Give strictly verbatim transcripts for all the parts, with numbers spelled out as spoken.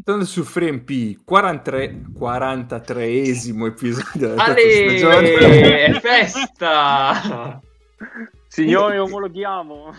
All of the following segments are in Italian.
Tornando su FreeMP, quarantatreesimo episodio della Ale, terza stagione. è festa! Signori, omologhiamo.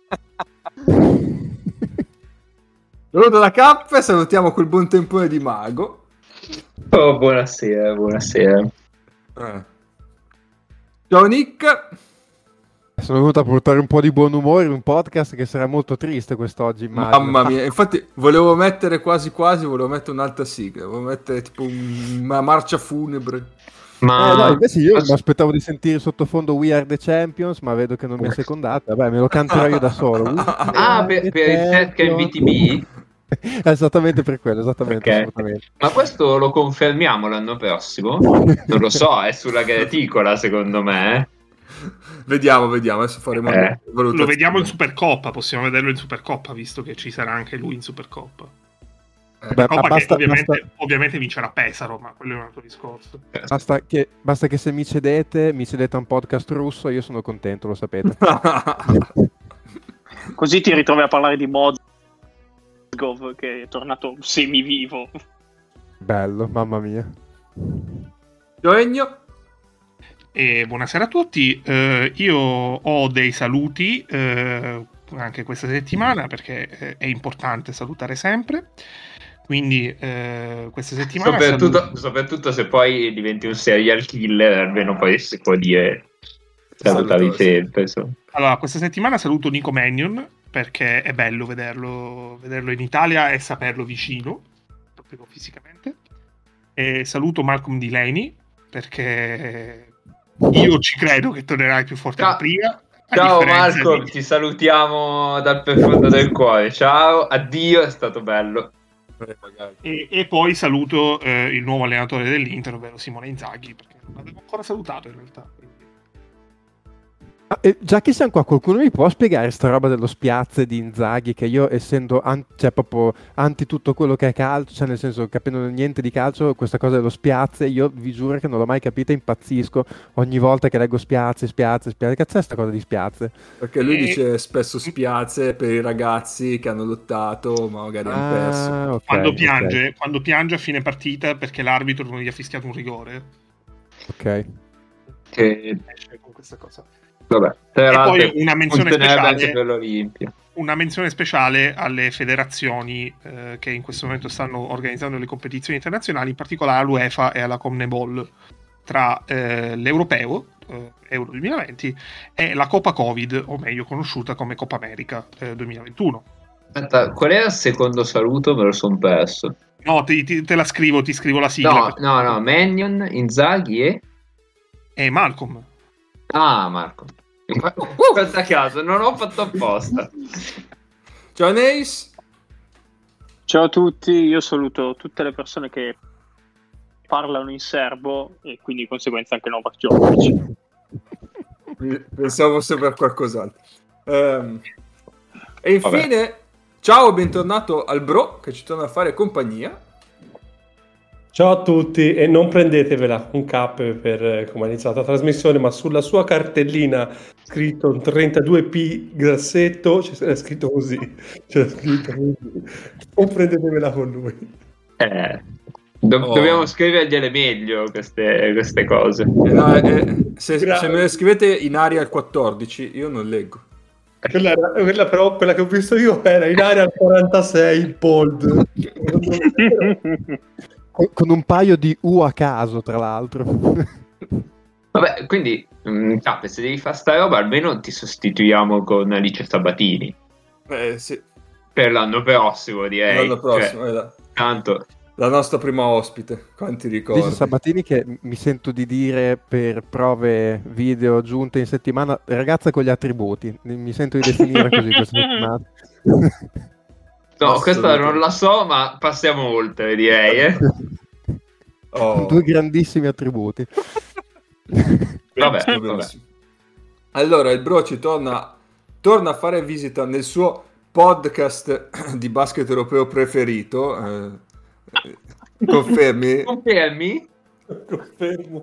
Saluto da K e salutiamo quel buon tempone di Mago. Oh, buonasera, buonasera. Eh. Ciao Nick. Sono venuto a portare un po' di buon umore in un podcast che sarà molto triste quest'oggi, immagino. Mamma mia, infatti volevo mettere quasi quasi, volevo mettere un'altra sigla, volevo mettere tipo un- una marcia funebre. Ma Eh, no, invece io mi aspettavo di sentire sottofondo We Are The Champions, ma vedo che non mi è secondata. Vabbè, me lo canterò io da solo. We Ah, Are per, The per il set che è in V T B? Esattamente per quello, esattamente, Ok. assolutamente. Ma questo lo confermiamo l'anno prossimo? Non lo so, è sulla graticola secondo me. eh. Vediamo, vediamo, adesso faremo Eh. una valutazione. Lo vediamo in Supercoppa, possiamo vederlo in Supercoppa, visto che ci sarà anche lui in Supercoppa. Eh, Beh, Coppa basta- che ovviamente, basta- ovviamente vincerà Pesaro, ma quello è un altro discorso. Basta che, basta che se mi cedete, mi cedete a un podcast russo, io sono contento, lo sapete. Così ti ritrovi a parlare di Mozgov, che è tornato semivivo. Bello, mamma mia. Gioegno. E buonasera a tutti, eh, io ho dei saluti eh, anche questa settimana perché eh, è importante salutare sempre, quindi eh, questa settimana Soprattutto, saluto- soprattutto se poi diventi un serial killer, almeno poi si può dire salutavi Saluto, sì. sempre. Insomma. allora, questa settimana saluto Nico Mannion perché è bello vederlo, vederlo in Italia e saperlo vicino, proprio fisicamente, e saluto Malcolm Delaney perché io ci credo che tornerai più forte Ciao. di prima. a Ciao differenza Marco, di- ti salutiamo dal profondo del cuore. Ciao, addio, è stato bello. Eh, magari. E, e poi saluto eh, il nuovo allenatore dell'Inter, ovvero Simone Inzaghi, perché non l'avevo ancora salutato in realtà. quindi- Ah, e già che siamo qua, qualcuno mi può spiegare sta roba dello Spiazze di Inzaghi, che io essendo an- cioè, proprio anti tutto quello che è calcio, cioè nel senso capendo niente di calcio, questa cosa dello Spiazze io vi giuro che non l'ho mai capita, impazzisco ogni volta che leggo Spiazze, Spiazze, Spiazze. Cazzo è sta cosa di Spiazze? Perché lui E- dice spesso spiazze per i ragazzi che hanno lottato ma magari hanno perso. Ah, ok, Quando ok, piange, quando piange a fine partita perché l'arbitro non gli ha fischiato un rigore, ok. Che, esce con questa cosa. vabbè, tra E l'altro poi una menzione funzionerebbe speciale- anche per l'Olimpia. Una menzione speciale alle federazioni eh, che in questo momento stanno organizzando le competizioni internazionali, in particolare all'UEFA e alla CONMEBOL, tra eh, l'Europeo, eh, Euro duemilaventi, e la Coppa Covid, o meglio conosciuta come Coppa America eh, duemilaventuno. Aspetta, qual era il secondo saluto? Me lo son perso. No, ti- ti- te la scrivo, ti scrivo la sigla. No, perché- no, no, Mannion, Inzaghi e... E Malcolm. Ah, Marco. Guarda caso, non ho fatto apposta. Ciao Neis. Ciao a tutti, io saluto tutte le persone che parlano in serbo e quindi di conseguenza anche Novak Djokovic. Pensavo fosse per qualcos'altro. Ehm, e infine, ciao e bentornato al bro che ci torna a fare compagnia. Ciao a tutti e non prendetevela un cap per eh, come è iniziata la trasmissione, ma sulla sua cartellina scritto un trentadue P grassetto c'è scritto così, c'è scritto così. Non prendetevela con lui. Eh, do- Oh. Dobbiamo scrivergliele meglio queste, queste cose. Eh, no, eh, se, Grazie. se me le scrivete in aria al quattordici, io non leggo. Quella, era- quella però, quella che ho visto io era in area al quarantasei, il bold. Con, con un paio di U a caso, tra l'altro. Vabbè, quindi, mh, Cappe, se devi fare sta roba, almeno ti sostituiamo con Alice Sabatini. Eh, sì, Per l'anno prossimo, direi. l'anno prossimo, Cioè, è la, tanto... la nostra prima ospite. Quanti ricordi? Dice Sabatini che mi sento di dire per prove video aggiunte in settimana, ragazza con gli attributi. Mi sento di definire così questa settimana. No, questa Assolutamente. non la so, ma passiamo oltre, direi. Eh. Oh. Due grandissimi attributi. Vabbè, Benissimo, vabbè. benissimo. Allora, il bro ci torna, torna a fare visita nel suo podcast di basket europeo preferito. Eh, eh, confermi? Confermi? Confermo.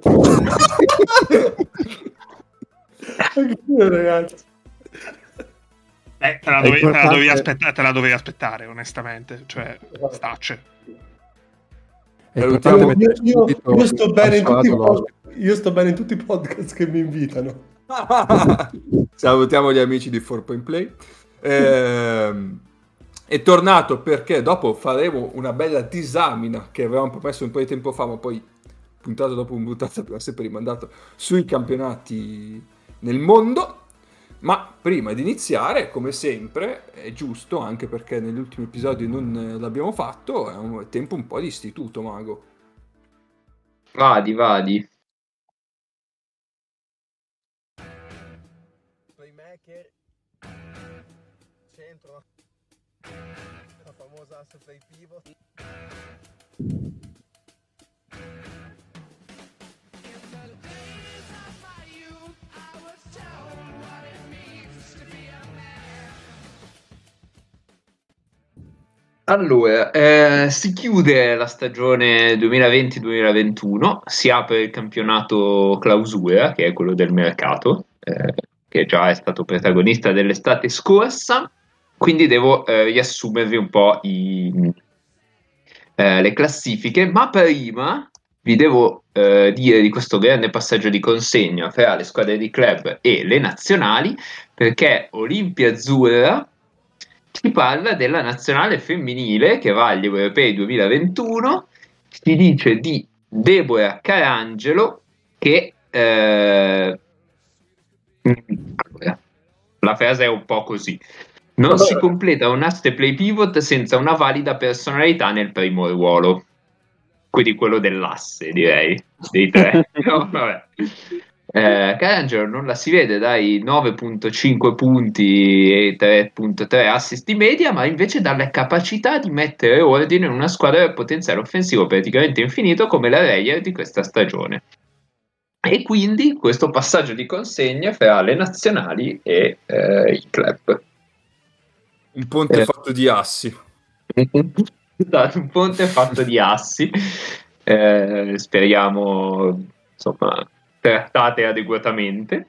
Anch'io, ragazzi. Beh, te la, dovevi, importante... te, la dovevi aspetta- te la dovevi aspettare, onestamente. Cioè, stacce. Io, io, io, io, sto bene in tutti pod- io sto bene in tutti i podcast che mi invitano. Salutiamo gli amici di four point play. Eh, è tornato perché dopo faremo una bella disamina che avevamo promesso un po' di tempo fa, ma poi puntata dopo puntata abbiamo sempre rimandato sui campionati nel mondo. Ma prima di iniziare, come sempre, è giusto, anche perché negli ultimi episodi non l'abbiamo fatto, è un tempo un po' di istituto, Mago. Vadi, vadi. Playmaker, centro, la famosa asse play pivot. Allora, eh, si chiude la stagione duemilaventi duemilaventuno, si apre il campionato clausura, che è quello del mercato, eh, che già è stato protagonista dell'estate scorsa, quindi devo eh, riassumervi un po' i, eh, le classifiche, ma prima vi devo eh, dire di questo grande passaggio di consegna fra le squadre di club e le nazionali, perché Olimpia Azzurra ci parla della nazionale femminile che va agli europei duemilaventuno, si dice di Deborah Carangelo che eh... allora, la frase è un po' così: non si completa un asse play pivot senza una valida personalità nel primo ruolo, quindi quello dell'asse, direi, dei tre. No, vabbè. Eh, Carangelo non la si vede dai nove virgola cinque punti e tre virgola tre assist di media, ma invece dalla capacità di mettere ordine in una squadra del potenziale offensivo praticamente infinito come la Reyer di questa stagione. E quindi questo passaggio di consegna fra le nazionali e eh, i club. Un ponte eh. fatto di assi. Un ponte fatto di assi. Eh, speriamo, insomma, trattate adeguatamente.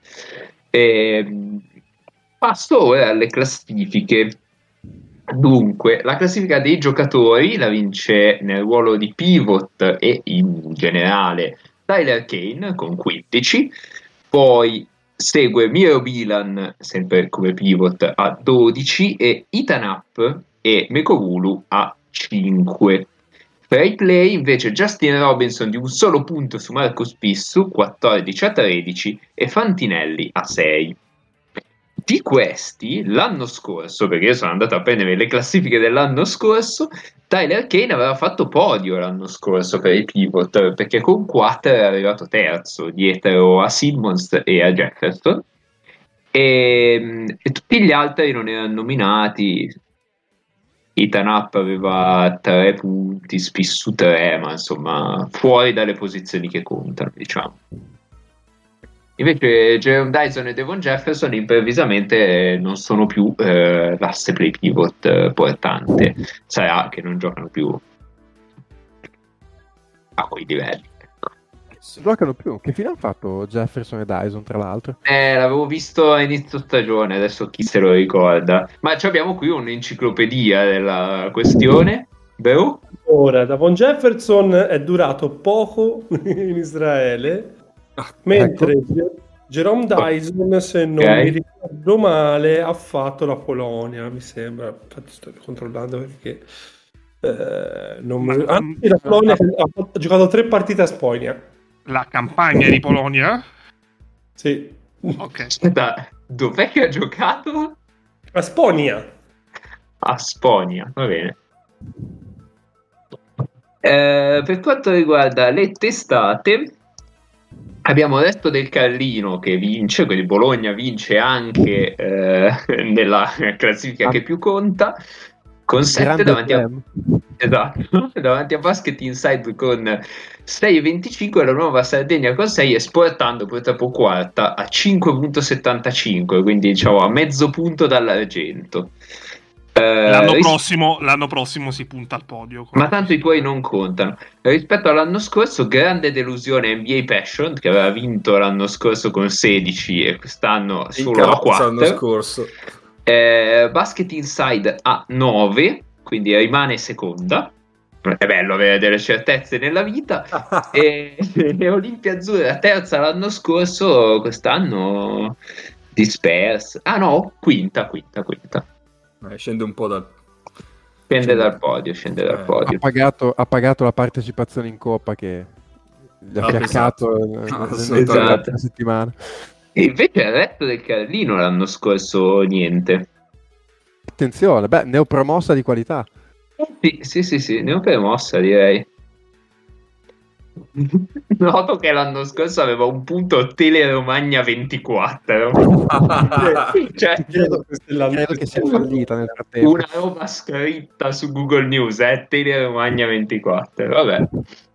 E passo ora alle classifiche. Dunque, la classifica dei giocatori la vince nel ruolo di pivot e in generale Tyler Kane con quindici, poi segue Miro Bilan sempre come pivot a dodici e Ethan Up e Mekovulu a cinque. Per i play invece Justin Robinson di un solo punto su Marcus Pissu, quattordici a tredici, e Fantinelli a sei. Di questi, l'anno scorso, perché io sono andato a prendere le classifiche dell'anno scorso, Tyler Kane aveva fatto podio l'anno scorso per i pivot, perché con quattro era arrivato terzo, dietro a Simmons e a Jefferson, e, e tutti gli altri non erano nominati. Ethan Up aveva tre punti, Spissu tre, ma insomma fuori dalle posizioni che contano, diciamo. Invece Jerome Dyson e Devon Jefferson improvvisamente non sono più eh, l'asse play pivot eh, portante. Sarà che non giocano più a quei livelli. Giocano più. Che fine hanno fatto Jefferson e Dyson, tra l'altro? Eh, l'avevo visto a inizio stagione, adesso chi se lo ricorda. Ma abbiamo qui un'enciclopedia della questione. Beh, ora, Devon Jefferson è durato poco in Israele, mentre ecco. Jerome Dyson, se non okay. mi ricordo male, ha fatto la Polonia, mi sembra. Infatti sto controllando perché eh, non mi... Anzi, la Polonia ha, ha giocato tre partite a Spogna. La campagna di Polonia? Sì. Ok. Aspetta, dov'è che ha giocato? A Spogna. A Spogna, va bene. Eh, per quanto riguarda le testate, abbiamo detto del Carlino che vince, quindi Bologna vince anche eh, nella classifica che più conta, con sette davanti a, esatto, davanti a Basket Inside con sei virgola venticinque, la Nuova Sardegna con sei, esportando purtroppo quarta a cinque virgola settantacinque, quindi diciamo a mezzo punto dall'argento. L'anno, eh, ris- prossimo, l'anno prossimo si punta al podio. Ma tanto i tuoi non contano. Rispetto all'anno scorso, grande delusione N B A Passion, che aveva vinto l'anno scorso con sedici e quest'anno solo a quattro. L'anno scorso. Eh, Basket Inside a nove, quindi rimane seconda. È bello avere delle certezze nella vita. e, e Olimpia Azzurra terza l'anno scorso, quest'anno dispersa. Ah no, quinta, quinta, quinta. Eh, scende un po' dal... Scende Scende. dal podio, scende dal Eh, podio. Ha pagato, ha pagato la partecipazione in Coppa che gli ha Ah, fiaccato esatto. eh, Ah, nel- assolutamente. nella prima settimana. E invece il resto del Carlino l'anno scorso niente. Attenzione, beh, neopromossa di qualità. Sì, sì, sì, sì, ne ho per mossa, direi. Noto che l'anno scorso aveva un punto Teleromagna ventiquattro. Cioè, Credo, Questa è la- credo che sia fallita nel frattempo. una roba scritta su Google News, eh, Teleromagna ventiquattro. Vabbè.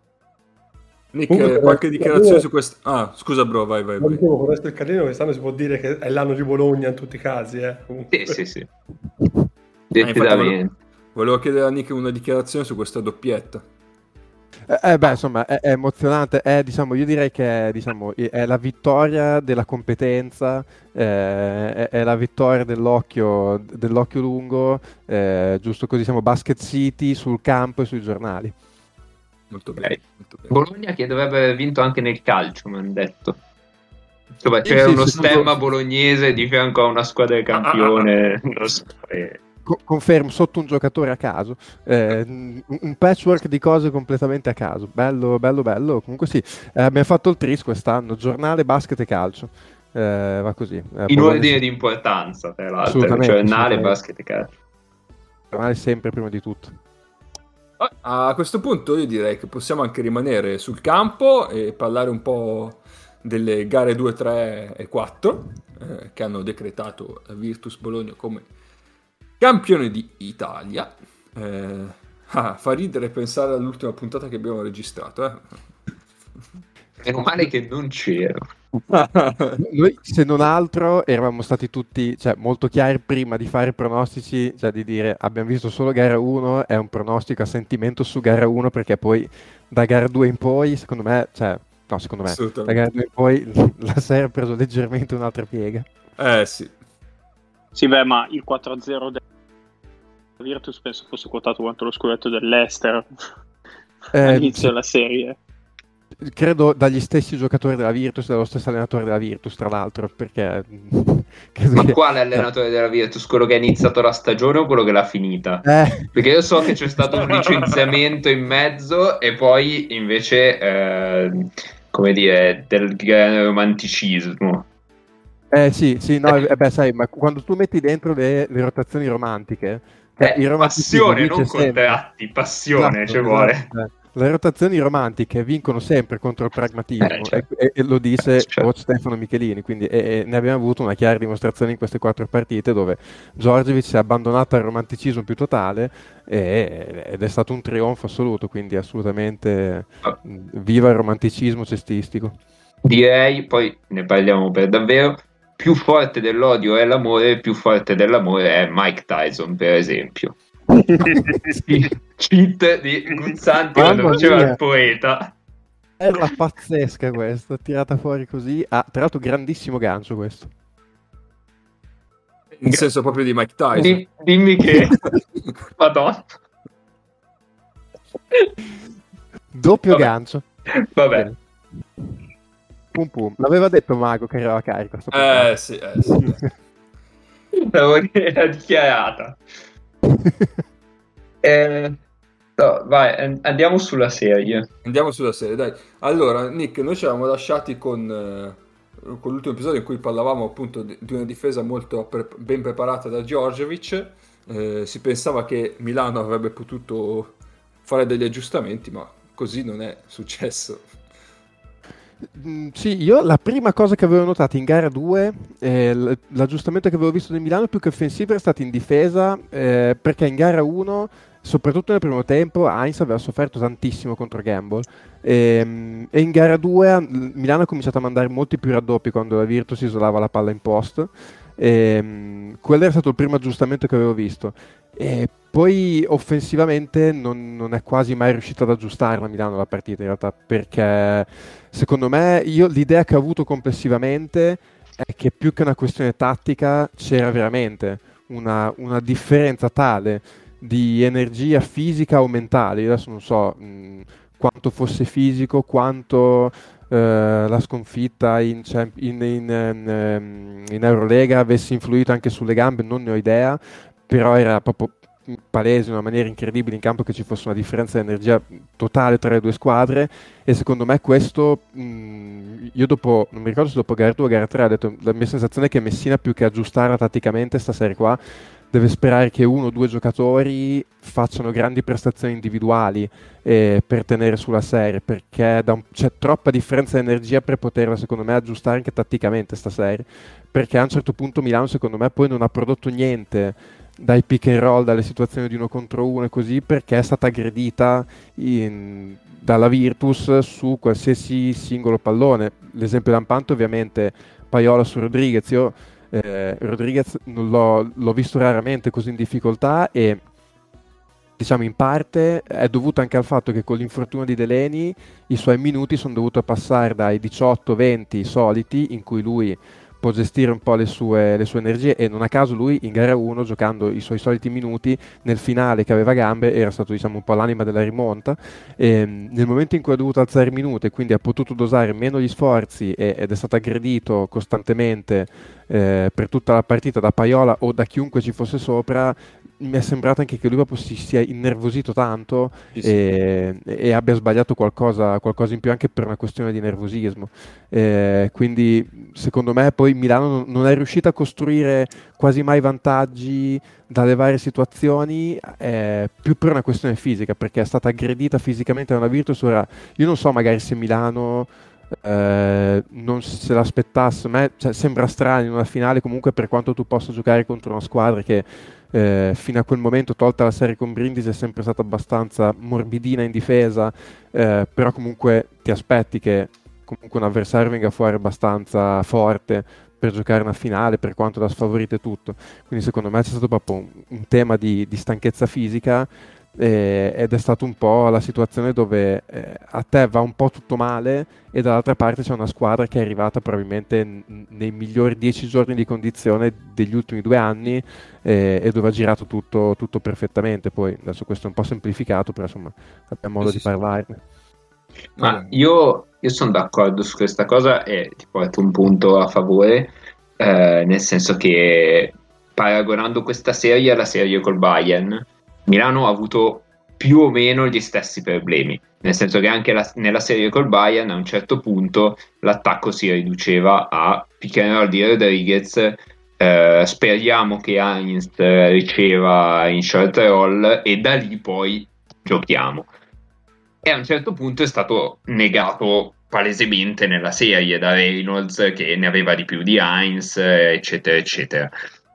Nick, Comunque, eh, qualche per- dichiarazione su questo? Ah, scusa bro, vai, vai, Ma vai. dicevo, con il resto del Carlino quest'anno si può dire che è l'anno di Bologna in tutti i casi, eh. Comunque. Sì, sì, sì. Eh, infatti Decisamente. volevo, volevo chiedere a Nick una dichiarazione su questa doppietta. Eh, eh, beh, insomma, è, è emozionante. È, diciamo, io direi che è, diciamo, è la vittoria della competenza, eh, è, è la vittoria dell'occhio, dell'occhio lungo, eh, giusto così, siamo Basket City sul campo e sui giornali. Molto Ok. bene, molto bene. Bologna che dovrebbe aver vinto anche nel calcio, mi hanno detto. Insomma, Sì, c'è sì, uno secondo- stemma bolognese di fianco a una squadra campione. Non so, eh. Co- confermo, sotto un giocatore a caso, eh, un, un patchwork di cose completamente a caso. Bello, bello, bello. Comunque sì, eh, abbiamo fatto il tris quest'anno, giornale, basket e calcio. Eh, va così. Eh, In Bologna ordine sì. di importanza, tra l'altro. Assolutamente, Giornale, assolutamente. basket e calcio. Giornale sempre prima di tutto. A questo punto io direi che possiamo anche rimanere sul campo e parlare un po' delle gare due, tre e quattro eh, che hanno decretato la Virtus Bologna come campione d'Italia. Eh, ah, fa ridere pensare all'ultima puntata che abbiamo registrato. Eh. Meno male che non c'ero. Noi, se non altro, eravamo stati tutti, cioè, molto chiari prima di fare i pronostici, cioè di dire abbiamo visto solo gara uno, è un pronostico a sentimento su gara uno, perché poi da gara due in poi, secondo me, cioè, no, secondo me, da Assolutamente. gara due in poi la serie ha preso leggermente un'altra piega. Eh sì. Sì, beh, ma il quattro a zero del Virtus penso fosse quotato quanto lo scudetto dell'Ester Eh, all'inizio sì. della serie. Credo dagli stessi giocatori della Virtus, dallo stesso allenatore della Virtus, tra l'altro, perché credo Ma che- quale allenatore della Virtus? Quello che ha iniziato la stagione o quello che l'ha finita? Eh, Perché io so che c'è stato un licenziamento in mezzo e poi invece, eh, come dire, del gran romanticismo. eh, sì, sì, no, eh, beh, sai, ma quando tu metti dentro le, le rotazioni romantiche, cioè, Eh, il romanticismo passione, vince non sempre. contratti, passione Esatto, ci vuole. esatto, eh. Le rotazioni romantiche vincono sempre contro il pragmatismo, Eh, certo. e, e lo dice Certo. coach Stefano Michelini, quindi e, e ne abbiamo avuto una chiara dimostrazione in queste quattro partite dove Djordjevic si è abbandonato al romanticismo più totale e- ed è stato un trionfo assoluto, quindi assolutamente Ah. mh, viva il romanticismo cestistico. Direi, poi ne parliamo per davvero, più forte dell'odio è l'amore, più forte dell'amore è Mike Tyson, per esempio. Cheat di Guzzanti quando Mamma faceva mia. il poeta. Era pazzesca questa, tirata fuori così. Ah, tra l'altro grandissimo gancio questo. In senso proprio di Mike Tyson. Di- dimmi che... Madonna. Doppio Vabbè. gancio. Vabbè. Bene. Pum pum. L'aveva detto Mago che arrivava carico. sto Eh sì, eh sì. L'avevo era dichiarata. Eh, no, vai, an- andiamo sulla serie. Andiamo sulla serie, dai. Allora, Nick, noi ci eravamo lasciati con, eh, con l'ultimo episodio in cui parlavamo appunto di, di una difesa molto pre- ben preparata da Djordjevic. Eh, si pensava che Milano avrebbe potuto fare degli aggiustamenti, ma così non è successo. Mm, sì, io la prima cosa che avevo notato in gara due, eh, l- l'aggiustamento che avevo visto del Milano più che offensivo era stato in difesa, eh, perché in gara uno, soprattutto nel primo tempo, Heinz aveva sofferto tantissimo contro Gamble, e, e in gara due il Milano ha cominciato a mandare molti più raddoppi quando la Virtus isolava la palla in post, e, mm, quello era stato il primo aggiustamento che avevo visto. E poi offensivamente non, non è quasi mai riuscito ad aggiustare la Milano la partita in realtà, perché secondo me io l'idea che ho avuto complessivamente è che più che una questione tattica c'era veramente una, una differenza tale di energia fisica o mentale. Io adesso non so mh, quanto fosse fisico, quanto eh, la sconfitta in, Champ- in, in, in, in Eurolega avesse influito anche sulle gambe, non ne ho idea, però era proprio palese in una maniera incredibile in campo che ci fosse una differenza di energia totale tra le due squadre, e secondo me questo mh, io dopo, non mi ricordo se dopo gara due o gara tre, ho detto la mia sensazione è che Messina, più che aggiustarla tatticamente sta serie qua, deve sperare che uno o due giocatori facciano grandi prestazioni individuali eh, per tenere sulla serie, perché da un, c'è troppa differenza di energia per poterla secondo me aggiustare anche tatticamente sta serie, perché a un certo punto Milano secondo me poi non ha prodotto niente dai pick and roll, dalle situazioni di uno contro uno e così, perché è stata aggredita in, dalla Virtus su qualsiasi singolo pallone. L'esempio lampante ovviamente Paiola su Rodriguez. Io eh, Rodriguez non l'ho, l'ho visto raramente così in difficoltà, e diciamo in parte è dovuto anche al fatto che con l'infortunio di Delaney i suoi minuti sono dovuti passare dai diciotto venti soliti, in cui lui può gestire un po' le sue, le sue energie, e non a caso lui in gara uno, giocando i suoi soliti minuti, nel finale che aveva gambe era stato diciamo un po' l'anima della rimonta, e nel momento in cui ha dovuto alzare i minuti e quindi ha potuto dosare meno gli sforzi e, ed è stato aggredito costantemente eh, per tutta la partita da Paiola o da chiunque ci fosse sopra, mi è sembrato anche che lui proprio si sia innervosito tanto Sì, sì. e, e abbia sbagliato qualcosa, qualcosa in più anche per una questione di nervosismo. Eh, quindi secondo me poi Milano non, non è riuscita a costruire quasi mai vantaggi dalle varie situazioni, eh, più per una questione fisica, perché è stata aggredita fisicamente da una Virtus. Ora io non so magari se Milano eh, non se l'aspettasse, a me cioè, sembra strano in una finale comunque, per quanto tu possa giocare contro una squadra che eh, fino a quel momento, tolta la serie con Brindisi, è sempre stata abbastanza morbidina in difesa, eh, però comunque ti aspetti che comunque un avversario venga fuori abbastanza forte per giocare una finale, per quanto da sfavorito e tutto. Quindi secondo me c'è stato proprio un, un tema di, di stanchezza fisica, eh, ed è stato un po' la situazione dove eh, a te va un po' tutto male e dall'altra parte c'è una squadra che è arrivata probabilmente n- nei migliori dieci giorni di condizione degli ultimi due anni, eh, e dove ha girato tutto, tutto perfettamente. Poi adesso questo è un po' semplificato, però insomma abbiamo modo Sì, di sì, parlarne. Ma io, io sono d'accordo su questa cosa e ti porto un punto a favore, eh, nel senso che paragonando questa serie alla serie col Bayern, Milano ha avuto più o meno gli stessi problemi, nel senso che anche la- nella serie col Bayern a un certo punto l'attacco si riduceva a pick and roll di Rodriguez, eh, speriamo che Heinz riceva in short roll e da lì poi giochiamo. E a un certo punto è stato negato palesemente nella serie da Reynolds, che ne aveva di più di Heinz, eccetera eccetera.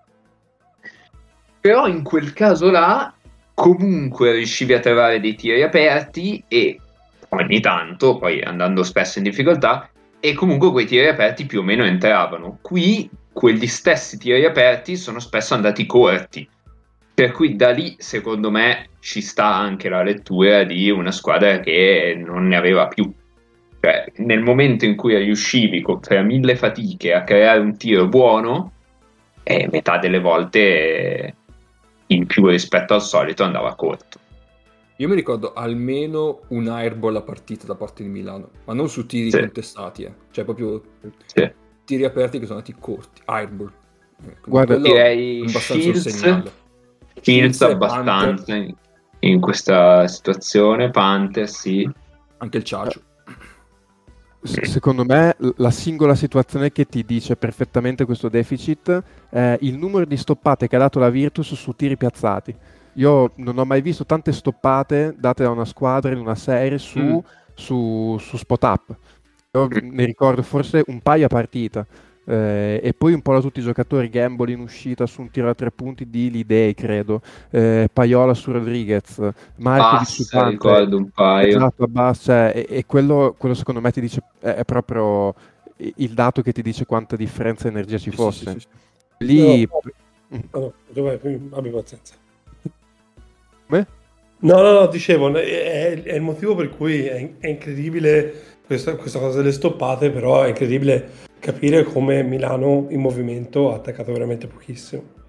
Però in quel caso là comunque riuscivi a trovare dei tiri aperti, e ogni tanto, poi andando spesso in difficoltà, e comunque quei tiri aperti più o meno entravano. Qui quegli stessi tiri aperti sono spesso andati corti, per cui da lì secondo me ci sta anche la lettura di una squadra che non ne aveva più. Cioè, nel momento in cui riuscivi con tra mille fatiche a creare un tiro buono, e metà delle volte in più rispetto al solito andava corto. Io mi ricordo almeno un airball a partita da parte di Milano, ma non su tiri Sì. contestati, eh. Cioè proprio Sì. tiri aperti che sono andati corti, airball. Eh, quindi Guarda, quello direi è abbastanza un Shields, segnale. Shields Shields e abbastanza in, in questa situazione, Panther sì. Anche il Ciacio. S- secondo me l- la singola situazione che ti dice perfettamente questo deficit è il numero di stoppate che ha dato la Virtus su tiri piazzati. Io non ho mai visto tante stoppate date da una squadra in una serie su, Mm. su, su spot up. Io ne ricordo forse un paio a partita. Eh, e poi un po' da tutti i giocatori, Gambol in uscita su un tiro a tre punti di Lidei, credo, eh, Paiola su Rodriguez, Markovic su Passa, Panther. ricordo un paio. Esatto, basta, e, e quello, quello secondo me ti dice, è, è proprio il dato che ti dice quanta differenza di energia ci Sì, sì, fosse. sì, sì, sì. Lì, No, ah, no, dov'è? Abbi pazienza. come? No, no, no, dicevo, è, è il motivo per cui è, è incredibile questa, questa cosa delle stoppate, però è incredibile capire come Milano in movimento ha attaccato veramente pochissimo.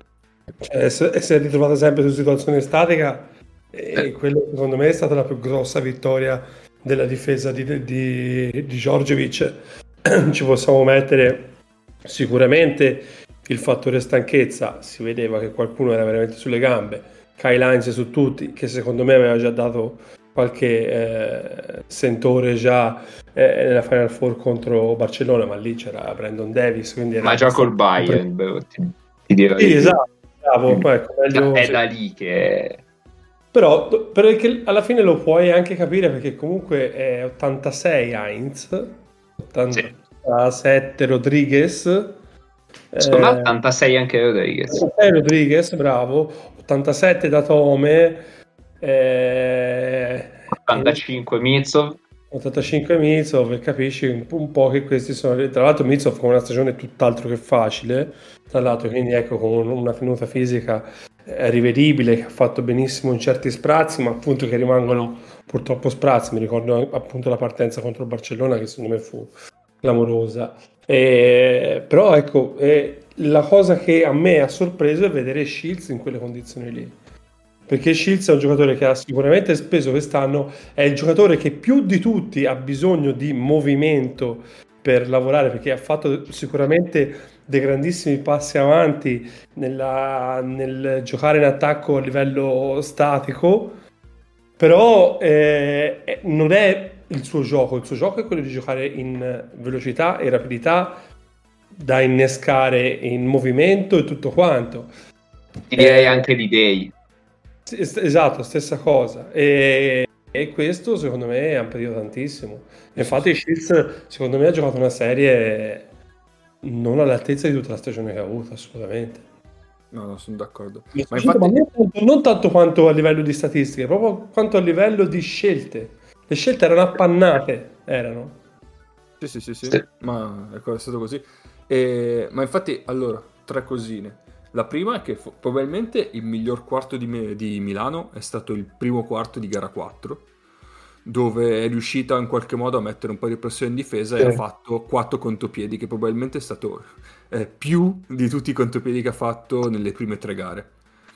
Cioè, si è ritrovata sempre su situazione statica e quello secondo me è stata la più grossa vittoria della difesa di, di, di Djordjevic. Ci possiamo mettere sicuramente il fattore stanchezza, si vedeva che qualcuno era veramente sulle gambe, Kyle Hines su tutti, che secondo me aveva già dato qualche eh, sentore già eh, nella Final Four contro Barcellona, ma lì c'era Brandon Davis, quindi era Ma già col Bayern, beh, ti, ti direi sì, di più. esatto, bravo, ecco, meglio- È da lì che Però perché alla fine lo puoi anche capire perché comunque è ottantasei Heinz, ottantasette Rodriguez, secondo me eh, ottantasei anche Rodriguez. ottantasei Rodriguez, bravo, ottantasette da Tome, eh, ottantacinque Mitsov. ottantacinque Mitsov, e capisci un po', un po' che questi sono, tra l'altro Mitsov con una stagione tutt'altro che facile, tra l'altro, quindi ecco, con una tenuta fisica eh, rivedibile, che ha fatto benissimo in certi sprazzi, ma appunto che rimangono purtroppo sprazzi. Mi ricordo appunto la partenza contro il Barcellona, che secondo me fu clamorosa. E, però ecco, eh, la cosa che a me ha sorpreso è vedere Shields in quelle condizioni lì, perché Shields è un giocatore che ha sicuramente speso quest'anno, è il giocatore che più di tutti ha bisogno di movimento per lavorare, perché ha fatto sicuramente dei grandissimi passi avanti nella- nel giocare in attacco a livello statico, però eh, eh, non è il suo gioco, il suo gioco è quello di giocare in velocità e rapidità da innescare in movimento e tutto quanto. Ti direi Eh, anche di Day. sì, es- esatto, stessa cosa. E, e questo secondo me ha impedito tantissimo. Infatti, Shields secondo me ha giocato una serie non all'altezza di tutta la stagione che ha avuto, assolutamente. No, no, sono d'accordo. Ma Ma infatti, non, tanto, non tanto quanto a livello di statistiche, proprio quanto a livello di scelte. Le scelte erano appannate, erano. sì, sì, sì, sì, Sì. ma ecco, è stato così. E- ma infatti, allora, tre cosine. La prima è che fo- probabilmente il miglior quarto di, me- di Milano è stato il primo quarto di gara quattro, dove è riuscita in qualche modo a mettere un po' di pressione in difesa e Sì. ha fatto quattro contropiedi, che probabilmente è stato eh, più di tutti i contropiedi che ha fatto nelle prime tre gare.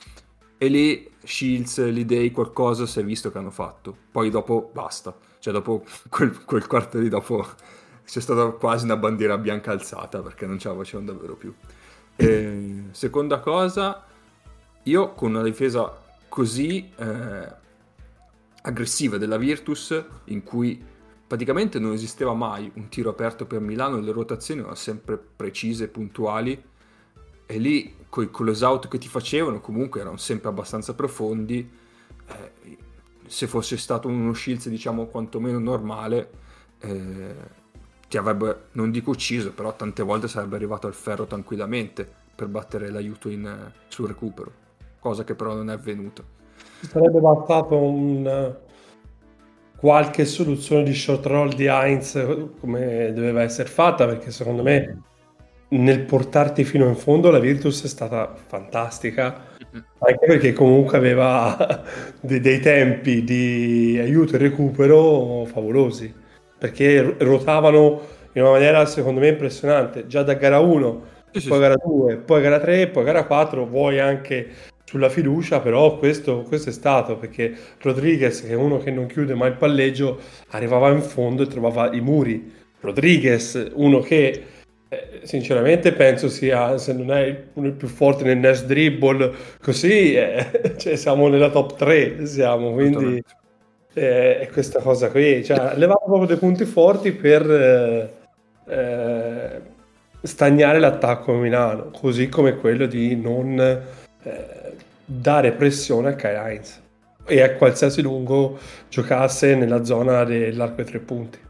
E lì Shields, l'Idei, qualcosa si è visto che hanno fatto. Poi dopo basta. Cioè dopo quel, quel quarto lì dopo c'è stata quasi una bandiera bianca alzata perché non ce la facevano davvero più. E, seconda cosa, io con una difesa così eh, aggressiva della Virtus, in cui praticamente non esisteva mai un tiro aperto per Milano e le rotazioni erano sempre precise e puntuali, e lì con i close out che ti facevano comunque erano sempre abbastanza profondi. Eh, se fosse stato uno Shields diciamo quantomeno normale, eh, ti avrebbe, non dico ucciso, però tante volte sarebbe arrivato al ferro tranquillamente per battere l'aiuto in, eh, sul recupero, cosa che però non è avvenuta. Sarebbe bastato un qualche soluzione di short roll di Heinz come doveva essere fatta, perché secondo me nel portarti fino in fondo la Virtus è stata fantastica, anche perché comunque aveva dei, dei tempi di aiuto e recupero favolosi, perché ruotavano in una maniera secondo me impressionante, già da gara uno, Sì, sì, poi sì. gara due, poi gara tre, poi gara quattro, vuoi anche sulla fiducia, però questo, questo è stato, perché Rodriguez, che è uno che non chiude mai il palleggio, arrivava in fondo e trovava i muri. Rodriguez, uno che eh, sinceramente penso sia, se non è uno dei più forti nel Nash dribble, così eh, cioè siamo nella top tre, siamo, quindi eh, è questa cosa qui, cioè levava proprio dei punti forti per eh, eh, stagnare l'attacco a Milano, così come quello di non eh, dare pressione a Kyle Heinz e a qualsiasi lungo giocasse nella zona dell'arco dei tre punti.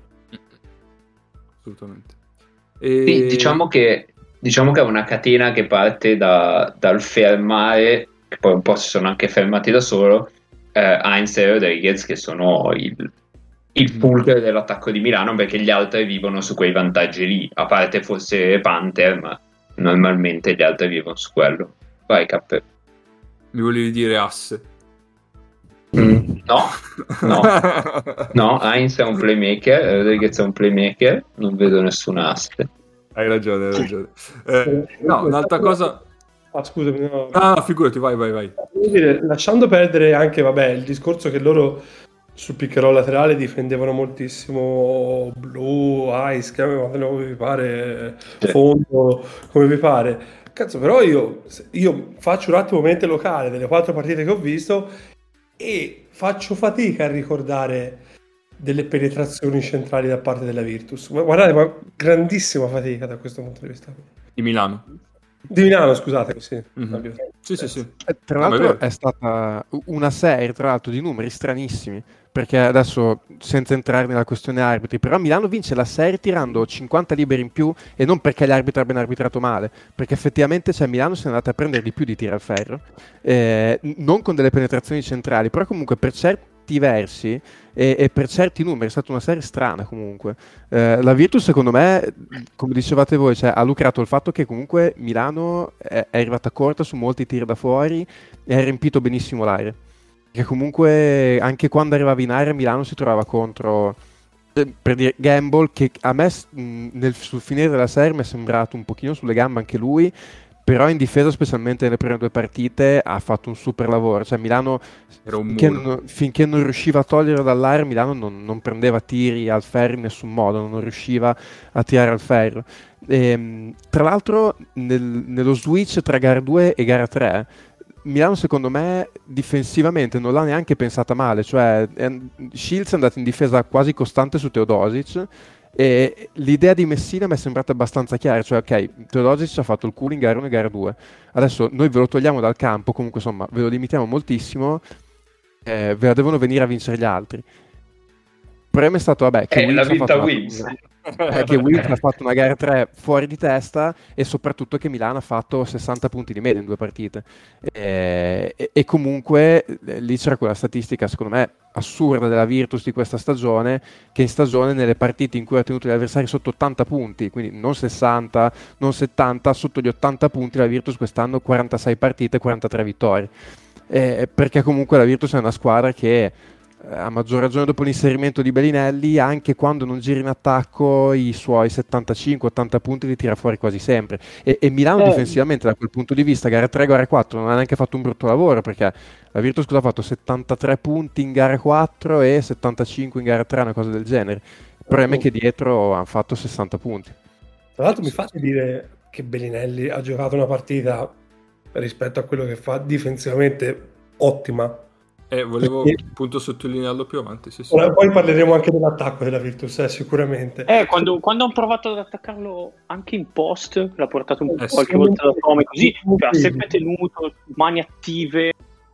Assolutamente. Sì, E... diciamo che, diciamo che è una catena che parte da- dal fermare, che poi un po' si sono anche fermati da solo, eh, Heinz e Rodriguez, che sono il, il fulcro dell'attacco di Milano, perché gli altri vivono su quei vantaggi lì, a parte forse Panther, ma normalmente gli altri vivono su quello. Vai, Cappe. Mi volevi dire asse? Mm, no, no, no, Heinz è un playmaker, Rodriguez è un playmaker, non vedo nessun asse. Hai ragione, hai ragione. Eh, no, un'altra cosa... Ah, scusami, no. Ah, figurati, vai, vai, vai. Voglio dire, lasciando perdere anche, vabbè, il discorso che loro sul pick and roll laterale difendevano moltissimo blu, ice, chiamatelo come vi pare, fondo, come vi pare. Cazzo, però io, io faccio un attimo mente locale delle quattro partite che ho visto e faccio fatica a ricordare delle penetrazioni centrali da parte della Virtus. Ma guardate, ma grandissima fatica da questo punto di vista. Di Milano. Di Milano, scusate, sì. Mhm. Sì, sì, sì. Eh, Tra No, ma è l'altro vero. è stata una serie, tra l'altro, di numeri stranissimi, perché adesso, senza entrare nella questione arbitri, però Milano vince la serie tirando cinquanta liberi in più, e non perché l'arbitro abbia arbitrato male, perché effettivamente cioè, Milano si è andata a prendere di più di tiro al ferro, eh, n- non con delle penetrazioni centrali, però comunque per certi versi e, e per certi numeri è stata una serie strana comunque. Eh, la Virtus secondo me, come dicevate voi, cioè, ha lucrato il fatto che comunque Milano è, è arrivata corta su molti tiri da fuori e ha riempito benissimo l'area, che comunque anche quando arrivava in area Milano si trovava contro, eh, per dire, Gamble, che a me mh, nel, sul finire della serie mi è sembrato un pochino sulle gambe anche lui, però in difesa, specialmente nelle prime due partite, ha fatto un super lavoro. Cioè Milano, Era un finché muro. non, finché non riusciva a togliere dall'aria, Milano non, non prendeva tiri al ferro in nessun modo, non riusciva a tirare al ferro. E, tra l'altro nel- nello switch tra gara due e gara tre, Milano secondo me difensivamente non l'ha neanche pensata male, cioè è- Shields è andato in difesa quasi costante su Teodosic, e l'idea di Messina mi è sembrata abbastanza chiara, cioè ok, Teodosic ha fatto il culo in gara uno e gara due, adesso noi ve lo togliamo dal campo, comunque insomma ve lo limitiamo moltissimo, eh, ve la devono venire a vincere gli altri. Il problema è stato, vabbè, che Eh, la Wills ha vinta fatto una, Wills. eh, che Wills ha fatto una gara tre fuori di testa, e soprattutto che Milano ha fatto sessanta punti di media in due partite. E, e- e comunque eh, lì c'era quella statistica, secondo me, assurda della Virtus di questa stagione, che in stagione nelle partite in cui ha tenuto gli avversari sotto ottanta punti, quindi non sessanta, non settanta, sotto gli ottanta punti, la Virtus quest'anno quarantasei partite, quarantatré vittorie. Eh, perché comunque la Virtus è una squadra che, a maggior ragione dopo l'inserimento di Bellinelli, anche quando non gira in attacco i suoi settantacinque ottanta punti li tira fuori quasi sempre, e, e Milano Eh. difensivamente da quel punto di vista gara tre, gara quattro non ha neanche fatto un brutto lavoro, perché la Virtus cosa ha fatto? settantatré punti in gara quattro e settantacinque in gara tre, una cosa del genere. Il problema è che dietro hanno fatto sessanta punti. Tra l'altro mi fate dire che Bellinelli ha giocato una partita rispetto a quello che fa difensivamente ottima. Eh, volevo Perché- appunto sottolinearlo più avanti, sì, sì. Ora, poi parleremo anche dell'attacco della Virtus, eh, sicuramente. Eh, quando, quando hanno provato ad attaccarlo anche in post, l'ha portato un- Eh, qualche sì. volta da Tome, così cioè, ha Sì. sempre tenuto mani attive.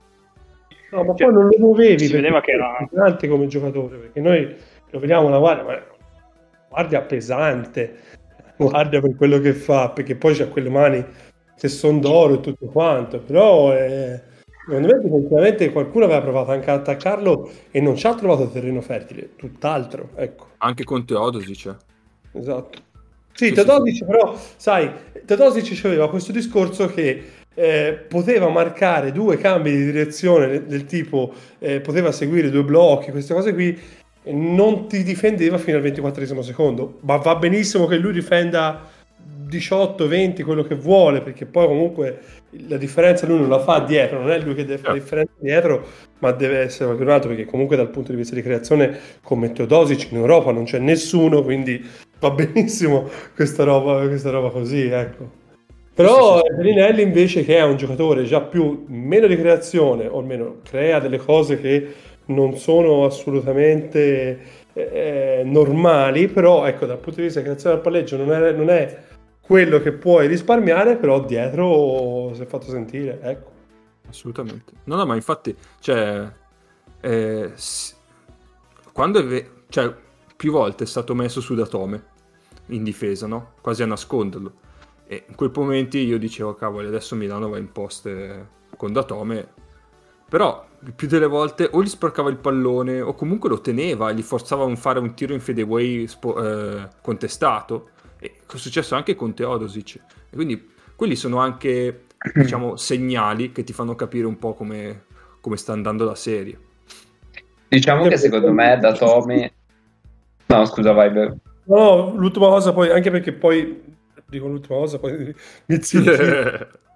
No, ma Cioè, poi non lo muovevi, si perché vedeva che è era- pesante come giocatore, perché noi lo vediamo la guardia, ma guardia pesante, guardia per quello che fa, perché poi c'ha quelle mani che sono d'oro e tutto quanto, però eh, secondo me difensivamente qualcuno aveva provato anche ad attaccarlo e non ci ha trovato terreno fertile, tutt'altro, ecco. Anche con Teodosic. Esatto. Sì, Sì, Teodosic sì, però, sai, Teodosic aveva questo discorso che eh, poteva marcare due cambi di direzione del, del tipo, eh, poteva seguire due blocchi, queste cose qui, e non ti difendeva fino al ventiquattresimo secondo. Ma va benissimo che lui difenda diciotto venti, quello che vuole, perché poi comunque la differenza lui non la fa dietro, non è lui che deve fare la differenza dietro, ma deve essere qualcun altro, perché comunque dal punto di vista di creazione come Teodosic in Europa non c'è nessuno, quindi va benissimo questa roba, questa roba così, ecco. Però Sì, sì, sì. Bellinelli invece, che è un giocatore già più meno di creazione, o almeno crea delle cose che non sono assolutamente eh, normali, però ecco, dal punto di vista di creazione del palleggio non è, non è quello che puoi risparmiare, però dietro si è fatto sentire, ecco. Assolutamente. No, no, ma infatti, cioè, eh, s- quando è ve- cioè, più volte è stato messo su Datome in difesa, no? Quasi a nasconderlo. E in quei momenti io dicevo, cavolo, adesso Milano va in post eh, con Datome. Però il più delle volte o gli sporcava il pallone o comunque lo teneva, gli forzava a fare un tiro in fadeaway spo- eh, contestato. E è successo anche con Teodosic. E quindi quelli sono anche, diciamo, segnali che ti fanno capire un po' come, come sta andando la serie. Diciamo che secondo me da Tome... No, scusa, vai. Beh. No, l'ultima cosa poi, anche perché poi, dico l'ultima cosa, poi mi zitto.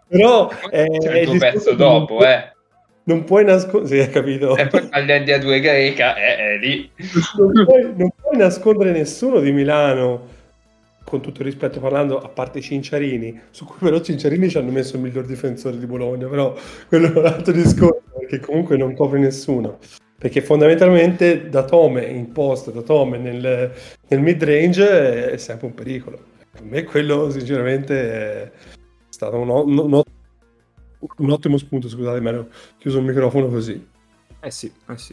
Però è, C'è è il tuo il pezzo discorso che dopo, non, eh. non puoi nascondere, sì, hai capito? E poi parliamo a due greca, è, è lì. non, puoi, non puoi nascondere nessuno di Milano, con tutto il rispetto parlando, a parte Cinciarini, su cui però Cinciarini ci hanno messo il miglior difensore di Bologna, però quello è un altro discorso, perché comunque non copre nessuno. Perché fondamentalmente da Tome in post, da Tome nel, nel mid range è sempre un pericolo. Per me quello sinceramente è stato un, o- un o- un ottimo spunto, scusate, mi ero chiuso il microfono così. Eh sì, eh sì.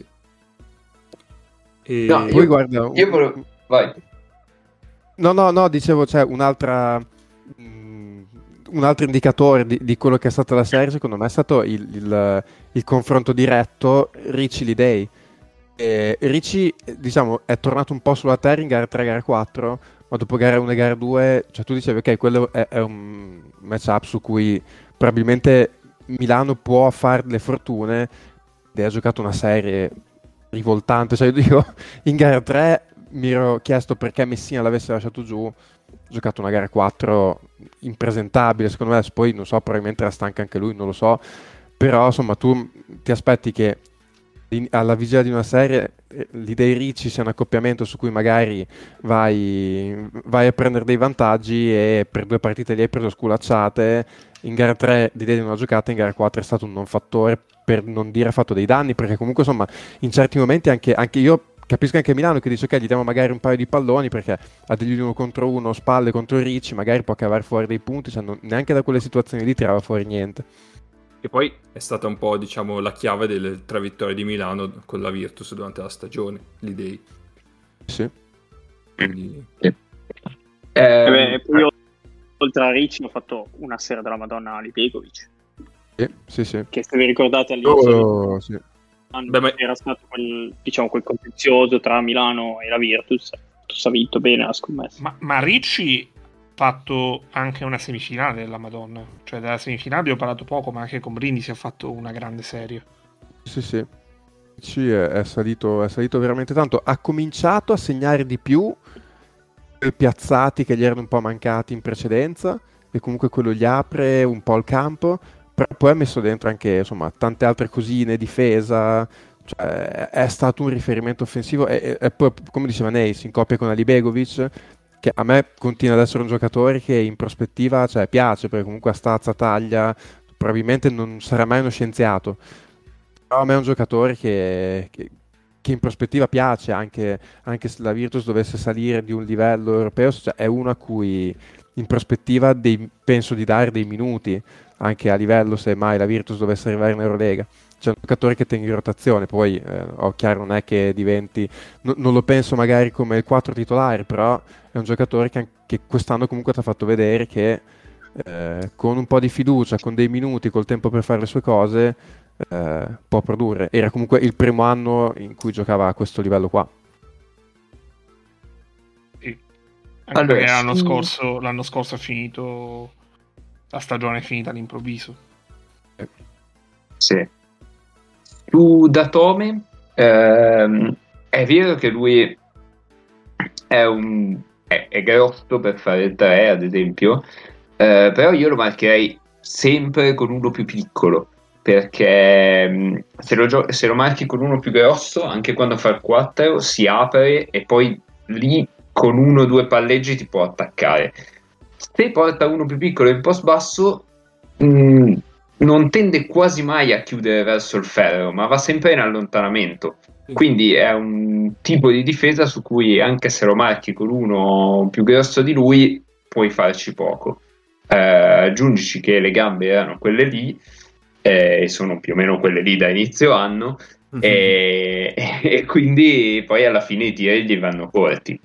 E... No, Poi io, guarda, un- io volevo... Vai. No, no, no, dicevo, c'è un'altra, mh, un altro indicatore di, di quello che è stata la serie, secondo me, è stato il, il- il confronto diretto Ricci-Lidei. E Ricci, eh, diciamo, è tornato un po' sulla terra in gara tre, gara quattro, ma dopo gara uno e gara due, cioè tu dicevi, ok, quello è, è un matchup su cui probabilmente Milano può fare le fortune, e ha giocato una serie rivoltante, cioè io dico, in gara tre mi ero chiesto perché Messina l'avesse lasciato giù, ha giocato una gara quattro impresentabile, secondo me, poi non so, probabilmente era stanca anche lui, non lo so, però insomma tu ti aspetti che in- alla vigilia di una serie eh, gli dei Ricci sia un accoppiamento su cui magari vai, vai a prendere dei vantaggi e per due partite li hai preso sculacciate. In gara tre di Dei una giocata, in gara quattro è stato un non fattore, per non dire ha fatto dei danni, perché comunque insomma in certi momenti anche, anche io capisco anche Milano che dice ok, gli diamo magari un paio di palloni perché a degli uno contro uno, spalle contro Ricci, magari può cavare fuori dei punti, cioè non- neanche da quelle situazioni lì tirava fuori niente. E poi è stata un po', diciamo, la chiave delle tre vittorie di Milano con la Virtus durante la stagione, l'idea. Sì. Quindi... Eh, E beh, e poi oltre a Ricci ho fatto una sera della Madonna a Libegovic, Sì, sì, sì. che se vi ricordate all'inizio Oh, sì. dell'anno Beh, ma- era stato quel, diciamo, quel contenzioso tra Milano e la Virtus. Virtus ha vinto bene la scommessa. Ma, ma Ricci ha fatto anche una semifinale della Madonna. Cioè, della semifinale abbiamo parlato poco, ma anche con Brindisi ha fatto una grande serie. Sì, sì. Sì, è, è salito, è salito veramente tanto. Ha cominciato a segnare di più quei piazzati che gli erano un po' mancati in precedenza, e comunque quello gli apre un po' il campo, però poi ha messo dentro anche insomma tante altre cosine, difesa, cioè, è stato un riferimento offensivo e, e- e poi, come diceva Neis, in coppia con Alibegovic, che a me continua ad essere un giocatore che in prospettiva, cioè, piace, perché comunque ha stazza, taglia, probabilmente non sarà mai uno scienziato, però a me è un giocatore che, che- che in prospettiva piace, anche, anche se la Virtus dovesse salire di un livello europeo, cioè è uno a cui in prospettiva dei- penso di dare dei minuti, anche a livello se mai la Virtus dovesse arrivare in Eurolega. C'è un giocatore che tenga in rotazione, poi eh, oh, chiaro non è che diventi, no- non lo penso magari come il quattro titolare, però è un giocatore che, an- che quest'anno comunque ti ha fatto vedere che eh, con un po' di fiducia, con dei minuti, col tempo per fare le sue cose, eh, può produrre. Era comunque il primo anno in cui giocava a questo livello qua. Sì. Anche Allora, perché l'anno su- scorso, l'anno scorso è finito, la stagione è finita all'improvviso. Sì. Su Datome, ehm, è vero che lui è un è, è grosso per fare il tre, ad esempio, eh, però io lo marcherei sempre con uno più piccolo, perché mh, se lo, gio- se lo marchi con uno più grosso, anche quando fa il quattro si apre e poi lì con uno o due palleggi ti può attaccare. Se porta uno più piccolo in post basso, mh, non tende quasi mai a chiudere verso il ferro, ma va sempre in allontanamento. Quindi è un tipo di difesa su cui, anche se lo marchi con uno più grosso di lui, puoi farci poco. Eh, aggiungici che le gambe erano quelle lì, e eh, sono più o meno quelle lì da inizio anno, Mhm. e, e quindi poi alla fine i tiri gli vanno corti.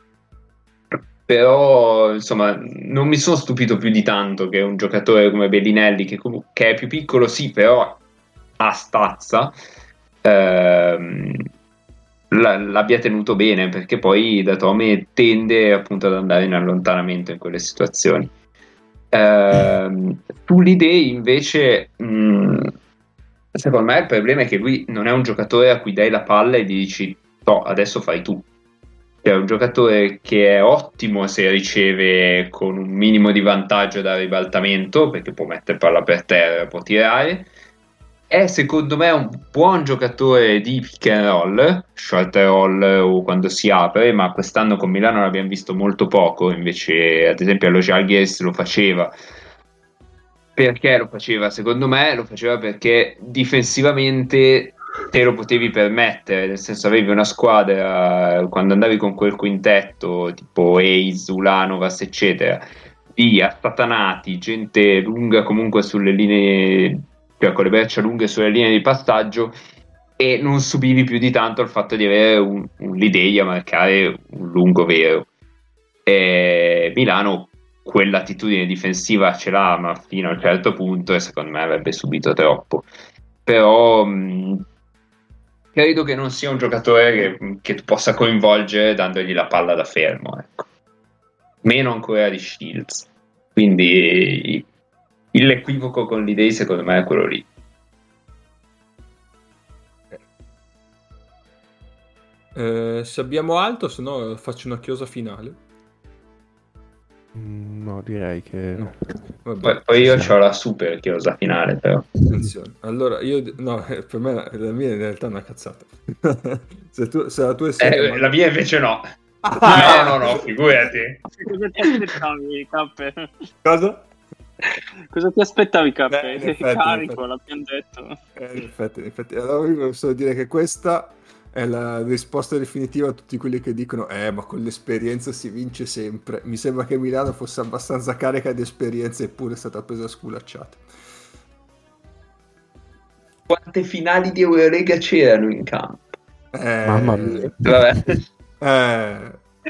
Però insomma non mi sono stupito più di tanto che un giocatore come Bellinelli, che, comu- che è più piccolo sì, però ha stazza, ehm, la- l'abbia tenuto bene, perché poi Datome tende appunto ad andare in allontanamento in quelle situazioni. Ehm, Sull'idea invece, mh, secondo me il problema è che lui non è un giocatore a cui dai la palla e gli dici no, adesso fai tu. È un giocatore che è ottimo se riceve con un minimo di vantaggio da ribaltamento, perché può mettere palla per terra, può tirare. È secondo me un buon giocatore di pick and roll, short roll o quando si apre, ma quest'anno con Milano l'abbiamo visto molto poco, invece ad esempio allo Žalgiris lo faceva. Perché lo faceva? Secondo me lo faceva perché difensivamente te lo potevi permettere, nel senso avevi una squadra, quando andavi con quel quintetto tipo Hayes, Ulanovas eccetera, di assatanati, gente lunga comunque sulle linee, cioè con le braccia lunghe sulle linee di passaggio, e non subivi più di tanto il fatto di avere un, un Lidei a marcare un lungo vero. E Milano quell'attitudine difensiva ce l'ha, ma fino a un certo punto, e secondo me avrebbe subito troppo. Però mh, credo che non sia un giocatore che, che tu possa coinvolgere dandogli la palla da fermo, ecco. Meno ancora di Shields. Quindi l'equivoco con l'idea secondo me è quello lì. Eh, se abbiamo altro, se no faccio una chiosa finale. Mm, No, direi che... No. Vabbè, Poi, poi io sì. ho la super chiosa finale, però. attenzione. Allora, io no, per me la, la mia in realtà è una cazzata. se, tu, se la tua è seria, Eh, ma- la mia invece no. Ah! No, no, no, figurati. Cosa ti aspettavi, Cappe? Cosa? Cosa ti aspettavi, Cappe? Beh, in Sei effetti, in carico, effetti. l'abbiamo detto. Eh, in effetti, in effetti. Allora io volevo solo dire che questa è la risposta definitiva a tutti quelli che dicono eh, ma con l'esperienza si vince sempre. Mi sembra che Milano fosse abbastanza carica di esperienza eppure è stata presa a sculacciate. Quante finali di Eurolega c'erano in campo? Eh, Mamma mia. Vabbè. eh,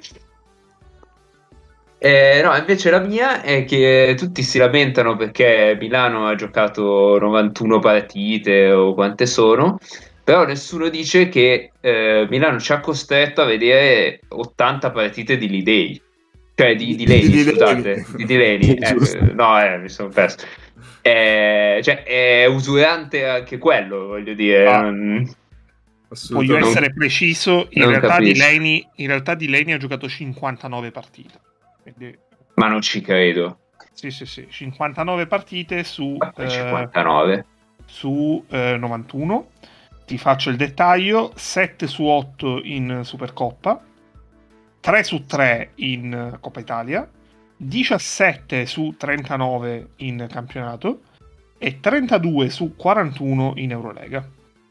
Eh, no, invece la mia è che tutti si lamentano perché Milano ha giocato novantuno partite o quante sono, però nessuno dice che eh, Milano ci ha costretto a vedere ottanta partite di Lidei, cioè di, di Leni, Di Leni. scusate, di Dileni. Giusto. Eh, no, eh, mi sono perso. Eh, cioè, è usurante anche quello, voglio dire. Ah. non- Voglio assolutamente. essere preciso, in non realtà, di capisco. Leni, in realtà Di Leni ha giocato cinquantanove partite. Quindi, Ma non ci credo. sì, sì, sì, cinquantanove partite su, Ma poi eh, cinquantanove. su eh, novantuno. Ti faccio il dettaglio: sette su otto in Supercoppa, tre su tre in Coppa Italia, diciassette su trentanove in campionato e trentadue su quarantuno in Eurolega.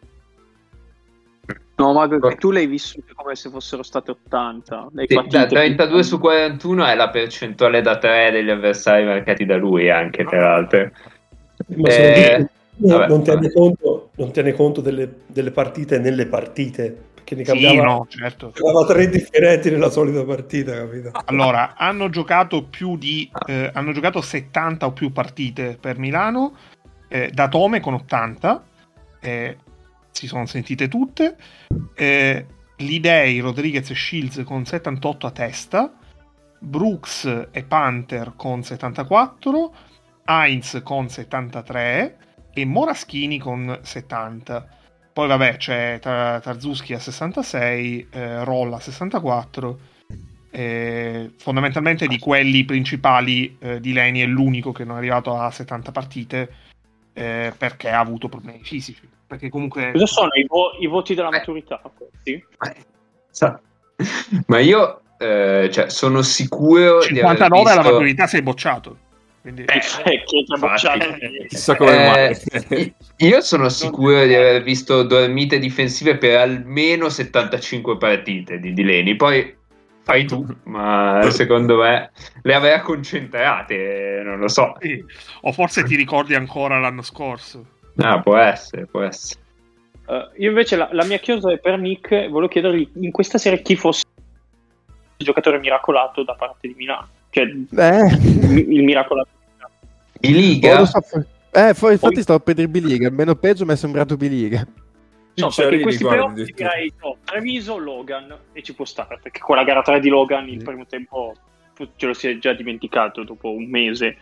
No, ma tu l'hai vissuto come se fossero state ottanta. L'hai Sì, partite da più- trentadue su quarantuno è la percentuale da tre degli avversari marcati da lui anche, tra l'altro. Ma Eh, soprattutto vabbè, non tiene vabbè. conto, non tiene conto delle, delle partite nelle partite, perché ne Sì, cambiava, no, certo. cambiava tre differenti nella solita partita, capito? Allora, hanno giocato più di eh, hanno giocato settanta o più partite per Milano, eh, da Tome con ottanta, eh, si sono sentite tutte, eh, Lidei, Rodriguez e Shields con settantotto a testa, Brooks e Panther con settantaquattro, Heinz con settantatré e Moraschini con settanta. Poi vabbè c'è Tar- Tarzuski a sessantasei, eh, Roll a sessantaquattro. Eh, fondamentalmente di quelli principali, eh, Di Leni è l'unico che non è arrivato a settanta partite, eh, perché ha avuto problemi fisici. Perché comunque Cosa sono i, vo- i voti della Beh. maturità? Questi? Sa- Ma io eh, cioè, sono sicuro di aver cinquantanove alla visto... maturità sei bocciato. Quindi, Eh, chi è che ha bocciato? infatti. Chissà come Eh, mai. io sono sicuro di aver visto dormite difensive per almeno settantacinque partite di Dileni, poi fai tu, ma secondo me le avrà concentrate, non lo so. sì. O forse ti ricordi ancora l'anno scorso. Ah, può essere, può essere. Uh, io invece la, la mia chiosa è per Nick. Volevo chiedergli in questa serie chi fosse il giocatore miracolato da parte di Milano, cioè Eh, il, il miracolato di Milano. Di Liga? oh, lo so, f- eh, poi, infatti Poi- stavo per dire Biliga, il meno peggio mi è sembrato Biliga. No, Cioè, perché in questi guarda, playoff addirittura. direi no, Treviso, Logan, e ci può stare, perché quella gara tre di Logan il primo tempo ce lo si è già dimenticato dopo un mese.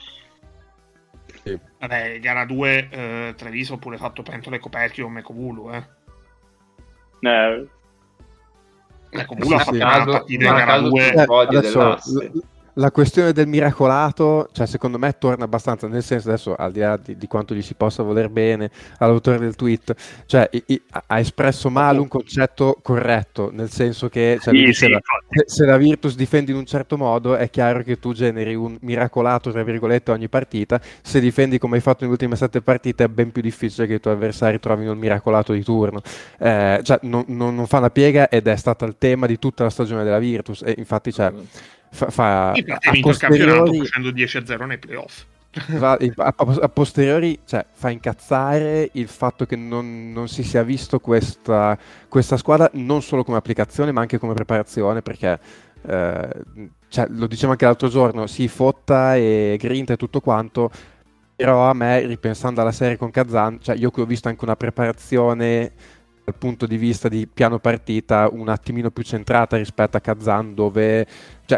Vabbè, gara due, eh, Treviso ha pure fatto pentole coperchio con Mecovulu, eh. Eh, Ecco, Mula ha sì, fatto sì. una caso, partita non in a gara caso due. sul podio adesso, dell'asse. l- la questione del miracolato, cioè secondo me torna abbastanza, nel senso, adesso al di là di, di quanto gli si possa voler bene all'autore del tweet, cioè i- i- ha espresso male un concetto corretto, nel senso che cioè, lui Sì, diceva, sì, infatti. se, se la Virtus difendi in un certo modo è chiaro che tu generi un miracolato tra virgolette ogni partita, se difendi come hai fatto nelle ultime sette partite è ben più difficile che i tuoi avversari trovino il miracolato di turno. Eh, cioè, non, non- non fa una piega ed è stato il tema di tutta la stagione della Virtus e infatti cioè, fa, fa- Infatti ha a vinto il campionato posteriori facendo dieci a zero nei playoff. va- a, a posteriori cioè, fa incazzare il fatto che non, non si sia visto questa, questa squadra non solo come applicazione ma anche come preparazione, perché eh, cioè, lo dicevo anche l'altro giorno, sì, Fotta e Grinta e tutto quanto, però a me, ripensando alla serie con Kazan, cioè io qui ho visto anche una preparazione dal punto di vista di piano partita un attimino più centrata rispetto a Kazan, dove cioè,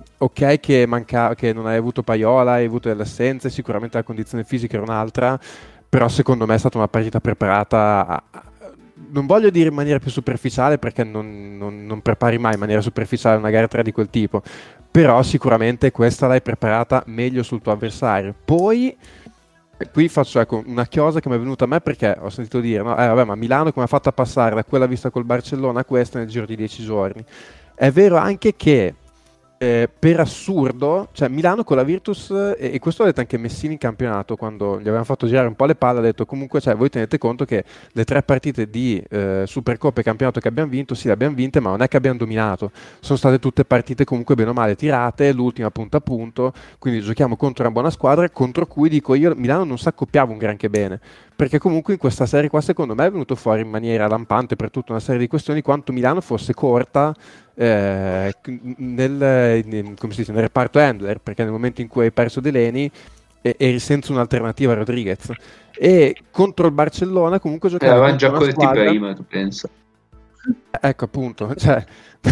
ok che, manca, che non hai avuto Paiola, hai avuto delle assenze, sicuramente la condizione fisica era un'altra, però secondo me è stata una partita preparata a, a, non voglio dire in maniera più superficiale perché non, non, non prepari mai in maniera superficiale una gara tre di quel tipo, però sicuramente questa l'hai preparata meglio sul tuo avversario. Poi qui faccio ecco, una chiosa che mi è venuta a me perché ho sentito dire no? eh, vabbè, ma Milano come ha fatto a passare da quella vista col Barcellona a questa nel giro di dieci giorni. È vero anche che eh, per assurdo, cioè Milano con la Virtus, e, e questo l'ha detto anche Messini in campionato quando gli avevano fatto girare un po' le palle, ha detto comunque cioè, voi tenete conto che le tre partite di eh, Supercoppa e campionato che abbiamo vinto, sì le abbiamo vinte, ma non è che abbiamo dominato, sono state tutte partite comunque bene o male tirate, l'ultima punto a punto, quindi giochiamo contro una buona squadra contro cui dico io Milano non si accoppiava un granché bene, perché comunque in questa serie qua secondo me è venuto fuori in maniera lampante per tutta una serie di questioni quanto Milano fosse corta eh, nel, in, come si dice, nel reparto handler, perché nel momento in cui hai perso Delaney e- eri senza un'alternativa a Rodriguez, e contro il Barcellona comunque giocavi Eravamo contro già una corti squadra, prima, tu pensa. ecco appunto, cioè,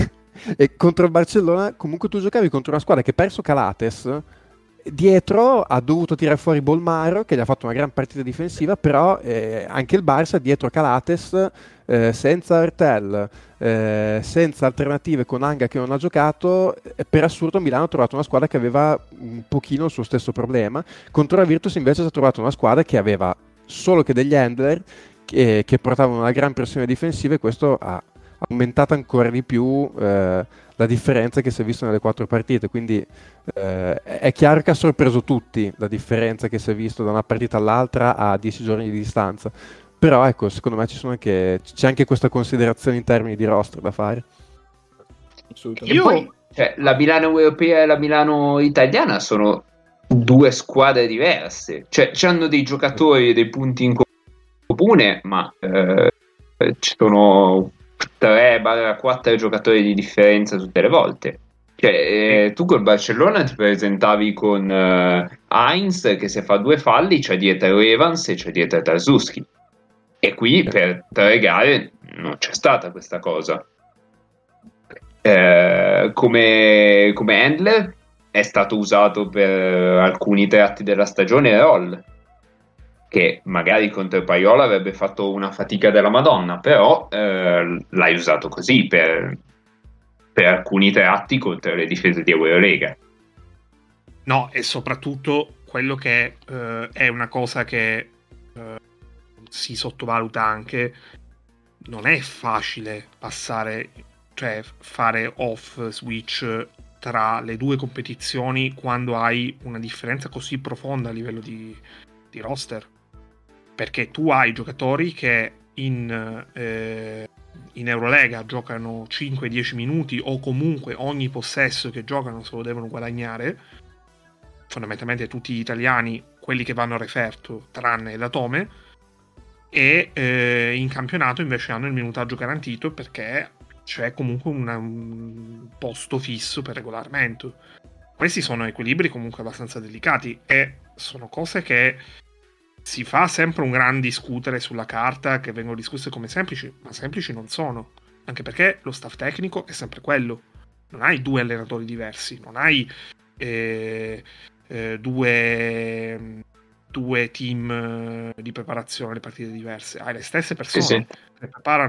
e contro il Barcellona comunque tu giocavi contro una squadra che ha perso Calates, dietro ha dovuto tirare fuori Bolmaro che gli ha fatto una gran partita difensiva, però eh, anche il Barça dietro Calates eh, senza Artel, eh, senza alternative con Anga che non ha giocato, eh, per assurdo Milano ha trovato una squadra che aveva un pochino il suo stesso problema. Contro la Virtus invece si è trovato una squadra che aveva solo che degli handler che, che portavano una gran pressione difensiva e questo ha aumentato ancora di più eh, la differenza che si è vista nelle quattro partite, quindi eh, è chiaro che ha sorpreso tutti la differenza che si è vista da una partita all'altra a dieci giorni di distanza, però ecco, secondo me ci sono anche, c'è anche questa considerazione in termini di roster da fare. Assolutamente. E poi cioè, la Milano europea e la Milano italiana sono due squadre diverse, cioè hanno dei giocatori e dei punti in comune, ma eh, ci sono tre quattro giocatori di differenza tutte le volte. Cioè, eh, tu col Barcellona ti presentavi con eh, Heinz che se fa due falli c'è dietro Evans e c'è dietro Tarzuski, e qui per tre gare non c'è stata questa cosa. Eh, come, come handler è stato usato per alcuni tratti della stagione Roll, che magari contro Paiola avrebbe fatto una fatica della Madonna, però eh, l'hai usato così per, per alcuni tratti contro le difese di Eurolega. No, e soprattutto quello che eh, è una cosa che eh, si sottovaluta anche, non è facile passare, cioè fare off switch tra le due competizioni quando hai una differenza così profonda a livello di, di roster, perché tu hai giocatori che in, eh, in Eurolega giocano cinque dieci minuti o comunque ogni possesso che giocano se lo devono guadagnare, fondamentalmente tutti gli italiani, quelli che vanno a referto tranne la Tome, e eh, in campionato invece hanno il minutaggio garantito perché c'è comunque una, un posto fisso per regolamento. Questi sono equilibri comunque abbastanza delicati e sono cose che si fa sempre un gran discutere sulla carta, che vengono discusse come semplici, ma semplici non sono, anche perché lo staff tecnico è sempre quello, non hai due allenatori diversi, non hai eh, eh, due due team di preparazione, le partite diverse, hai le stesse persone Sì, sì. che preparano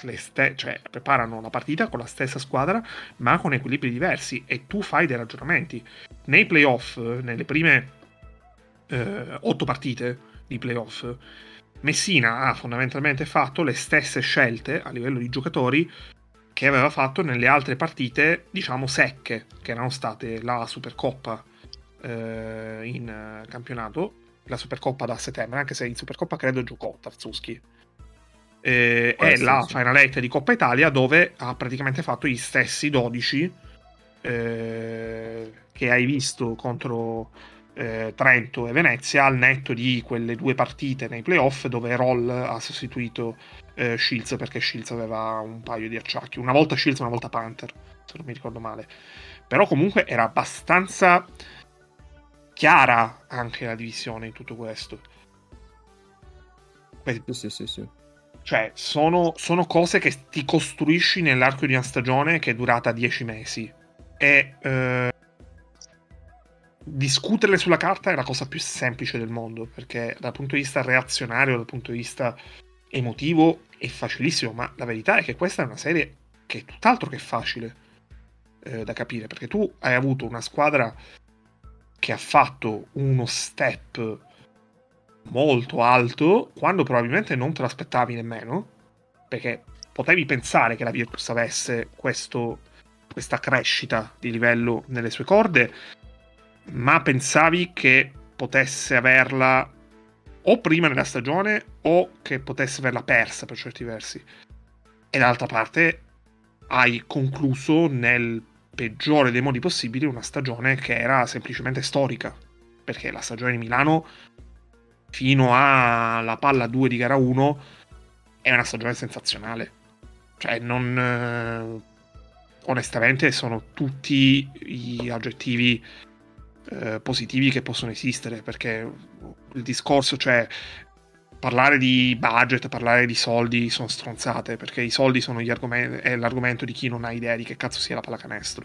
le ste- cioè preparano la partita con la stessa squadra ma con equilibri diversi, e tu fai dei ragionamenti. Nei playoff, nelle prime eh, otto partite di playoff, Messina ha fondamentalmente fatto le stesse scelte a livello di giocatori che aveva fatto nelle altre partite, diciamo, secche, che erano state la Supercoppa eh, in eh, campionato, la Supercoppa da settembre, anche se in Supercoppa credo giocò Tarzuski, eh, Può e essere, la sì. Final Eight di Coppa Italia, dove ha praticamente fatto gli stessi dodici eh, che hai visto contro eh, Trento e Venezia, al netto di quelle due partite nei playoff dove Roll ha sostituito eh, Shields, perché Shields aveva un paio di acciacchi, una volta Shields, una volta Panther, se non mi ricordo male. Però comunque era abbastanza chiara anche la divisione in tutto questo. Que- Sì, sì, sì, sì. Cioè, sono, sono cose che ti costruisci nell'arco di una stagione che è durata dieci mesi. E eh, discuterle sulla carta è la cosa più semplice del mondo, perché dal punto di vista reazionario, dal punto di vista emotivo, è facilissimo. Ma la verità è che questa è una serie che è tutt'altro che facile eh, da capire, perché tu hai avuto una squadra che ha fatto uno step molto alto quando probabilmente non te l'aspettavi nemmeno, perché potevi pensare che la Virtus avesse questo, questa crescita di livello nelle sue corde, ma pensavi che potesse averla o prima nella stagione o che potesse averla persa per certi versi. E dall'altra parte hai concluso nel peggiore dei modi possibili una stagione che era semplicemente storica, perché la stagione di Milano fino alla palla due di gara uno è una stagione sensazionale. Cioè, non eh, onestamente sono tutti gli aggettivi eh, positivi che possono esistere, perché il discorso, cioè parlare di budget, parlare di soldi sono stronzate, perché i soldi sono gli argomenti, è l'argomento di chi non ha idea di che cazzo sia la pallacanestro.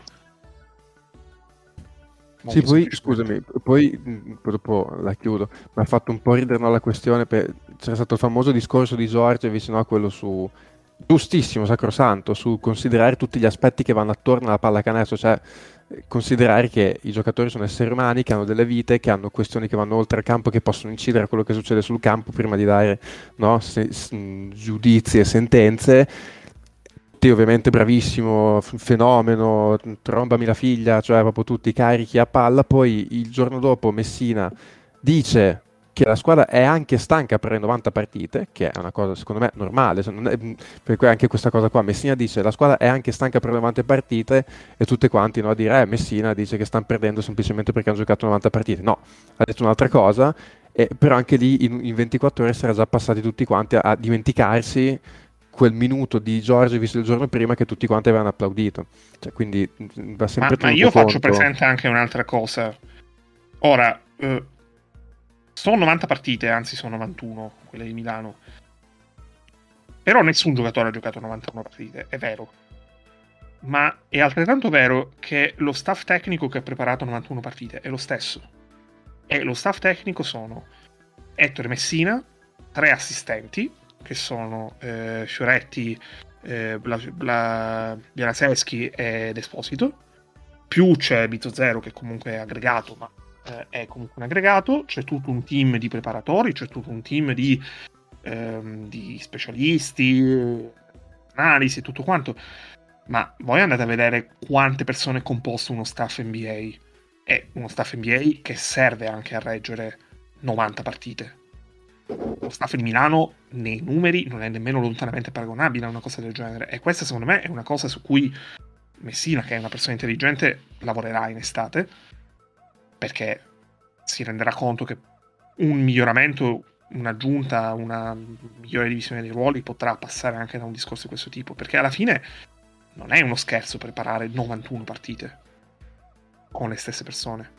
Sì, Molto poi semplicemente. scusami, poi mh, poi dopo la chiudo. Mi ha fatto un po' ridere, no, la questione. Per... C'era stato il famoso discorso di Giorgievic, no, quello su giustissimo, sacrosanto, su considerare tutti gli aspetti che vanno attorno alla pallacanestro, cioè eh, considerare che i giocatori sono esseri umani, che hanno delle vite, che hanno questioni che vanno oltre il campo, che possono incidere a quello che succede sul campo prima di dare, no, se- s- giudizi e sentenze. Te ovviamente bravissimo, f- fenomeno, trombami la figlia, cioè proprio tutti carichi a palla. Poi il giorno dopo Messina dice che la squadra è anche stanca per le novanta partite, che è una cosa secondo me normale, se non è- perché anche questa cosa qua, Messina dice la squadra è anche stanca per le novanta partite, e tutte quanti, no, a dire eh, Messina dice che stanno perdendo semplicemente perché hanno giocato novanta partite. No, ha detto un'altra cosa, e, però anche lì in, in ventiquattro ore si era già passati tutti quanti a, a dimenticarsi quel minuto di Giorgievic il giorno prima che tutti quanti avevano applaudito. Cioè, quindi mh, va sempre Ma, ma tenuto io faccio conto. presente anche un'altra cosa. Ora, eh, sono novanta partite, anzi sono novantuno, quelle di Milano. Però nessun giocatore ha giocato novantuno partite, è vero. Ma è altrettanto vero che lo staff tecnico che ha preparato novantuno partite è lo stesso. E lo staff tecnico sono Ettore Messina, tre assistenti, che sono eh, Fioretti, eh, Bla, Bla, Bianaseschi ed Esposito, più c'è Bizzozero che comunque è aggregato, ma eh, è comunque un aggregato, c'è tutto un team di preparatori, c'è tutto un team di, ehm, di specialisti, analisi e tutto quanto. Ma voi andate a vedere quante persone è composto uno staff N B A, è uno staff N B A che serve anche a reggere novanta partite. Lo staff di Milano nei numeri non è nemmeno lontanamente paragonabile a una cosa del genere, e questa secondo me è una cosa su cui Messina, che è una persona intelligente, lavorerà in estate, perché si renderà conto che un miglioramento, un'aggiunta, una migliore divisione dei ruoli potrà passare anche da un discorso di questo tipo, perché alla fine non è uno scherzo preparare novantuno partite con le stesse persone.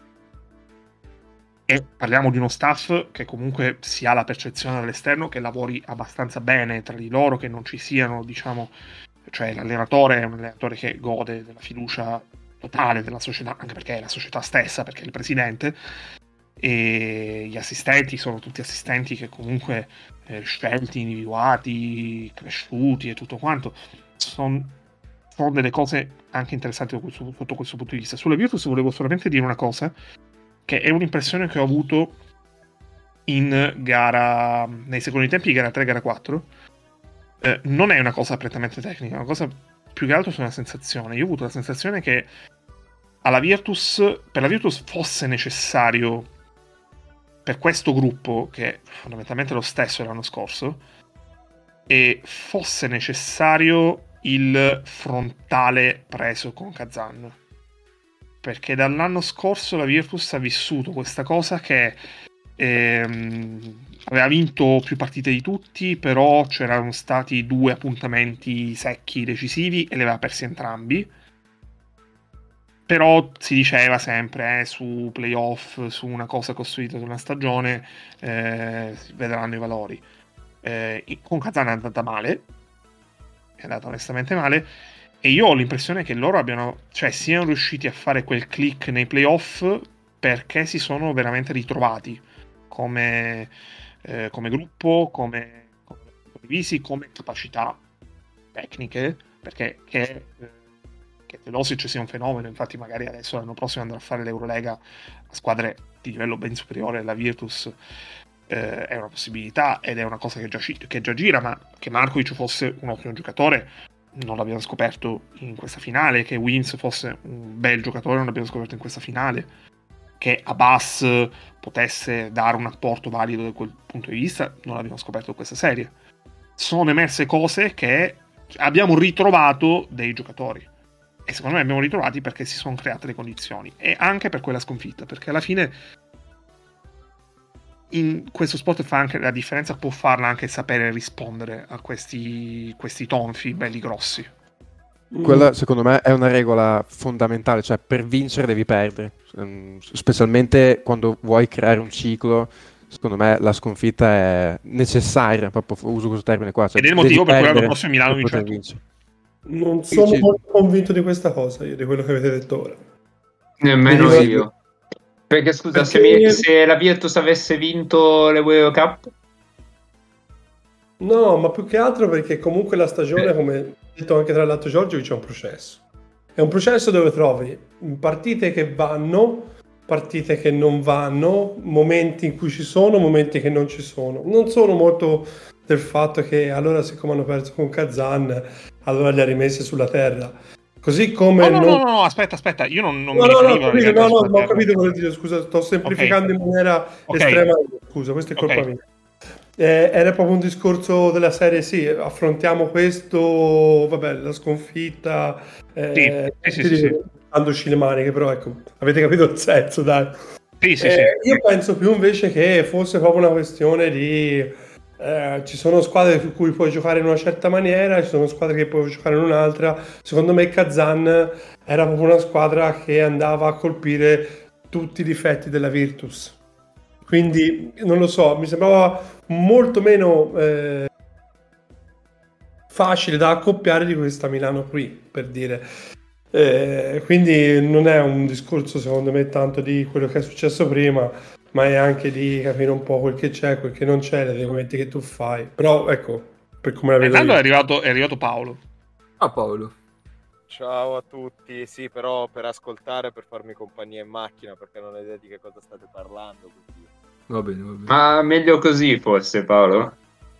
E parliamo di uno staff che comunque si ha la percezione dall'esterno che lavori abbastanza bene tra di loro, che non ci siano, diciamo, cioè l'allenatore è un allenatore che gode della fiducia totale della società, anche perché è la società stessa, perché è il presidente, e gli assistenti sono tutti assistenti che comunque eh, scelti, individuati, cresciuti e tutto quanto. Sono son delle cose anche interessanti da questo, sotto questo punto di vista. Sulle Virtus volevo solamente dire una cosa, che è un'impressione che ho avuto in gara, nei secondi tempi, gara tre, gara quattro. Eh, non è una cosa prettamente tecnica, è una cosa più che altro su una sensazione. Io ho avuto la sensazione che alla Virtus, per la Virtus fosse necessario, per questo gruppo, che è fondamentalmente lo stesso dell'anno scorso, e fosse necessario il frontale preso con Kazan. Perché dall'anno scorso la Virtus ha vissuto questa cosa che ehm, aveva vinto più partite di tutti, però c'erano stati due appuntamenti secchi decisivi e li aveva persi entrambi. Però si diceva sempre eh, su playoff, su una cosa costruita su una stagione, eh, si vedranno i valori. Eh, con Kazan è andata male, è andata onestamente male, e io ho l'impressione che loro abbiano, cioè siano riusciti a fare quel click nei playoff perché si sono veramente ritrovati come, eh, come gruppo, come, come condivisi, come capacità tecniche, perché che, eh, che Teodosic sia un fenomeno. Infatti magari adesso l'anno prossimo andrà a fare l'Eurolega a squadre di livello ben superiore alla Virtus, eh, è una possibilità ed è una cosa che già, che già gira, ma che Markovic fosse un ottimo giocatore non l'abbiamo scoperto in questa finale, che Wins fosse un bel giocatore non l'abbiamo scoperto in questa finale, che Abbas potesse dare un apporto valido da quel punto di vista non l'abbiamo scoperto in questa serie. Sono emerse cose che abbiamo ritrovato dei giocatori, e secondo me abbiamo ritrovati perché si sono create le condizioni, e anche per quella sconfitta, perché alla fine in questo sport fa anche la differenza, può farla anche sapere rispondere a questi, questi tonfi belli grossi. Quella secondo me è una regola fondamentale, cioè per vincere devi perdere, specialmente quando vuoi creare un ciclo. Secondo me la sconfitta è necessaria, proprio uso questo termine qua, cioè ed è il motivo per cui l'anno prossimo Milano vince. Non sono sì, molto convinto di questa cosa, io, di quello che avete detto ora. Nemmeno io. io. Perché scusa, perché... Se, mi, se la Virtus avesse vinto le Euro Cup? No, ma più che altro perché comunque la stagione, eh. come detto anche tra l'altro Giorgio, c'è un processo. È un processo dove trovi partite che vanno, partite che non vanno, momenti in cui ci sono, momenti che non ci sono. Non sono molto del fatto che allora siccome hanno perso con Kazan, allora li ha rimessi sulla terra. Così come no, no, non... no, no, aspetta, aspetta, io non, non no, mi no, riferivo no, capito, no, no, no, ho capito quello che dire, scusa, sto semplificando okay. in maniera okay. estrema, scusa, questa è colpa okay. mia. Eh, era proprio un discorso della serie, sì, affrontiamo questo, vabbè, la sconfitta, eh, sì, sì, sì, sì, sì. le maniche, però ecco, avete capito il senso, dai. Sì, sì, eh, sì. Io penso più invece che fosse proprio una questione di... Eh, ci sono squadre su cui puoi giocare in una certa maniera, ci sono squadre che puoi giocare in un'altra. Secondo me Kazan era proprio una squadra che andava a colpire tutti i difetti della Virtus, quindi non lo so, mi sembrava molto meno eh, facile da accoppiare di questa Milano qui, per dire. Eh, quindi non è un discorso secondo me tanto di quello che è successo prima, ma è anche di capire un po' quel che c'è, quel che non c'è, le documenti che tu fai. Però ecco, per come la vedo io. È arrivato, è arrivato Paolo. Ah, Paolo. Ciao a tutti, sì, però per ascoltare, per farmi compagnia in macchina, perché non ho idea di che cosa state parlando. Quindi... Va bene, va bene. Ma meglio così forse, Paolo?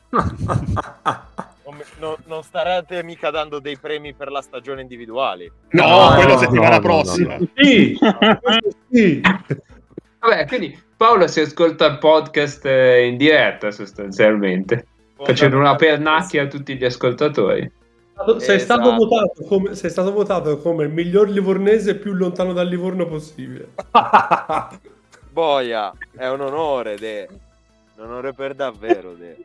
non, non, non starete mica dando dei premi per la stagione individuali? No, no quello no, settimana no, prossima. No, no. Sì, sì. Vabbè, quindi Paolo si ascolta il podcast in diretta sostanzialmente, facendo una pernacchia a tutti gli ascoltatori. Sei, esatto. stato votato come, sei stato votato come il miglior livornese più lontano dal Livorno possibile. Boia, è un onore, de. Un onore per davvero, de.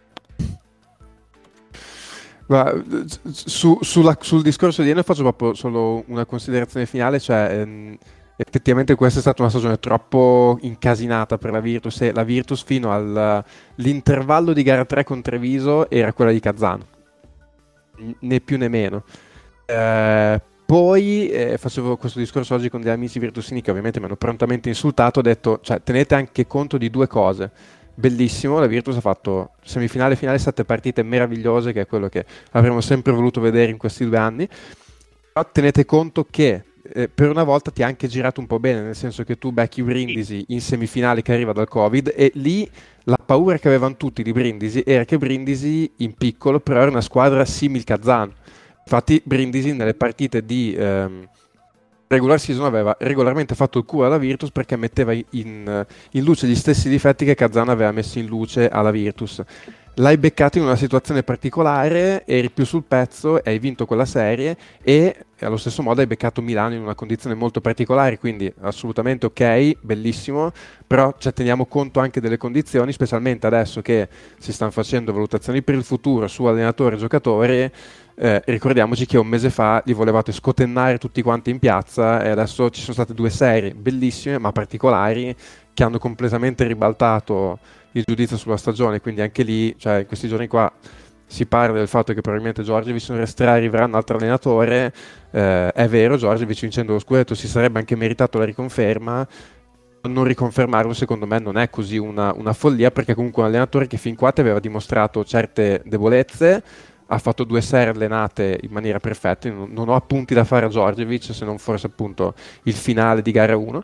Ma, su, sulla, sul discorso di Eno faccio proprio solo una considerazione finale, cioè ehm, effettivamente questa è stata una stagione troppo incasinata per la Virtus, e la Virtus fino all'intervallo di gara tre con Treviso era quella di Kazan, né più né meno, eh, poi eh, facevo questo discorso oggi con degli amici virtusini che ovviamente mi hanno prontamente insultato, ho detto, cioè tenete anche conto di due cose. Bellissimo, la Virtus ha fatto semifinale, finale, sette partite meravigliose, che è quello che avremmo sempre voluto vedere in questi due anni. Però tenete conto che eh, per una volta ti ha anche girato un po' bene, nel senso che tu becchi Brindisi in semifinale che arriva dal Covid, e lì la paura che avevano tutti di Brindisi era che Brindisi in piccolo però era una squadra simil Kazan. Infatti Brindisi nelle partite di ehm, regular season aveva regolarmente fatto il culo alla Virtus perché metteva in, in luce gli stessi difetti che Kazan aveva messo in luce alla Virtus. L'hai beccato in una situazione particolare, eri più sul pezzo e hai vinto quella serie, e allo stesso modo hai beccato Milano in una condizione molto particolare, quindi assolutamente ok, bellissimo, però cioè, teniamo conto anche delle condizioni, specialmente adesso che si stanno facendo valutazioni per il futuro su allenatore e giocatori. Eh, ricordiamoci che un mese fa li volevate scotennare tutti quanti in piazza, e adesso ci sono state due serie bellissime ma particolari che hanno completamente ribaltato il giudizio sulla stagione, quindi anche lì, cioè in questi giorni qua si parla del fatto che probabilmente Djordjevic non resterà, arriverà un altro allenatore. Eh, è vero, Djordjevic vincendo lo scudetto si sarebbe anche meritato la riconferma. Non riconfermarlo secondo me non è così una, una follia, perché comunque un allenatore che fin qua ti aveva dimostrato certe debolezze, ha fatto due serie allenate in maniera perfetta, non, non ho appunti da fare a Djordjevic se non forse appunto il finale di gara uno,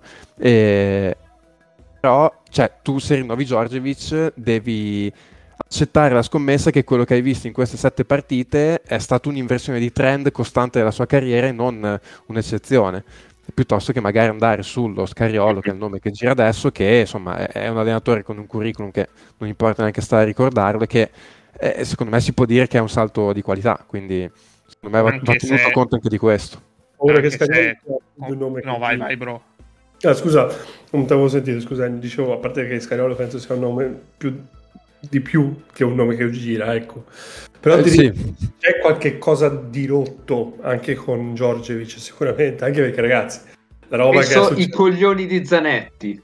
e... però cioè, tu se rinnovi Djordjevic devi accettare la scommessa che quello che hai visto in queste sette partite è stata un'inversione di trend costante della sua carriera e non un'eccezione, piuttosto che magari andare sullo Scariolo, che è il nome che gira adesso, che insomma è un allenatore con un curriculum che non importa neanche stare a ricordarlo, e che eh, secondo me si può dire che è un salto di qualità, quindi secondo me va, va tenuto se... conto anche di questo. Ora che Scariolo se... è un nome no che... vai vai bro. Ah, scusa, non ti avevo sentito, scusa, dicevo, a parte che Scariolo penso sia un nome più di più che un nome che gira, ecco. Però eh, ti sì. dico, c'è qualche cosa di rotto anche con Djordjevic sicuramente, anche perché ragazzi, la roba penso che è i coglioni di Zanetti.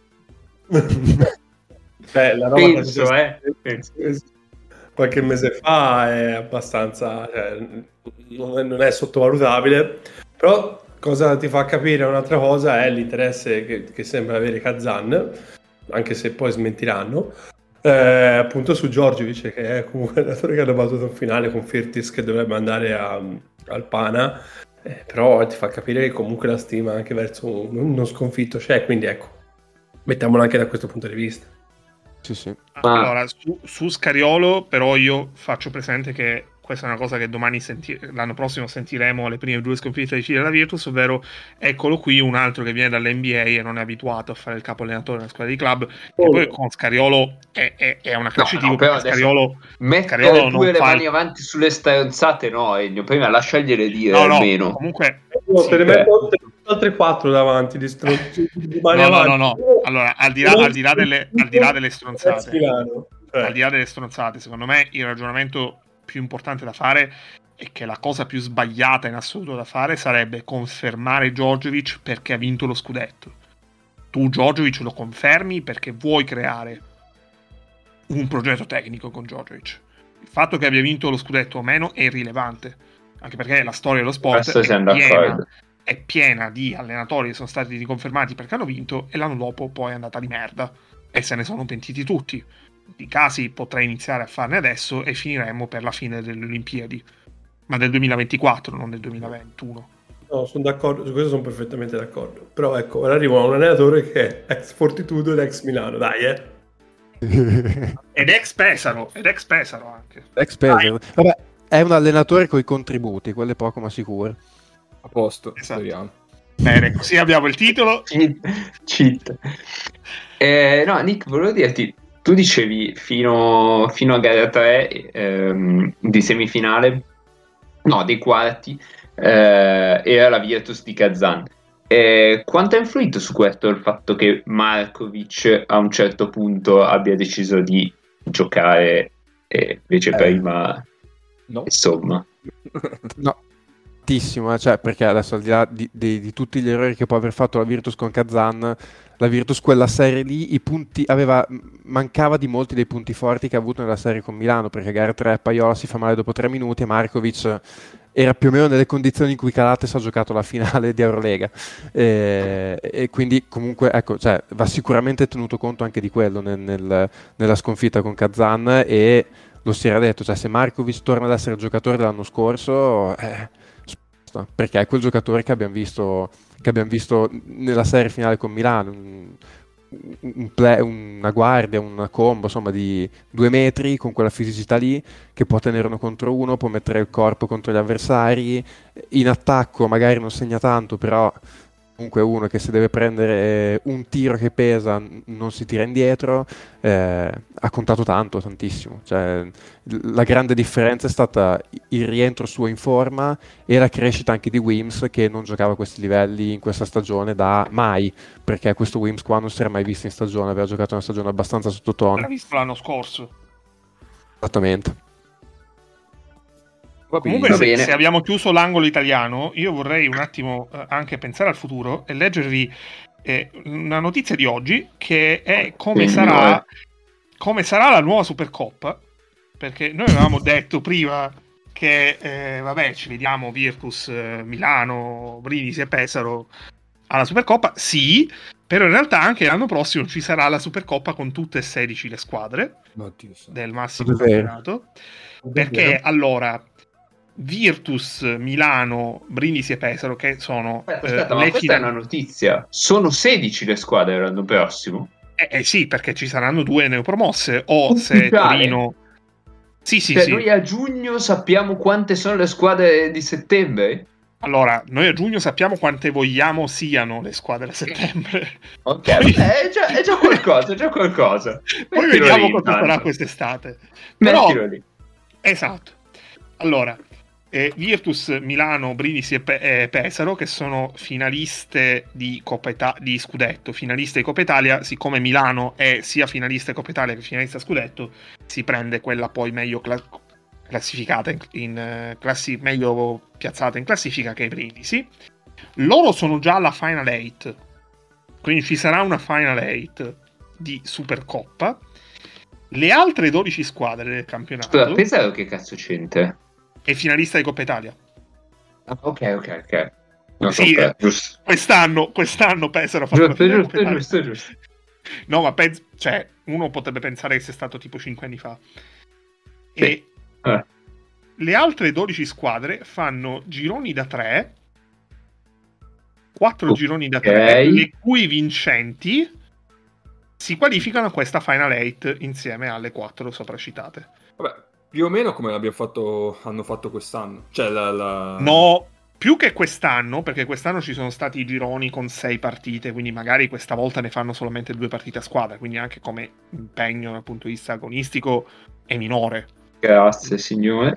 Beh, la roba penso, che eh. Penso. qualche mese fa è abbastanza, cioè, non è sottovalutabile, però cosa ti fa capire un'altra cosa è l'interesse che, che sembra avere Kazan, anche se poi smentiranno, eh, appunto su Djordjevic, che è comunque un allenatore che hanno battuto in finale con Firtis, che dovrebbe andare a, al Pana, eh, però ti fa capire che comunque la stima anche verso uno sconfitto c'è, quindi ecco, mettiamolo anche da questo punto di vista. Sì, sì. Allora, su, su Scariolo però io faccio presente che questa è una cosa che domani senti- l'anno prossimo sentiremo le prime due sconfitte di Cile della Virtus, ovvero eccolo qui un altro che viene dall'N B A e non è abituato a fare il capo allenatore nella squadra di club, che oh. poi con Scariolo è, è, è una crescita, no, no, però Scariolo mettere Scariolo pure le fa... mani avanti sulle stronzate, no Ennio, prima lasciagliele dire no, no, almeno comunque no, sì, te ne beh. metto altre quattro davanti di stronzi di mani no, no, avanti. no, no, allora al di là, al di là, delle, al di là delle stronzate cioè. al di là delle stronzate secondo me il ragionamento più importante da fare è che la cosa più sbagliata in assoluto da fare sarebbe confermare Djordjevic perché ha vinto lo scudetto. Tu Djordjevic lo confermi perché vuoi creare un progetto tecnico con Djordjevic. Il fatto che abbia vinto lo scudetto o meno è irrilevante, anche perché la storia dello sport è piena, è piena di allenatori che sono stati riconfermati perché hanno vinto e l'anno dopo poi è andata di merda e se ne sono pentiti tutti. Di casi potrei iniziare a farne adesso e finiremmo per la fine delle Olimpiadi, ma del duemilaventiquattro, non del duemilaventuno. No, sono d'accordo, su questo sono perfettamente d'accordo. Però ecco, ora arriva un allenatore che è ex Fortitudo ed ex Milano, dai eh. ed ex Pesaro, ed ex Pesaro anche. Ex Pesaro. Vabbè, è un allenatore coi contributi, quello è poco ma sicuro. A posto, Esatto. speriamo. Bene, così abbiamo il titolo. Cheat. Cheat. Eh, no, Nick, volevo dirti, tu dicevi fino, fino a gara tre ehm, di semifinale, no, dei quarti, eh, era la Virtus di Kazan. Eh, quanto ha influito su questo il fatto che Markovic a un certo punto abbia deciso di giocare eh, invece eh, prima, no. insomma? No. tantissimo, eh, cioè, perché adesso al di là di, di- di tutti gli errori che può aver fatto la Virtus con Kazan, la Virtus quella serie lì, i punti aveva, mancava di molti dei punti forti che ha avuto nella serie con Milano, perché gara tre Paiola si fa male dopo tre minuti e Markovic era più o meno nelle condizioni in cui Calates ha giocato la finale di Eurolega, e, e quindi comunque ecco, cioè, va sicuramente tenuto conto anche di quello nel- nel- nella sconfitta con Kazan, e lo si era detto, cioè se Markovic torna ad essere il giocatore dell'anno scorso, eh, sposta, perché è quel giocatore che abbiamo visto, che abbiamo visto nella serie finale con Milano, un, un play- una guardia, una combo insomma di due metri con quella fisicità lì, che può tenere uno contro uno, può mettere il corpo contro gli avversari, in attacco magari non segna tanto, però comunque uno che se deve prendere un tiro che pesa n- non si tira indietro, eh, ha contato tanto, tantissimo. Cioè, l- la grande differenza è stata il rientro suo in forma e la crescita anche di Wims, che non giocava a questi livelli in questa stagione da mai, perché questo Wims qua non si era mai visto in stagione, aveva giocato una stagione abbastanza sottotono. L'ha visto l'anno scorso. Esattamente. Va bene. Comunque, Va se, bene. se abbiamo chiuso l'angolo italiano, io vorrei un attimo eh, anche pensare al futuro e leggervi eh, una notizia di oggi, che è come Signore. sarà, come sarà la nuova Supercoppa, perché noi avevamo detto prima che eh, vabbè, ci vediamo Virtus, eh, Milano, Brindisi e Pesaro alla Supercoppa, sì, però in realtà anche l'anno prossimo ci sarà la Supercoppa con tutte e sedici le squadre Oddio santo. del massimo È vero. campionato, perché allora Virtus, Milano, Brindisi e Pesaro, che sono Aspetta, eh, aspetta, ma le questa è finali- una notizia. Sono sedici le squadre l'anno prossimo. eh, eh sì, perché ci saranno due neopromosse, o se Ufficiale? Torino... Sì, sì, Cioè, sì. noi a giugno sappiamo quante sono le squadre di settembre? Allora, noi a giugno sappiamo quante vogliamo siano le squadre a settembre. Ok, Poi- beh, è, già, è già qualcosa, è già qualcosa. Poi Mettilo vediamo lì, cosa intanto. sarà quest'estate. Però, Mettilo lì. esatto. Allora, eh, Virtus, Milano, Brindisi e, Pe- e Pesaro, che sono finaliste di Coppa Ita- di Scudetto, finaliste di Coppa Italia. Siccome Milano è sia finalista di Coppa Italia che finalista Scudetto, si prende quella poi meglio cla- classificata in, in eh, classi- meglio piazzata in classifica, che è Brindisi. Loro sono già alla Final eight, quindi ci sarà una Final eight di Supercoppa. Le altre dodici squadre del campionato Scusa, Pesaro che cazzo c'entra? è finalista di Coppa Italia. Ah, ok, ok, ok. No, Sì, ok, eh, giusto. Quest'anno, quest'anno Pesaro ha fatto la Giusto, finale di giusto, Coppa Italia. giusto, giusto. No, ma penso, cioè, uno potrebbe pensare che sia stato tipo cinque anni fa. Sì. E Eh. le altre dodici squadre fanno gironi da tre, quattro Ok. gironi da tre, le cui vincenti si qualificano a questa Final eight insieme alle quattro sopracitate. Vabbè, più o meno come l'abbiamo fatto, hanno fatto quest'anno. Cioè, la, la... No, più che quest'anno, perché quest'anno ci sono stati i gironi con sei partite, quindi magari questa volta ne fanno solamente due partite a squadra, quindi anche come impegno dal punto di vista agonistico è minore. Grazie, signore.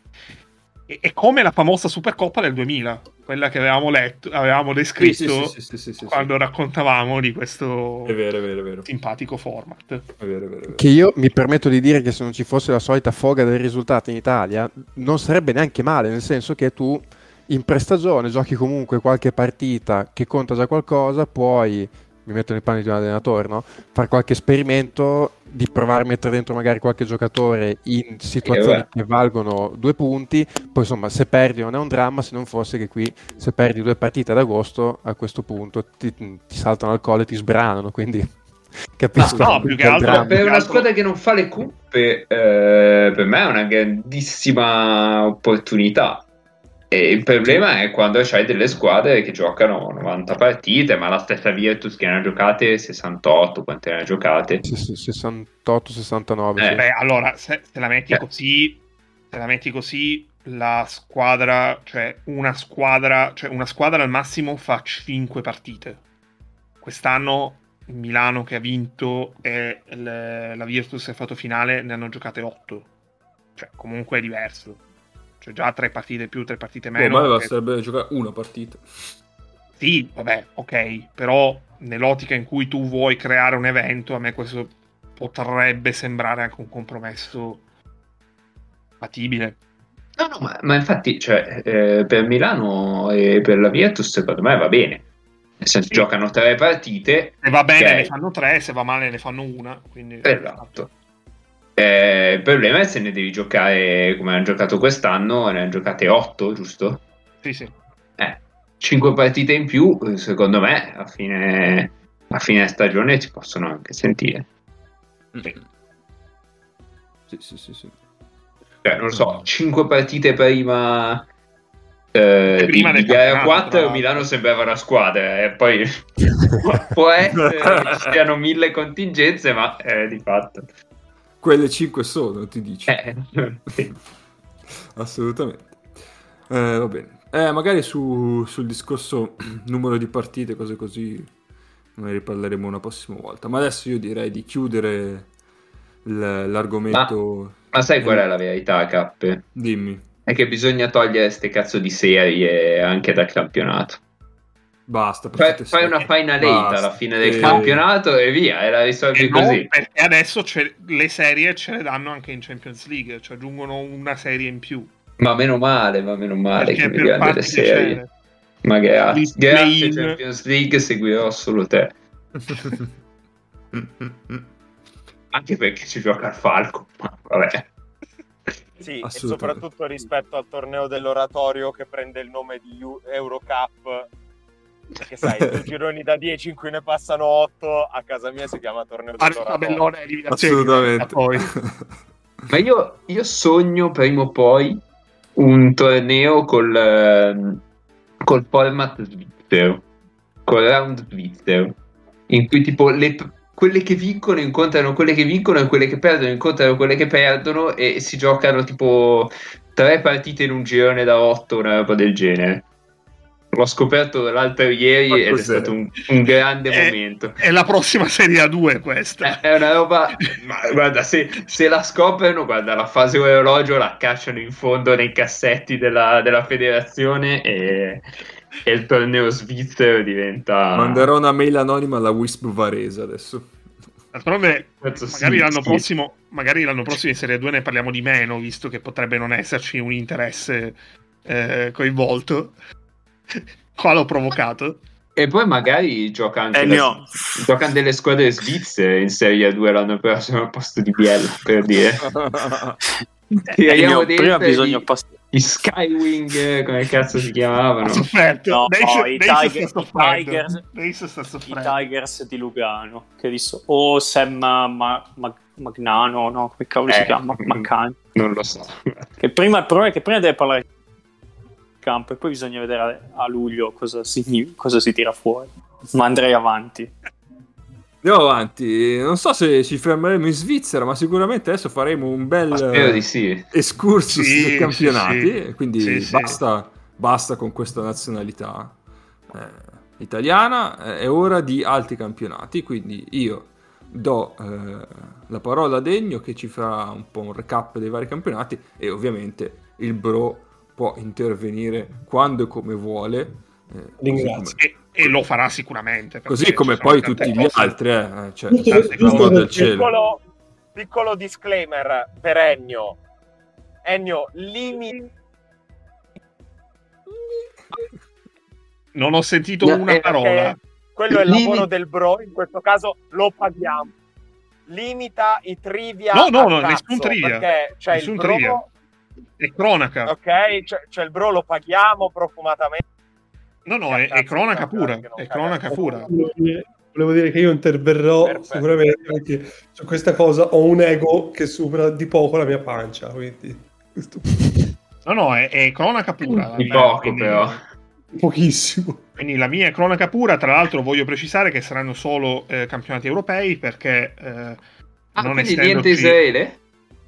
E- È come la famosa Supercoppa del duemila, quella che avevamo letto, avevamo Sì, descritto sì, sì, sì, sì, sì, quando sì. raccontavamo di questo È vero, è vero, è vero. simpatico format. È vero, è vero, è vero. Che io mi permetto di dire che se non ci fosse la solita foga del risultato in Italia, non sarebbe neanche male, nel senso che tu in prestagione giochi comunque qualche partita che conta già qualcosa, puoi, mi metto nei panni di un allenatore, no? Fare qualche esperimento di provare a mettere dentro magari qualche giocatore in situazioni Eh, che valgono due punti, poi insomma se perdi non è un dramma, se non fosse che qui se perdi due partite ad agosto a questo punto ti, ti saltano al collo e ti sbranano, quindi capisco. No, no, più che il altro- dramma. Per una altro- squadra che non fa le cuppe, eh, per me è una grandissima opportunità. E il problema è quando c'hai delle squadre che giocano novanta partite, ma la stessa Virtus che ne ha giocate sessantotto, quante ne ha giocate? sessantotto sessantanove Eh, sì. Beh, allora, se, se la metti Eh. così, se la metti così, la squadra, cioè una squadra, cioè una squadra al massimo fa cinque partite. Quest'anno il Milano che ha vinto e le- la Virtus che ha fatto finale ne hanno giocate otto. Cioè, comunque è diverso. Cioè, già tre partite più, tre partite Oh, meno. ma che- sarebbe giocare una partita. Sì, vabbè, ok, però nell'ottica in cui tu vuoi creare un evento, a me questo potrebbe sembrare anche un compromesso fattibile. No, no, ma, ma infatti, cioè, eh, per Milano e per la Virtus, secondo me va bene. Nel senso, Sì. giocano tre partite. Se va bene ok. ne fanno tre, se va male ne fanno una. Quindi... Esatto. Eh, il problema è se ne devi giocare come hanno giocato quest'anno, ne hanno giocate otto, giusto? Sì, sì. Eh, cinque partite in più, secondo me, a fine, a fine stagione si possono anche sentire. Sì, sì, sì, sì, sì. Cioè, non lo so, cinque partite prima, eh, prima di, del di gara campionato, quattro tra Milano l'altro. sembrava una squadra e poi può essere che ci siano mille contingenze, ma eh, di fatto Quelle cinque sono, ti dici. eh, sì. Assolutamente. Eh, va bene. Eh, magari su, sul discorso numero di partite, cose così, ne riparleremo una prossima volta. Ma adesso io direi di chiudere l- l'argomento. Ma sai qual del- è la verità, Cappe? Dimmi. È che bisogna togliere ste cazzo di serie anche dal campionato. Basta. per Fai, tutte fai serie. una final eight alla Basta. fine del E- campionato e via, e la risolvi E no, così. perché adesso c'è- le serie ce le danno anche in Champions League, cioè aggiungono una serie in più. Ma meno male, ma meno male Perché che mi per guardi le farti serie. piacere. Ma grazie, Il grazie play-in. Champions League, seguirò solo te. Anche perché ci gioca il Falco. Ma vabbè. Sì, e Assolutamente. soprattutto rispetto al torneo dell'oratorio che prende il nome di U- Eurocup, perché sai, due gironi da dieci in cui ne passano otto, a casa mia si chiama torneo Fare il dell'oratorio. tabellone di eliminazione Assolutamente. diretta, poi. Ma io, io sogno prima o poi un torneo col, ehm, col format svizzero, col round svizzero, in cui tipo le, quelle che vincono incontrano quelle che vincono e quelle che perdono incontrano quelle che perdono e si giocano tipo tre partite in un girone da otto, una roba del genere. L'ho scoperto l'altro ieri Ma ed è cos'è? stato un, un grande È- momento. È la prossima Serie A due questa. È una roba, ma guarda, se, se la scoprono, guarda, la fase orologio la cacciano in fondo nei cassetti della, della federazione e, e il torneo svizzero diventa... Manderò una mail anonima alla Wisp Varese adesso. D'altronde, Cazzo, magari sì, l'anno sì. prossimo, magari l'anno prossimo in Serie due ne parliamo di meno, visto che potrebbe non esserci un interesse eh, coinvolto. Qua l'ho provocato. E poi magari gioca anche Eh, la- no. giocano delle squadre svizzere in Serie due l'anno prossimo al posto di Biella, per dire. Tiriamo Ennio, prima dentro bisogna i, passare. i Skywing, eh, come cazzo si chiamavano? Ha sofferto. No, Dace- i Dace Tiger- sta i soffrendo. Tigers- Dace sta I soffrendo. Tigers di Lugano, che di so- o Sam Ma- Ma- Magnano, no, come cavolo si Eh, chiama? Maccani. Non lo so. Che prima, il problema è che prima deve parlare di campo e poi bisogna vedere a luglio cosa si, cosa si tira fuori. Ma andrei avanti. Andiamo avanti. Non so se ci fermeremo in Svizzera, ma sicuramente adesso faremo un bel Ma spero di sì. excursus Sì, dei sì, campionati. sì. Quindi Sì, sì. basta, basta con questa nazionalità eh, italiana. Eh, è ora di altri campionati. Quindi io do eh, la parola a Degno che ci farà un po' un recap dei vari campionati e ovviamente il bro può intervenire quando e come vuole. eh, così Ringrazio. come- E, e lo farà sicuramente. perché Così come ci sono poi tante tutti gli cose- altri, eh, cioè, Giusto- tante giusto cose del perché- cielo. Piccolo, piccolo disclaimer per Ennio. Ennio, limiti. Non ho sentito No, una eh, parola. Perché quello è il Limiti- lavoro del bro, in questo caso lo paghiamo. Limita i trivia. No, no, a no, cazzo, nessun trivia. Perché c'è Nessun il bro, trivia. È cronaca. ok? C'è, c'è il bro, lo paghiamo profumatamente. No, no, è, è cronaca pura. È cronaca pura. Volevo dire, volevo dire che io interverrò Perfetto. sicuramente perché su questa cosa ho un ego che supera di poco la mia pancia, quindi questo- No, no, è, è cronaca pura. Di vabbè, poco, quindi- però. pochissimo. Quindi la mia è cronaca pura. Tra l'altro, voglio precisare che saranno solo eh, campionati europei perché eh, Ah, non quindi essendoci... niente Israele?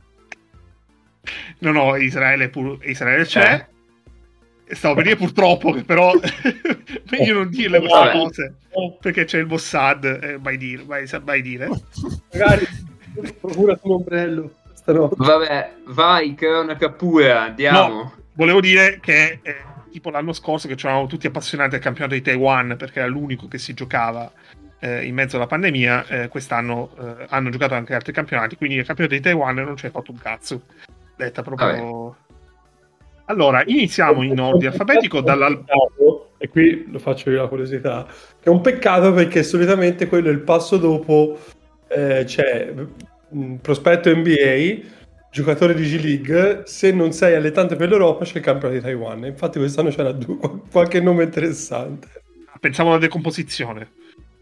No, no, Israele, pur... Israele c'è. Stavo per dire purtroppo, che però meglio non dirle queste Vabbè. cose perché c'è il Mossad. Eh, vai dire, vai, vai dire. Magari procurati un ombrello stanotte. Vabbè, vai, cronaca pura, andiamo. No, volevo dire che eh, tipo l'anno scorso che c'eravamo tutti appassionati del campionato di Taiwan perché era l'unico che si giocava eh, in mezzo alla pandemia, eh, quest'anno eh, hanno giocato anche altri campionati, quindi il campionato di Taiwan non c'è fatto un cazzo. Detta proprio... Allora, iniziamo in ordine alfabetico dalla... E qui lo faccio io la curiosità. È un peccato perché solitamente quello è il passo dopo, eh, c'è un prospetto N B A, giocatore di G League, se non sei allettante per l'Europa c'è il campionato di Taiwan. Infatti quest'anno c'era due, qualche nome interessante. Pensavo alla decomposizione.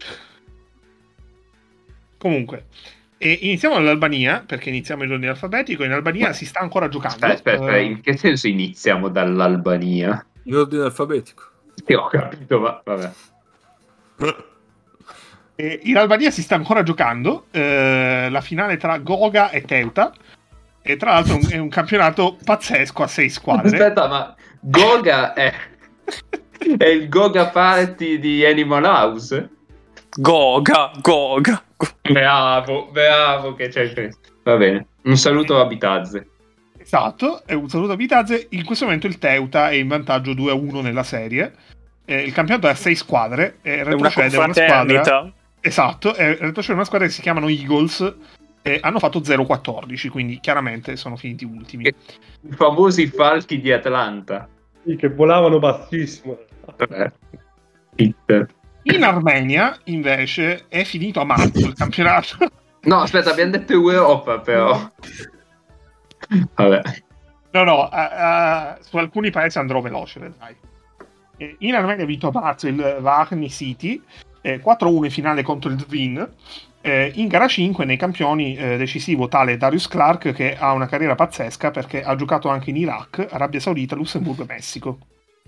Comunque, e iniziamo dall'Albania, perché iniziamo in ordine alfabetico. In Albania si sta ancora giocando. Aspetta, aspetta, eh, in che senso iniziamo dall'Albania? In ordine alfabetico. Sì, ho capito, ma vabbè. e in Albania si sta ancora giocando eh, la finale tra Goga e Teuta. E tra l'altro è un, è un campionato pazzesco a sei squadre. Aspetta, ma Goga è, è il Goga Party di Animal House? Goga, Goga. Bravo, bravo che c'è questo. Va bene, un saluto a Bitazze. Esatto, e un saluto a Vitazze. In questo momento il Teuta è in vantaggio due a uno nella serie. Eh, il campionato è a sei squadre e È una retrocede una, confraternita. squadra. Esatto, e retrocede una squadra che si chiamano Eagles e hanno fatto zero quattordici, quindi chiaramente sono finiti ultimi. I famosi falchi di Atlanta. Sì, che volavano bassissimo. Vabbè. Peter. In Armenia invece è finito a marzo il campionato. No, aspetta, abbiamo detto Europa però. Vabbè. No, no, uh, uh, su alcuni paesi andrò veloce, vedrai. Eh, in Armenia ha vinto a marzo il Vahni City, eh, quattro a uno in finale contro il Dvin. Eh, in gara cinque nei campioni eh, decisivo tale Darius Clark, che ha una carriera pazzesca perché ha giocato anche in Iraq, Arabia Saudita, Lussemburgo e Messico.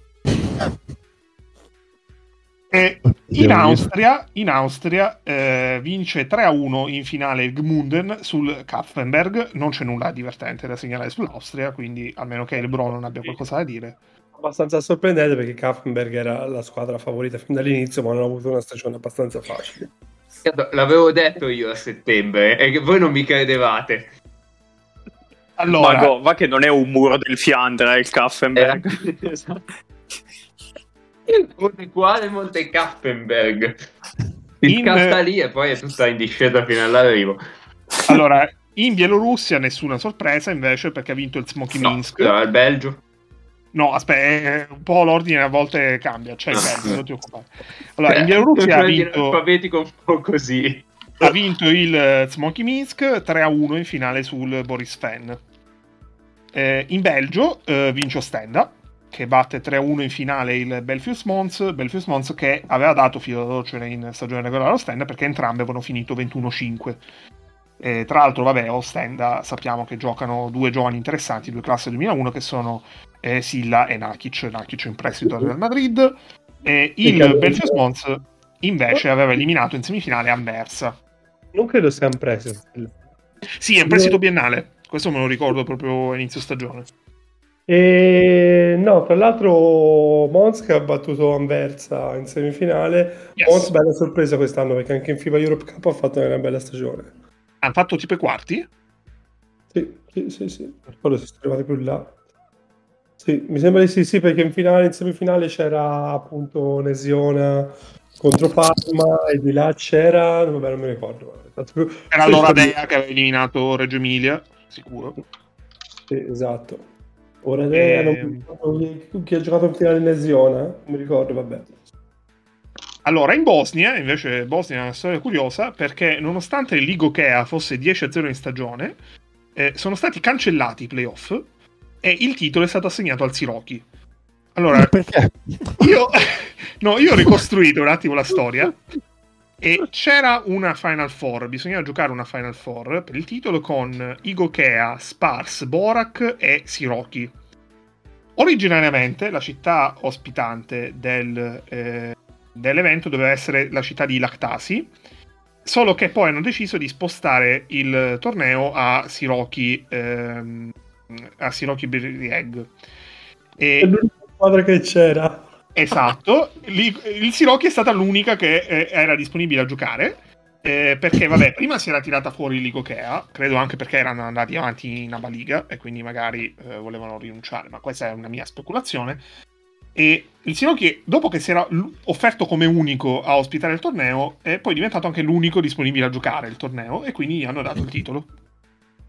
E in Austria, in Austria eh, vince tre a uno in finale il Gmunden sul Kapfenberg. Non c'è nulla divertente da segnalare sull'Austria, quindi almeno che LeBron non abbia qualcosa da dire. Abbastanza sorprendente perché Kaffenberg era la squadra favorita fin dall'inizio, ma non ha avuto una stagione abbastanza facile. L'avevo detto io a settembre e che voi non mi credevate. Allora, Ma go, va che non è un muro del Fiandra il Kaffenberg. Eh, esatto. Monte quale Monte Kapfenberg si In- scatta lì e poi è tutta in discesa fino all'arrivo. allora, in Bielorussia nessuna sorpresa invece perché ha vinto il Smoky No, Minsk. allora, il Belgio. No, aspetta, un po' l'ordine a volte cambia, c'è il Belgio, non ti occupare. Allora, in Bielorussia ha vinto, alfabetico un po' così. ha vinto il Smoky Minsk tre a uno in finale sul Boris Fen. Eh, in Belgio eh, vince Ostenda, che batte tre a uno in finale il Belfius Mons, Belfius Mons che aveva dato filo da torcere in stagione regolare a Ostenda perché entrambe avevano finito ventuno a cinque. Eh, tra l'altro, vabbè, a Ostenda sappiamo che giocano due giovani interessanti, due classe duemilauno, che sono eh, Silla e Nakic. Nakic in prestito al Real Madrid. E il Belfius Mons invece aveva eliminato in semifinale Anversa. Non credo sia un prestito. Sì, è un prestito biennale. Questo me lo ricordo proprio a inizio stagione. E no, tra l'altro Mons che ha battuto Anversa in semifinale. Yes. Mons bella sorpresa quest'anno perché anche in FIBA Europe Cup ha fatto una bella stagione. Hanno fatto tipo i quarti? Sì, sì, sì, sì. Per quello si sono arrivati più là. Sì, mi sembra di sì, sì, perché in finale, in semifinale c'era appunto Nesiona contro Parma e di là c'era, vabbè, non mi ricordo. Più... Era l'Oradea che aveva eliminato Reggio Emilia, sicuro. Sì, esatto. Oradea, E... non mi ricordo chi, chi ha giocato in finale Nesiona, non mi ricordo, vabbè. Allora, in Bosnia, invece, Bosnia è una storia curiosa perché nonostante l'Igokea fosse dieci a zero in stagione, eh, sono stati cancellati i playoff e il titolo è stato assegnato al Siroki. Allora, perché? Io, no, io ho ricostruito un attimo la storia e c'era una Final Four, bisognava giocare una Final Four per il titolo con Igokea, Spars, Borak e Siroki. Originariamente la città ospitante del... Eh, dell'evento doveva essere la città di Laktasi, solo che poi hanno deciso di spostare il torneo a Siroki ehm, a Siroki Bireg. E È l'unica squadra che c'era. esatto, lì, il Siroki è stata l'unica che eh, era disponibile a giocare eh, perché vabbè, prima si era tirata fuori l'Igokea, credo anche perché erano andati avanti in Aba Liga e quindi magari eh, volevano rinunciare, ma questa è una mia speculazione. E il Siroki, dopo che si era offerto come unico a ospitare il torneo, è poi diventato anche l'unico disponibile a giocare il torneo e quindi gli hanno dato il titolo.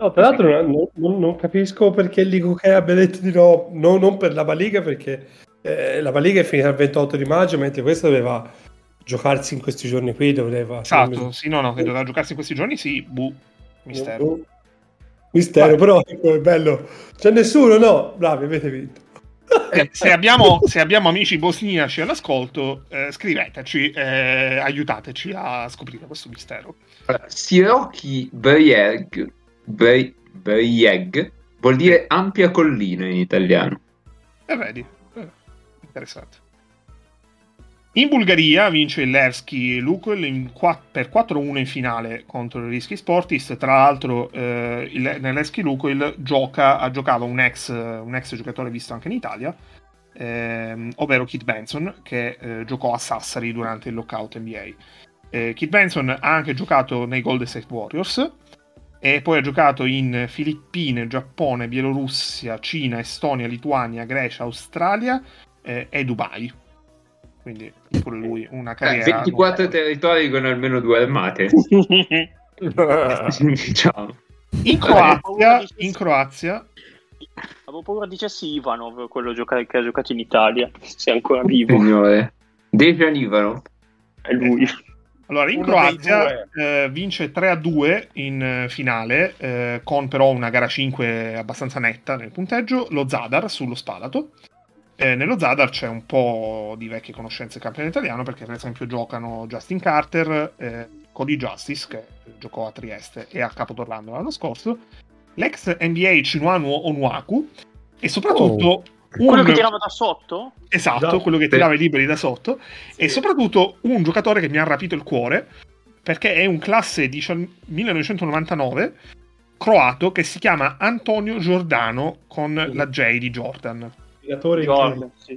No, tra l'altro non, non- non capisco perché il Liga abbia detto di no, no, non per la Valiga, perché eh, la Valiga è finita il ventotto di maggio, mentre questa doveva giocarsi in questi giorni qui, doveva... Esatto, sì, no, no, che doveva giocarsi in questi giorni, sì, buh, mistero. Oh, mistero, Vabbè. però ecco, è bello. C'è nessuno? No, bravi, avete vinto. Eh, se, abbiamo, se abbiamo amici bosniaci all'ascolto, eh, scriveteci, eh, aiutateci a scoprire questo mistero. Siroki Brejeg Bre- Brejeg vuol dire ampia collina in italiano. E vedi, eh, interessante. In Bulgaria vince il Levski Lukoil in qua- per quattro a uno in finale contro il Rischi Sportis. Tra l'altro, eh, il, nel Levski Lukoil gioca, ha giocato un ex, un ex giocatore visto anche in Italia, ehm, ovvero Kit Benson, che eh, giocò a Sassari durante il lockout N B A. Eh, Kit Benson ha anche giocato nei Golden State Warriors e poi ha giocato in Filippine, Giappone, Bielorussia, Cina, Estonia, Lituania, Grecia, Australia eh, e Dubai. Quindi pure lui una Eh, carriera ventiquattro notevole. territori con almeno due armate. Diciamo. In Croazia, in Croazia Avevo paura dicessi Ivanov, quello gioca- che ha giocato in Italia, se è ancora vivo. Signore. Dejan Ivanov. È lui. allora in Uno Croazia dei eh, vince tre a due in eh, finale eh, con però una gara cinque abbastanza netta nel punteggio, lo Zadar sullo Spalato. Eh, nello Zadar c'è un po' di vecchie conoscenze del campione italiano, perché per esempio giocano Justin Carter, eh, Cody Justice, che giocò a Trieste e a Capodorlando l'anno scorso, l'ex N B A Chinuanu Onuaku e soprattutto Oh. un... Quello che tirava da sotto? Esatto, Esatto. quello che Sì. tirava i liberi da sotto, Sì. e soprattutto un giocatore che mi ha rapito il cuore, perché è un classe dician- millenovecentonovantanove croato che si chiama Antonio Giordano con Sì. la J di Jordan. Giocatori Jordan, sì.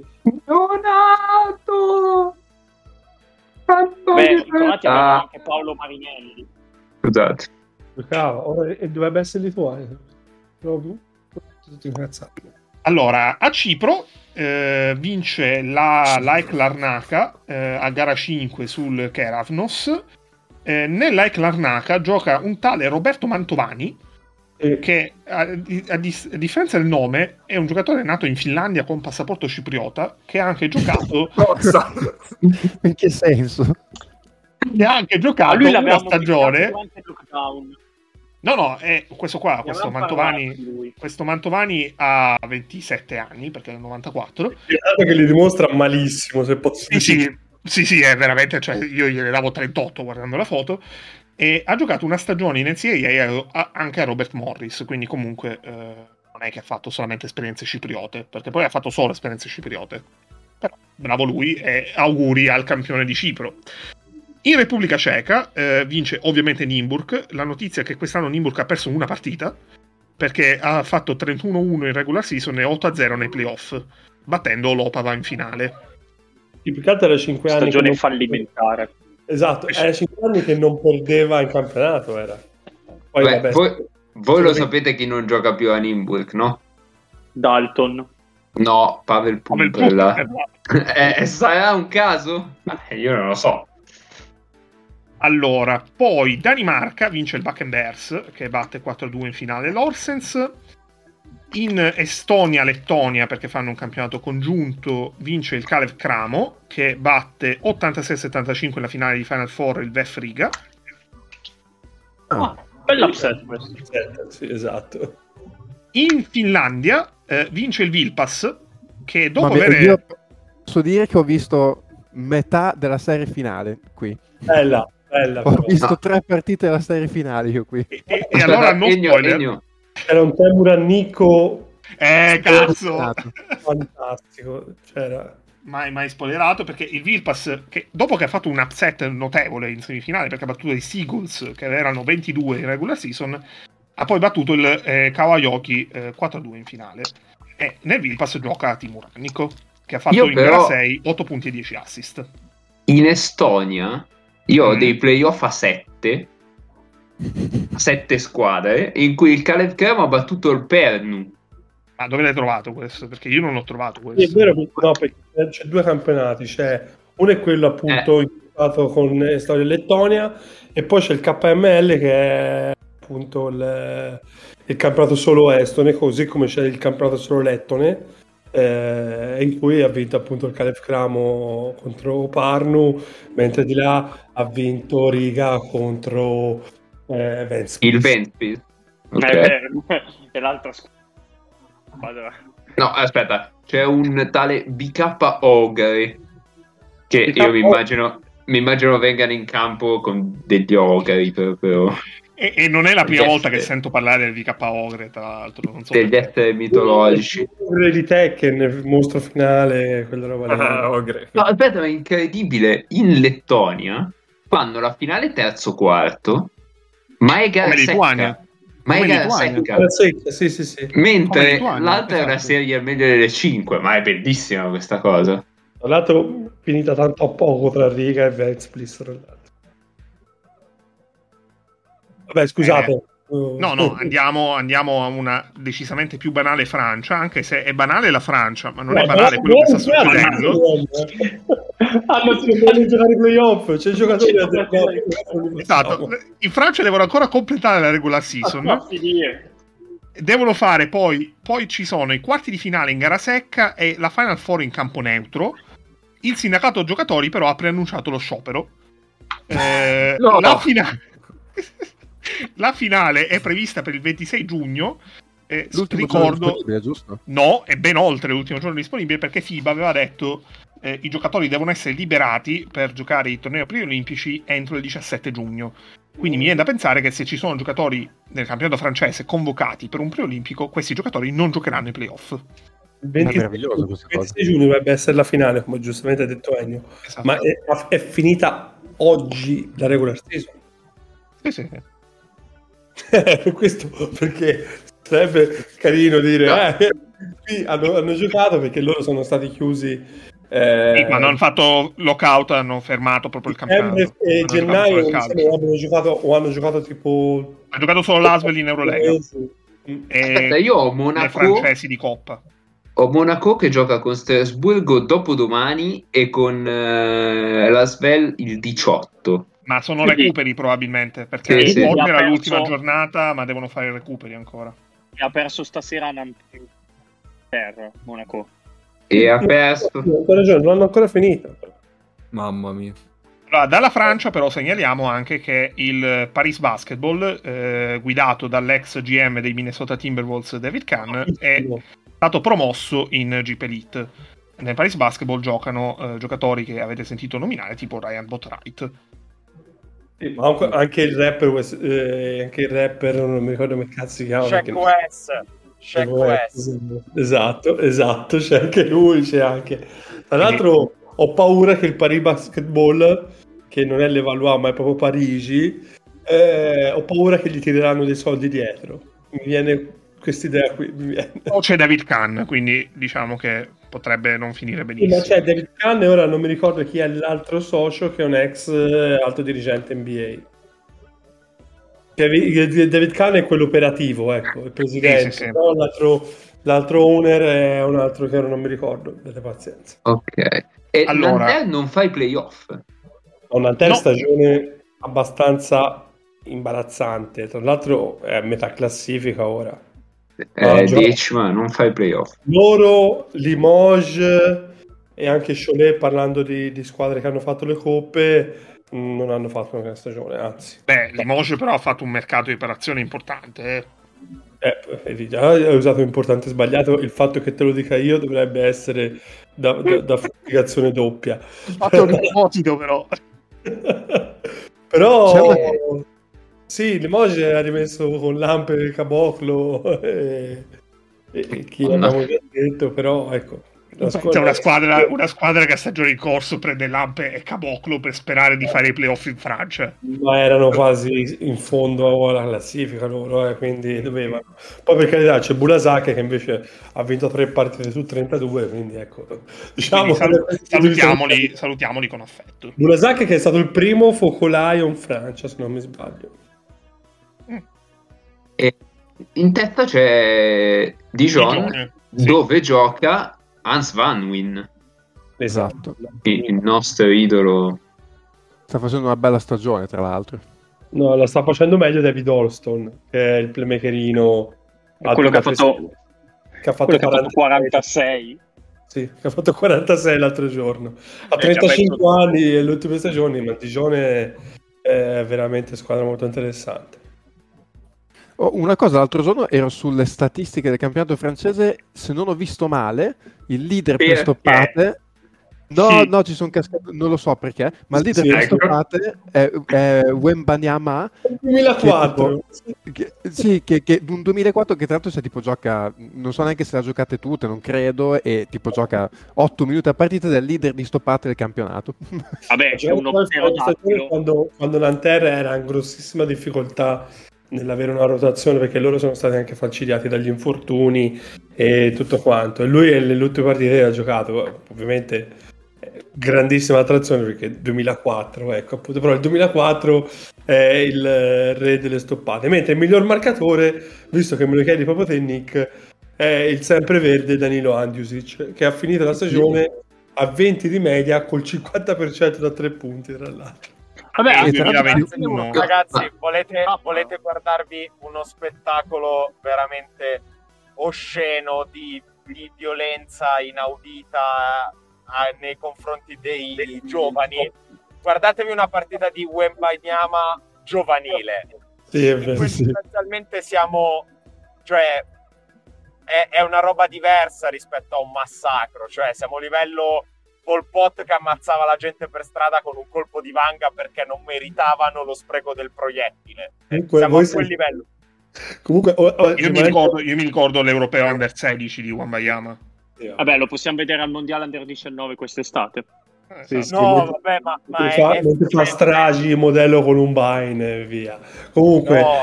Donato! Beh, in Croazia aveva Ah, anche Paolo Marinelli. scusate. giocava, ora e dovrebbe essere lituano. Proprio tutti incazzati. Allora, a Cipro eh, vince la Laik Larnaca eh, a gara cinque sul Keravnos. Eh, nell'Aik Larnaca gioca un tale Roberto Mantovani, E che a, a dis- a differenza del nome è un giocatore nato in Finlandia con passaporto cipriota, che ha anche giocato Forza. In che senso? che ha anche A giocato lui una l'avevamo stagione. criticato durante il lockdown. No, no, è questo qua, Ne questo avevamo Mantovani, parlato di lui. questo Mantovani ha ventisette anni, perché è del novantaquattro. Guardate che li dimostra malissimo, se posso Sì, sì, dire. sì, sì, è veramente, cioè io gliene davo trentotto guardando la foto, e ha giocato una stagione in N C A A anche a Robert Morris, quindi comunque eh, non è che ha fatto solamente esperienze cipriote, perché poi ha fatto solo esperienze cipriote. Però bravo lui e auguri al campione di Cipro. In Repubblica Ceca eh, vince ovviamente Nymburk. La notizia è che quest'anno Nymburk ha perso una partita, perché ha fatto trentuno a uno in regular season e otto a zero nei playoff, battendo l'Opava in finale. Il più che altro era cinque anni. Stagione che non- fallimentare. Esatto, era cinque anni che non perdeva in campionato. Era. Poi, Beh, vabbè, voi, voi lo sì. sapete chi non gioca più a Nymburk, no? Dalton. No, Pavel Come il Pumpella. Pumpella. Eh, sarà un caso? Eh, io non lo so. Allora, poi Danimarca vince il Bakken-Bears, che batte quattro a due in finale l'Horsens. In Estonia-Lettonia, perché fanno un campionato congiunto, vince il Kalev Cramo, che batte ottantasei a settantacinque la finale di Final Four il V F Riga. Ah, bell'upset questo. Sì, esatto. In Finlandia eh, vince il Vilpas, che dopo Ma mi- avere... io posso dire che ho visto metà della serie finale qui. Bella, bella. Ho però. visto No. tre partite della serie finale io qui. E, e- e allora non Ennio, spoiler. Ennio, Era un Temura Nico Eh, cazzo! fantastico. C'era. mai, mai spoilerato, perché il Vilpas, che dopo che ha fatto un upset notevole in semifinale, perché ha battuto i Seagulls, che erano ventidue in regular season, ha poi battuto il eh, Kawaioki eh, quattro a due in finale. E nel Vilpas gioca Timur Annico, che ha fatto Io in però- gara sei otto punti e dieci assist. in Estonia io ho Mm. dei playoff a sette sette squadre in cui il Kalev Cramo ha battuto il Pernu. Ma dove l'hai trovato questo? Perché io non l'ho trovato Sì, è questo. vero, no, perché c'è due campionati. C'è uno è quello appunto Eh. incrociato con Estonia e Lettonia, e poi c'è il K M L che è appunto il, il campionato solo estone, così come c'è il campionato solo lettone, eh, in cui ha vinto appunto il Kalev Cramo contro Parnu, mentre di là ha vinto Riga contro eh, Ventspils. Il Ventspils. Ok. Eh, beh, è l'altra squadra. No, aspetta, c'è un tale B K Ogre che B K io mi immagino, mi immagino vengano in campo con degli ogri proprio. E, e non è la prima Yes. volta che sento parlare del V K Ogre, tra l'altro. Non so Degli perché. esseri mitologici. Ogre di Tekken, il mostro finale, quella roba lì. Ah, Ogre. No, aspetta, ma è incredibile. In Lettonia fanno la finale terzo quarto, ma è gara Come Lituania. secca. Ma è Come gara Lituania. secca. Eh, sì, sì, sì, sì. Come Mentre Lituania, l'altra è una esatto. serie al meglio delle cinque, ma è bellissima questa cosa. Tra l'altro finita tanto a poco tra Riga e Ventspils. tra l'altro. Vabbè, scusate. Eh, No, no, andiamo, andiamo a una decisamente più banale Francia, anche se è banale la Francia, ma non No, è banale no, quello che no, sta no, succedendo. Hanno finito di giocare i playoff, c'è il giocatore C'è da giocatore. Esatto, in Francia devono ancora completare la regular season. A finire. Devono fare poi, poi ci sono i quarti di finale in gara secca e la Final Four in campo neutro. Il sindacato giocatori però ha preannunciato lo sciopero. Eh, No. la, fina- la finale è prevista per il ventisei giugno. Eh, L'ultimo giorno ricordo, disponibile, giusto? no, è ben oltre l'ultimo giorno disponibile perché FIBA aveva detto eh, i giocatori devono essere liberati per giocare i tornei preolimpici entro il diciassette giugno. Quindi mi viene da pensare che se ci sono giocatori nel campionato francese convocati per un preolimpico, questi giocatori non giocheranno i playoff. Il ventisei, meraviglioso questa cosa. ventisei giugno dovrebbe essere la finale, come giustamente ha detto Ennio. Esatto. Ma è, è finita oggi la regular season. Sì, sì. Per questo, perché sarebbe carino dire No. eh, qui hanno, hanno giocato perché loro sono stati chiusi eh, Sì, ma hanno fatto lockout, hanno fermato proprio il campionato. dicembre e Hanno giocato gennaio solo il mi calcio. sembra che hanno giocato o hanno giocato tipo Ha giocato solo l'Asvel in Eurolega Mm. e Aspetta, io ho le Monaco, francesi di Coppa. ho Monaco che gioca con Strasburgo dopodomani e con eh, l'Asvel il diciotto. Ma sono Sì. recuperi probabilmente, perché Sì, il sì. Porto Ha era perso- l'ultima giornata, ma devono fare i recuperi ancora. Ha perso stasera a Nantes per Monaco. E ha perso. Hai ragione, non hanno ancora finito. Mamma mia. Allora, dalla Francia però segnaliamo anche che il Paris Basketball, eh, guidato dall'ex G M dei Minnesota Timberwolves David Kahn, è stato promosso in Jeep Elite. Nel Paris Basketball giocano eh, giocatori che avete sentito nominare, tipo Ryan Boatwright. Sì, ma anche- anche il rapper Wes- eh, anche il rapper non mi ricordo come cazzo si chiama Shaq perché- West. Shaq West. esatto, esatto, c'è anche lui, c'è anche tra l'altro ho paura che il Paris Basketball, che non è l'Evalois ma è proprio Parigi, eh, ho paura che gli tireranno dei soldi dietro, mi viene questa idea qui, mi viene. O c'è David Kahn, quindi diciamo che potrebbe non finire Sì, benissimo. ma c'è David Kahn e ora non mi ricordo chi è l'altro socio che è un ex eh, alto dirigente N B A. David David Kahn è quello operativo, ecco, il presidente, Sì, sì, sì. però l'altro, l'altro owner è un altro che ora non mi ricordo, delle pazienza. Ok. E Allora- Nanterre non fa i playoff. Ho una terza No. stagione abbastanza imbarazzante, tra l'altro è a metà classifica ora. Ah, Eh, gioca- decima, non fa i playoff. Loro, Limoges e anche Cholet, parlando di, di squadre che hanno fatto le coppe, mh, non hanno fatto una gran stagione, anzi. Beh, Limoges però ha fatto un mercato di operazioni importante. Eh. Eh, vedi, già hai usato importante e sbagliato, il fatto che te lo dica io dovrebbe essere da, da, da fustigazione doppia. Ho fatto un proposito però. Però Diciamo sì, Limoges ha rimesso con Lampe e Caboclo e, e chi Oh, no. abbiamo già detto, però ecco la C'è una squadra, una squadra che a stagione in corso prende Lampe e Caboclo per sperare di fare i playoff in Francia. ma erano quasi in fondo alla classifica loro, eh, quindi dovevano. Poi per carità c'è Bulasacche che invece ha vinto tre partite su trentadue, quindi ecco, diciamo Quindi salu- che- salutiamoli, salutiamoli con affetto. Bulasacche che è stato il primo focolaio in Francia, se non mi sbaglio. E in testa c'è Dijon, Dijon, sì. dove gioca Hans Van Wyn, Esatto. il il nostro idolo. Sta facendo una bella stagione, tra l'altro. No, la sta facendo meglio David Olston, che è il playmakerino. È quello che ha fatto, che ha fatto, quello che ha fatto quarantasei. Sì, che ha fatto quarantasei l'altro giorno. Ha Eh, trentacinque messo... anni e le ultime stagioni, ma Digione è veramente squadra molto interessante. Oh, una cosa, l'altro giorno ero sulle statistiche del campionato francese, se non ho visto male, il leader per stoppate... No, Sì. no, ci sono cascato, non lo so perché, ma il leader Sì, per ecco. stoppate è, è Wembanyama. duemilaquattro. Che, tipo, che, sì, che, che un duemilaquattro che tra l'altro se tipo gioca, non so neanche se le ha giocate tutte, non credo, e tipo gioca otto minuti a partita del leader di stoppate del campionato. Vabbè, c'è uno quando, quando Nanterre era in grossissima difficoltà nell'avere una rotazione, perché loro sono stati anche falcidiati dagli infortuni e tutto quanto, e lui nelle ultime partite ha giocato, ovviamente grandissima attrazione perché duemilaquattro, ecco, appunto, però il duemilaquattro è il re delle stoppate, mentre il miglior marcatore, visto che me lo chiedi proprio te Nick, è il sempreverde Danilo Andjusic, che ha finito la stagione a venti di media col cinquanta per cento da tre punti, tra l'altro. Vabbè, duemilaventuno. Ragazzi, volete, volete guardarvi uno spettacolo veramente osceno di, di violenza inaudita eh, nei confronti dei giovani? Guardatevi una partita di Wembanyama giovanile. Sì, è vero, sì. Sostanzialmente siamo, cioè è, è una roba diversa rispetto a un massacro, cioè siamo a livello Pol Pot che ammazzava la gente per strada con un colpo di vanga perché non meritavano lo spreco del proiettile. Comunque, siamo a quel siete... livello. Comunque, oh, oh, io, mi ricordo, io mi ricordo l'europeo under sedici di Wembanyama. Vabbè, lo possiamo vedere al mondiale under diciannove quest'estate. Eh, sì, esatto. sì, No, mentre, vabbè, ma, ma mentre è, fa, è mentre fa stragi modello Columbine e via. Comunque, no,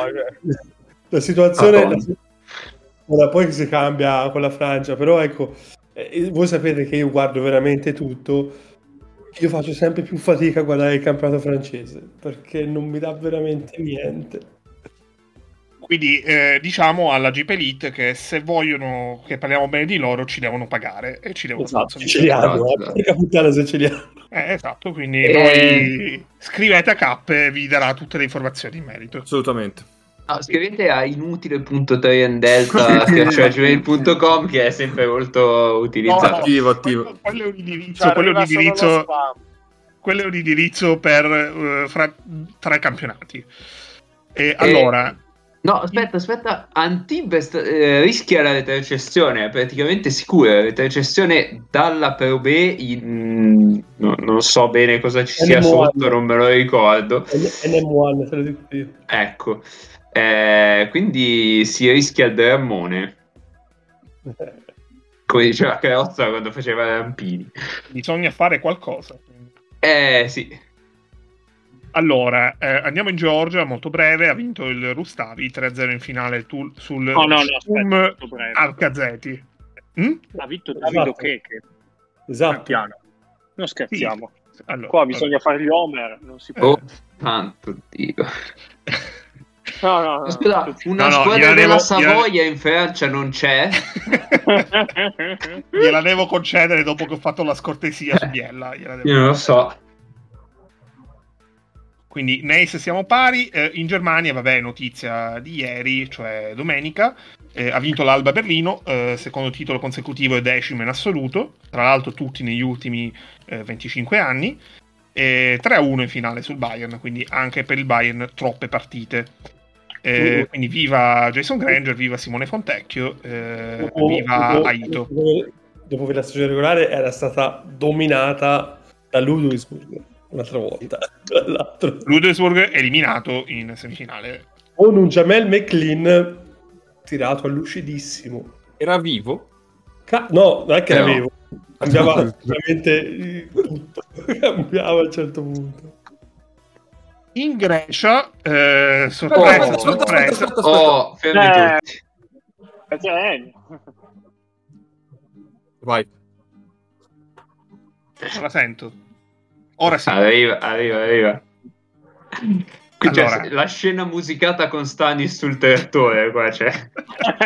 la situazione Ah, la, ora poi si cambia con la Francia, però ecco, eh, voi sapete che io guardo veramente tutto. Io faccio sempre più fatica a guardare il campionato francese perché non mi dà veramente niente. Quindi eh, diciamo alla Jeep Elite che se vogliono che parliamo bene di loro ci devono pagare e ci devono Esatto, ce sponsorizzare. li hanno, Esatto. eh, porca puttana se ce li hanno. Eh, esatto, quindi E- poi scrivete a Cap e vi darà tutte le informazioni in merito. Assolutamente. No, scrivete a inutile punto tre n delta chiocciola gmail punto com che è sempre molto utilizzato. attivo, attivo. Quello, quello è un indirizzo, Ci quello è un arriva solo lo indirizzo, spam. quello è un indirizzo per eh, fra, tra i campionati. E E- allora, No, aspetta, aspetta, Antibes eh, rischia la retrocessione, è praticamente sicura la retrocessione dalla Pro B in... no, non so bene cosa ci sia N M uno. sotto, non me lo ricordo. N M uno, te lo dico io. Ecco, eh, quindi si rischia il drammone, come diceva Carrozza quando faceva Rampini. bisogna fare qualcosa. Eh sì, Allora, eh, andiamo in Georgia, molto breve, ha vinto il Rustavi tre a zero in finale tu- sul No, no, no, Shum aspetta, molto breve. Alcazeti. Mm? Ha vinto Davido Esatto. Cheke. Esatto. Piano. Non scherziamo. Sì. Allora, Qua bisogna fare gli Homer, non si può. oh santo Dio. No, no, no. Scusa, una No, no, squadra gliela della devo- Savoia in Francia non c'è? gliela devo concedere dopo che ho fatto la scortesia su Biella. gliela devo- Io non lo so. Quindi Neis siamo pari. Eh, in Germania, vabbè, notizia di ieri, cioè domenica, eh, ha vinto l'Alba Berlino, eh, secondo titolo consecutivo e decimo in assoluto, tra l'altro tutti negli ultimi eh, venticinque anni, e tre a uno in finale sul Bayern, quindi anche per il Bayern troppe partite. Eh, Uh. quindi viva Jason Granger, viva Simone Fontecchio, eh, Dopo- viva dopo- Aito. dopo- dopo che la stagione regolare era stata dominata da Ludwigsburg un'altra volta, tra l'altro, Ludwigsburg eliminato in semifinale. con un Jamel McLean tirato all'uscidissimo. Era vivo? Ca- no, non è che Eh, l'avevo, cambiava veramente tutto, cambiava a un certo punto. In Grecia, eh, Aspetta, sorpresa, aspetta, aspetta, sorpresa. aspetta, aspetta. Oh, fermi Eh. tutti. Eh, Vai. Non la sento. Ora sì. Arriva, arriva, arriva. Qui c'è Allora. la scena musicata con Stanis sul trattore, qua c'è.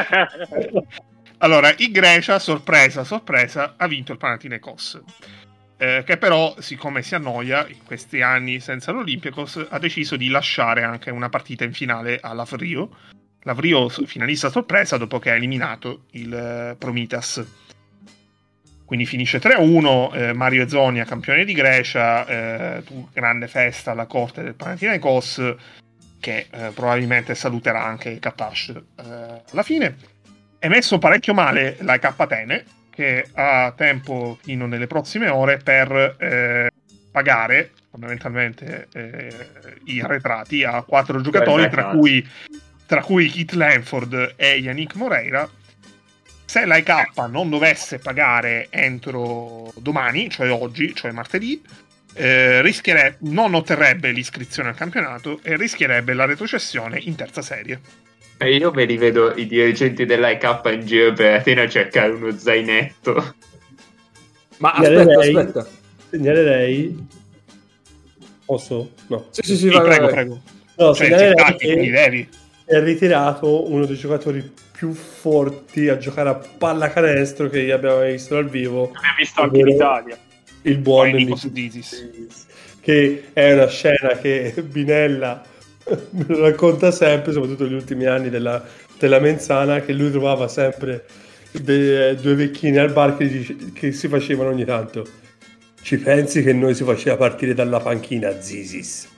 Allora, in Grecia, sorpresa, sorpresa, ha vinto il Panathinaikos. eh, che però, siccome si annoia in questi anni senza l'Olympiacos, ha deciso di lasciare anche una partita in finale all'Avrio. L'Avrio finalista sorpresa dopo che ha eliminato il eh, Promitas. Quindi finisce tre a uno, eh, Mario Ezonia campione di Grecia, eh, grande festa alla corte del Panathinaikos, che eh, probabilmente saluterà anche Katash eh, alla fine. È messo parecchio male la K Atene, che ha tempo fino nelle prossime ore per eh, pagare fondamentalmente eh, i arretrati a quattro giocatori, tra cui, tra cui Keith Lanford e Yannick Moreira. Se l'A K non dovesse pagare entro domani, cioè oggi, cioè martedì, eh, rischierebbe, non otterrebbe l'iscrizione al campionato e rischierebbe la retrocessione in terza serie. E io me li vedo i dirigenti dell'A K in giro per Atene a cercare uno zainetto. Ma aspetta, Segnalerei, aspetta. Segnalerei... Posso? No. Sì, sì, sì, Sì, vai, prego, vai. prego. No, Cioè, segnalerei zittati, che quindi devi. è ritirato uno dei giocatori più forti a giocare a pallacanestro che abbiamo mai visto dal vivo. Abbiamo visto anche in Italia. Il buon Poi Nikos Nikos Dizis. Dizis, che è una scena che Binella me lo racconta sempre, soprattutto negli ultimi anni della, della Menzana, che lui trovava sempre de, due vecchini al bar che, dice, che si facevano ogni tanto. Ci pensi che noi si faceva partire dalla panchina Zisis?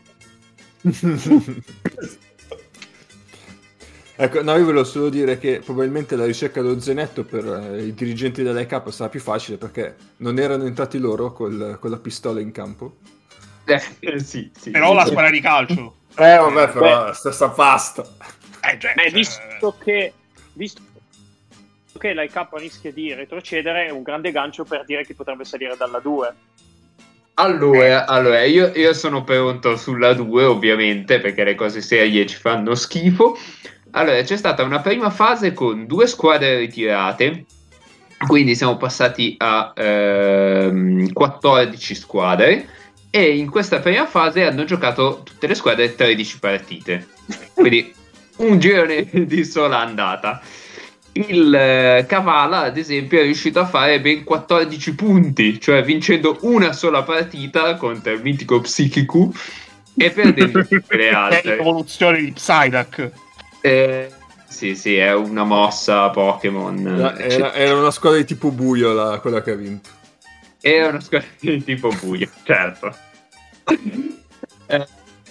Ecco, no, io volevo solo dire che probabilmente la ricerca dello zainetto per eh, i dirigenti dell'A K sarà più facile perché non erano entrati loro col, con la pistola in campo. Eh, sì, sì. Però la squadra di calcio. Eh vabbè, però la stessa pasta. Eh, cioè, Beh, cioè, visto che visto che l'A K rischia di retrocedere, è un grande gancio per dire che potrebbe salire dalla due. Allora, allora io, io sono pronto sulla due, ovviamente, perché le cose serie ci fanno schifo. Allora, c'è stata una prima fase con due squadre ritirate, quindi siamo passati a ehm, quattordici squadre, e in questa prima fase hanno giocato tutte le squadre tredici partite, quindi un girone di sola andata. Il eh, Kavala, ad esempio, è riuscito a fare ben quattordici punti, cioè vincendo una sola partita contro il mitico Psichiku e perdendo tutte le è altre. l'evoluzione di Psyduck. Eh, sì, sì, è una mossa Pokémon. Era, era, era una squadra di tipo buio la, quella che ha vinto. È una squadra di tipo buio, certo. eh,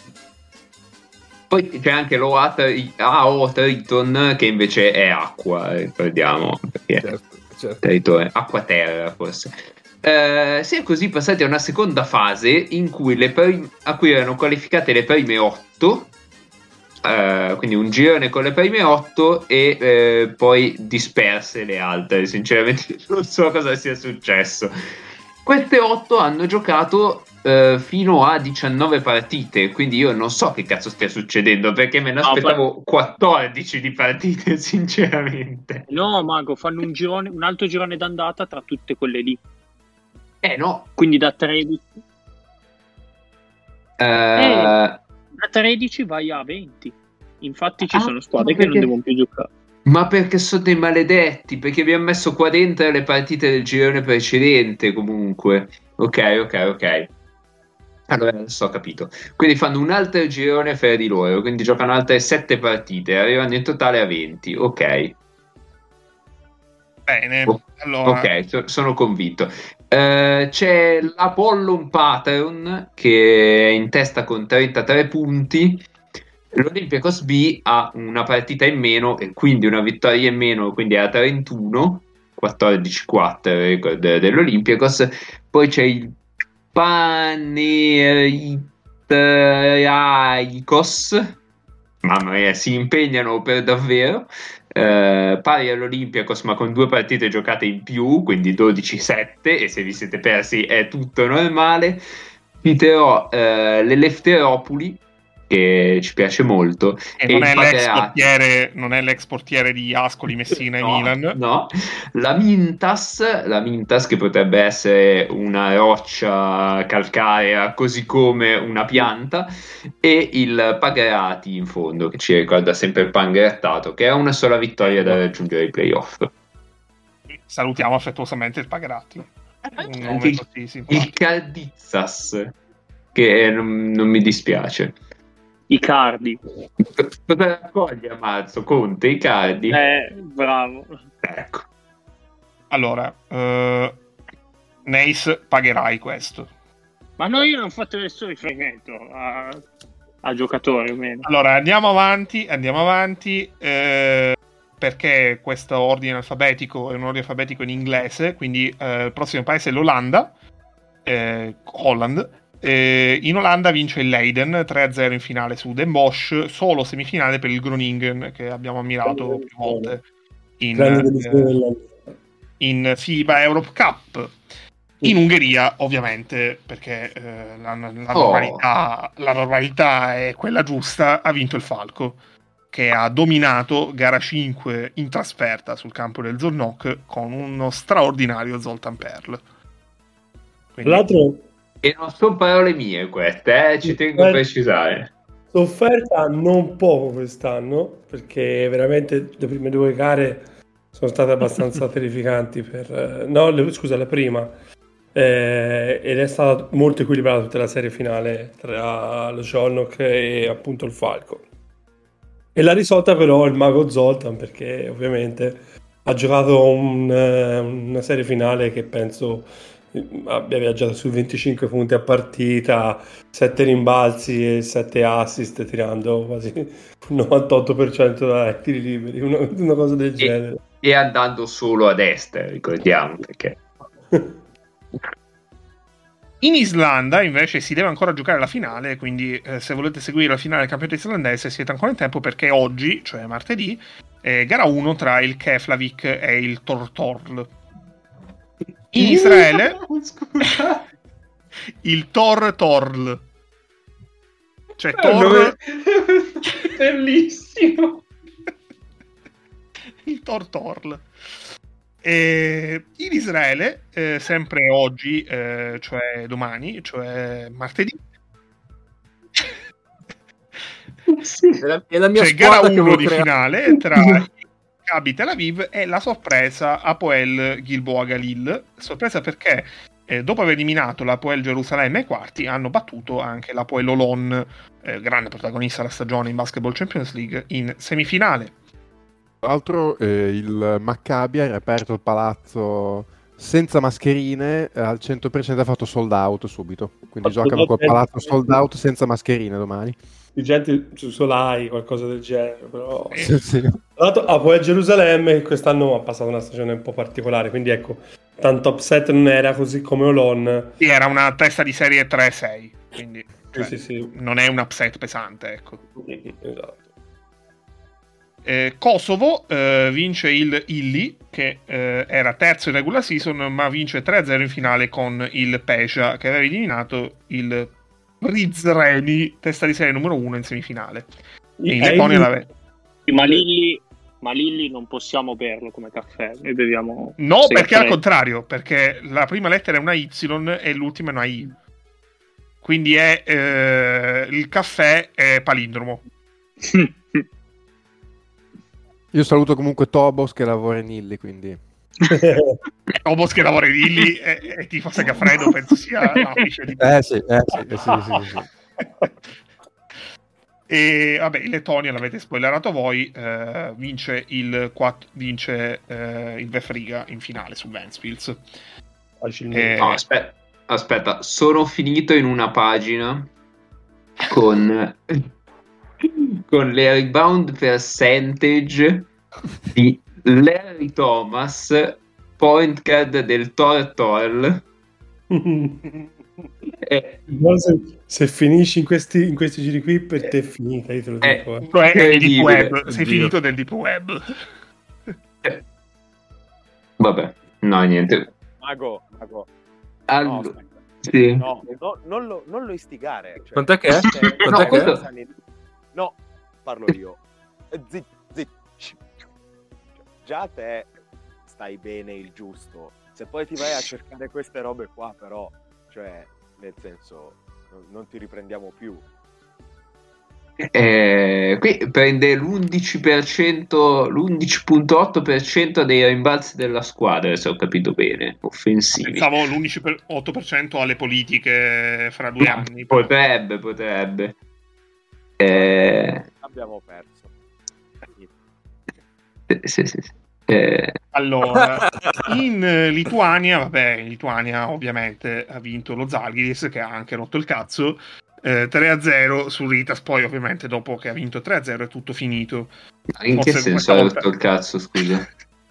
Poi c'è anche lo A O Triton, che invece è acqua, ricordiamo, perché Certo, certo. Triton è acqua-terra, forse. Eh, si è così passati a una seconda fase in cui le prim- a cui erano qualificate le prime otto, eh, quindi un girone con le prime otto e eh, poi disperse le altre. Sinceramente non so cosa sia successo. Queste otto hanno giocato eh, fino a diciannove partite, quindi io non so che cazzo stia succedendo, perché me ne No, aspettavo fa- quattordici di partite, sinceramente. No, Mago, fanno un girone, un altro girone d'andata tra tutte quelle lì. Eh no. Quindi da tredici, Eh, da tredici vai a venti. Infatti ci Ah, sono squadre ma che non perché- devono più giocare. Ma perché sono dei maledetti? Perché abbiamo messo qua dentro le partite del girone precedente, comunque. Ok, ok, ok. Allora, adesso ho capito. Quindi fanno un altro girone fra di loro, quindi giocano altre sette partite, arrivano in totale a venti. Ok. Bene, Oh, allora, Ok, so- sono convinto. Eh, c'è l'Apollon Patron che è in testa con trentatré punti. L'Olympiacos B ha una partita in meno e quindi una vittoria in meno, quindi è a trentuno, quattordici quattro il record dell'Olympiacos. Poi c'è il Panathinaikos, mamma mia, si impegnano per davvero. Eh, pari all'Olympiacos, ma con due partite giocate in più, quindi dodici sette, e se vi siete persi è tutto normale. Citerò eh, l'Elefteropoli, che ci piace molto, e e non il è, l'ex Paderati. portiere, non è l'ex portiere di Ascoli, Messina e No, Milan. no, la Mintas, la Mintas che potrebbe essere una roccia calcarea così come una pianta, e il Pagrati in fondo che ci ricorda sempre il Pangrattato, che ha una sola vittoria da raggiungere i playoff. Salutiamo affettuosamente il Pagrati. un nome il, così simpatico. il Caldizas, che non, non mi dispiace. I Cardi. Cosa raccoglie a marzo? Conte, i Cardi? Eh, bravo. Ecco. Allora, uh, Neis, pagherai questo. Ma no, io non ho fatto nessun riferimento a, a giocatori o meno. Allora, andiamo avanti, andiamo avanti, eh, perché questo ordine alfabetico è un ordine alfabetico in inglese, quindi eh, il prossimo paese è l'Olanda, eh, Holland. Eh, in Olanda vince il Leiden tre a zero in finale su Den Bosch, solo semifinale per il Groningen, che abbiamo ammirato più volte in, eh, in FIBA Europe Cup. In Ungheria, ovviamente, perché eh, la, la, normalità, oh. la normalità è quella giusta, ha vinto il Falco, che ha dominato gara cinque in trasferta sul campo del Zornok con uno straordinario Zoltan Perl. Quindi... L'altro... E non sono parole mie queste, eh? Ci tengo a precisare. Sofferta non poco quest'anno, perché veramente le prime due gare sono state abbastanza terrificanti. Per... No, le... scusa, la prima... Eh, ed è stata molto equilibrata tutta la serie finale tra lo Zornok e appunto il Falco, e l'ha risolta però il mago Zoltan, perché ovviamente ha giocato un, una serie finale che penso abbia viaggiato sui venticinque punti a partita, sette rimbalzi e sette assist, tirando quasi il novantotto per cento dai tiri liberi, una, una cosa del genere, e, e andando solo ad est, ricordiamo, perché in Islanda invece si deve ancora giocare la finale, quindi eh, se volete seguire la finale del campionato islandese siete ancora in tempo, perché oggi, cioè martedì, eh, gara uno tra il Keflavik e il Tortorl. In Israele il Tor-Torl, cioè Tor... bellissimo. Il Tor-Torl. E in Israele, eh, sempre oggi, eh, cioè domani, cioè martedì, sì, è, la, è la mia c'è gara uno di crea... finale tra Maccabi Tel Aviv e la sorpresa Hapoel Gilboa Galil. Sorpresa perché eh, dopo aver eliminato l'Hapoel Gerusalemme ai quarti hanno battuto anche l'Hapoel Olon, eh, grande protagonista della stagione in Basketball Champions League, in semifinale. Tra l'altro eh, il Maccabi ha riaperto il palazzo senza mascherine, al cento per cento ha fatto sold out subito, quindi fatto giocano col palazzo sold out senza mascherine domani. Di gente su Solai, qualcosa del genere, però... Sì, sì. Tra l'altro Hapoel Gerusalemme quest'anno ha passato una stagione un po' particolare, quindi ecco, tanto upset non era, così come Olon. Sì, era una testa di serie tre sei, quindi cioè, sì, sì, sì. non è un upset pesante, ecco. Esatto. Eh, Kosovo eh, vince il Illy, che eh, era terzo in regular season, ma vince tre a zero in finale con il Pescia, che aveva eliminato il Prizreni, testa di serie numero uno, in semifinale. E in Lettonia l'ave... ma Lilli ma Lilli non possiamo berlo come caffè, noi beviamo... No, perché al contrario, perché la prima lettera è una Y e l'ultima è una I, quindi è eh, il caffè è palindromo. Io saluto comunque Tobos che lavora in Illy, quindi... Tobos che lavora in Illy e, e tifo Segafredo, penso sia l'apice di... Eh sì, eh sì, eh sì, sì, sì, sì. E vabbè, in Lettonia l'avete spoilerato voi, eh, vince il quattro, vince eh, il Vefriga in finale su Ventspils. Eh... No, aspetta, aspetta, sono finito in una pagina con... con le rebound percentage di Larry Thomas, point guard del Tortorl. e... se, se finisci in questi, in questi giri qui, per te è finita, io te lo dico. Eh. Cioè, è il deep web. Sei finito del deep web. Eh. Vabbè, no, niente. Mago, mago. All... No, sì. no, no non, lo, non lo istigare. Cioè, quant'è che è? Quant'è no, che questo... è? No, parlo io. Zit, zit. Già te stai bene il giusto. Se poi ti vai a cercare queste robe qua, però, cioè, nel senso, non, non ti riprendiamo più. Eh, qui prende l'undici per cento, l'undici virgola otto per cento dei rimbalzi della squadra, se ho capito bene, offensivi. Pensavo l'undici virgola otto per cento alle politiche fra due No, anni. Però. Potrebbe, potrebbe. Eh... Abbiamo perso. Eh, sì, sì, sì. Eh... Allora, in Lituania, vabbè, in Lituania ovviamente ha vinto lo Zalgiris, che ha anche rotto il cazzo, eh, tre a zero su Ritas, poi ovviamente dopo che ha vinto tre a zero è tutto finito. In Forse che senso questa ha volta... rotto il cazzo, scusa?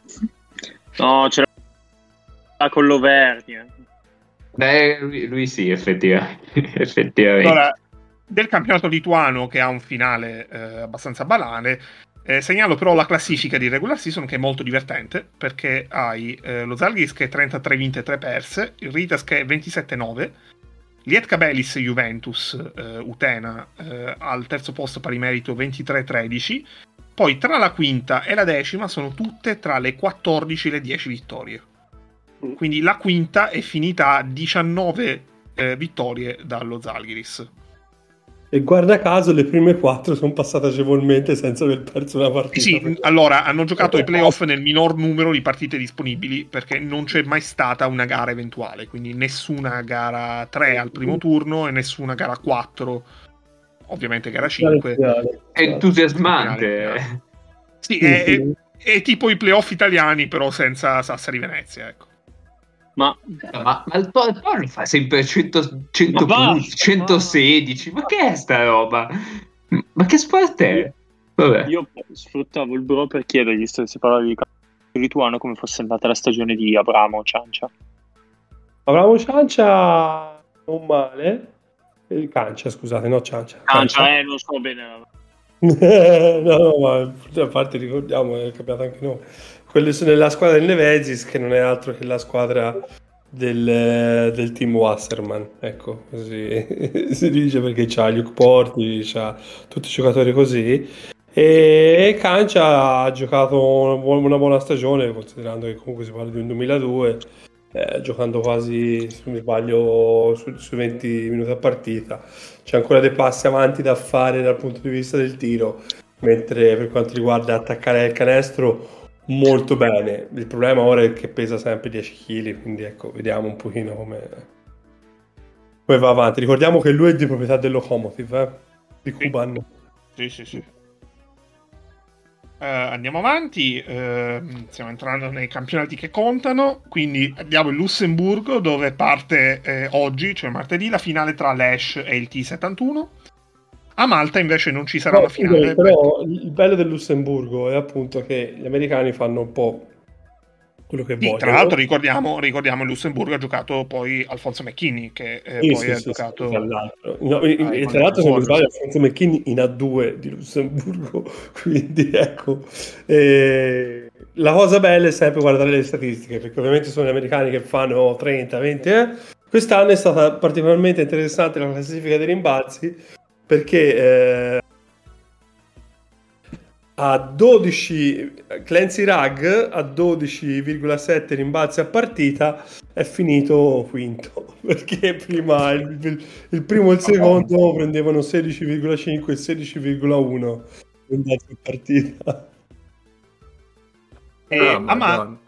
No, c'era con l'Overnia. Beh, lui, lui sì, effettivamente. effettivamente. Allora, del campionato lituano, che ha un finale eh, abbastanza banale, eh, segnalo però la classifica di regular season, che è molto divertente, perché hai eh, lo Zalgiris che è trentatré vinte e tre perse, il Ritas che è ventisette nove, Lietkabelis Juventus eh, Utena eh, al terzo posto pari merito ventitré tredici, poi tra la quinta e la decima sono tutte tra le quattordici e le dieci vittorie. Quindi la quinta è finita a diciannove eh, vittorie dallo Zalgiris. E guarda caso le prime quattro sono passate agevolmente senza aver perso una partita. Sì, sì, allora hanno giocato i playoff nel minor numero di partite disponibili, perché non c'è mai stata una gara eventuale, quindi nessuna gara tre al primo turno e nessuna gara quattro, ovviamente gara cinque. È entusiasmante. Sì, è, è, è tipo i playoff italiani, però senza Sassari Venezia, ecco. Ma, ma, ma il Torino fa sempre cento, cento ma punti, centosedici. Ma che è sta roba? Ma che sport è? Vabbè. Io sfruttavo il bro per chiedergli se si parlava di campionato lituano come fosse andata la stagione di Abramo Ciancia. Abramo Ciancia non male. Il Cancia, scusate, no Ciancia. Cancia, Cancia. eh, non so bene. no, no, ma a parte ricordiamo, è cambiato anche noi. Quelli sono nella squadra del Nevesis, che non è altro che la squadra del, del team Wasserman, ecco, così si dice, perché c'ha Luke Porti, c'ha tutti i giocatori così, e Cancia ha giocato una buona, una buona stagione, considerando che comunque si parla di un duemiladue, eh, giocando quasi, se non mi sbaglio, su, su venti minuti a partita. C'è ancora dei passi avanti da fare dal punto di vista del tiro, mentre per quanto riguarda attaccare il canestro molto bene. Il problema ora è che pesa sempre dieci chili, quindi ecco, vediamo un pochino come, come va avanti. Ricordiamo che lui è di proprietà del Lokomotiv, eh? Di Kuban. Sì, sì, sì. Uh, andiamo avanti, uh, stiamo entrando nei campionati che contano, quindi andiamo in Lussemburgo, dove parte eh, oggi, cioè martedì, la finale tra l'Ash e il T settantuno. A Malta invece non ci sarà no, una finale. Però perché... il bello del Lussemburgo è appunto che gli americani fanno un po' quello che sì, vogliono. Tra l'altro ricordiamo, ricordiamo il Lussemburgo ha giocato poi Alfonso McKinney, che eh, sì, poi sì, ha sì, giocato sì, tra l'altro, no, ah, e tra l'altro se non sbaglio Alfonso McKinney in A due di Lussemburgo, quindi ecco, e... la cosa bella è sempre guardare le statistiche, perché ovviamente sono gli americani che fanno trenta venti, eh? Quest'anno è stata particolarmente interessante la classifica dei rimbalzi, perché eh, a dodici Clancy Rugg a dodici virgola sette rimbalzi a partita è finito quinto, perché prima il, il, il primo e il secondo prendevano sedici virgola cinque e sedici virgola uno rimbalzi a partita. E ah, a ma...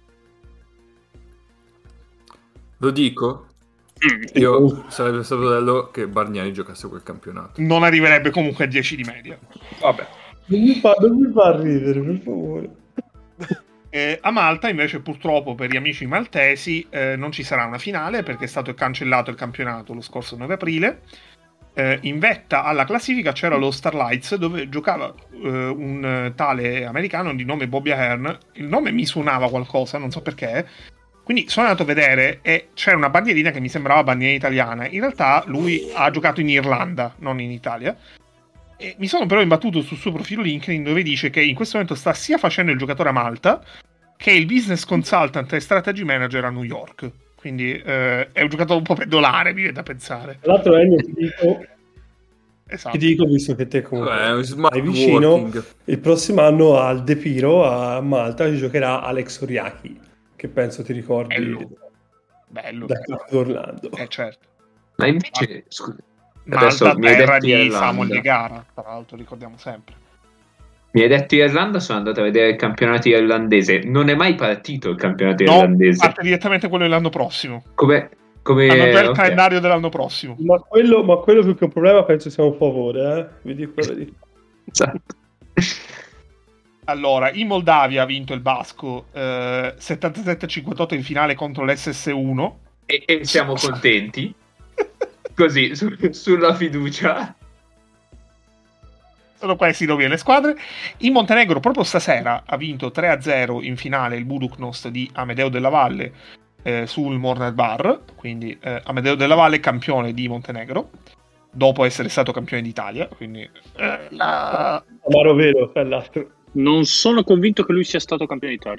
lo dico, io sarebbe stato bello che Bargnani giocasse quel campionato. Non arriverebbe comunque a dieci di media. Vabbè. Non mi fa, non mi fa ridere, per favore. Eh, a Malta invece purtroppo per gli amici maltesi eh, non ci sarà una finale, perché è stato cancellato il campionato lo scorso nove aprile. Eh, in vetta alla classifica c'era lo Starlights, dove giocava eh, un tale americano di nome Bobby Ahern. Il nome mi suonava qualcosa, non so perché. Quindi sono andato a vedere e c'era una bandierina che mi sembrava bandierina italiana. In realtà lui ha giocato in Irlanda, non in Italia. E mi sono però imbattuto sul suo profilo LinkedIn, dove dice che in questo momento sta sia facendo il giocatore a Malta che il business consultant e strategy manager a New York. Quindi eh, è un giocatore un po' pendolare, mi viene da pensare. Tra l'altro Ennio, ti dico, esatto. ti dico, visto che te comunque Vabbè, sei vicino, working. Il prossimo anno al De Piro a Malta ci giocherà Alex Oriaki, che penso ti ricordi Bello. Bello. da Capo d'Orlando. Eh certo. Ma invece, scusa, Adesso Malta, mi hai terra detto di Irlanda. Samuel De Gara, tra l'altro, ricordiamo sempre. Mi hai detto Irlanda, sono andato a vedere il campionato irlandese. Non è mai partito il campionato No, irlandese. parte direttamente quello dell'anno prossimo. Come, come... Hanno già il ok. calendario dell'anno prossimo. Ma quello, ma quello più che un problema penso sia un favore, eh? Vi dico la verità. Esatto. Allora, in Moldavia ha vinto il Basco eh, settantasette a cinquantotto in finale contro l'S S uno. E, e siamo contenti. Così, su- sulla fiducia. Sono questi i nomi delle squadre. In Montenegro, proprio stasera, ha vinto tre a zero in finale il Budućnost di Amedeo della Valle eh, sul Mornar Bar. Quindi eh, Amedeo della Valle campione di Montenegro, dopo essere stato campione d'Italia. Quindi eh, la... Amaro vero, tra l'altro. Non sono convinto che lui sia stato campione d'Italia.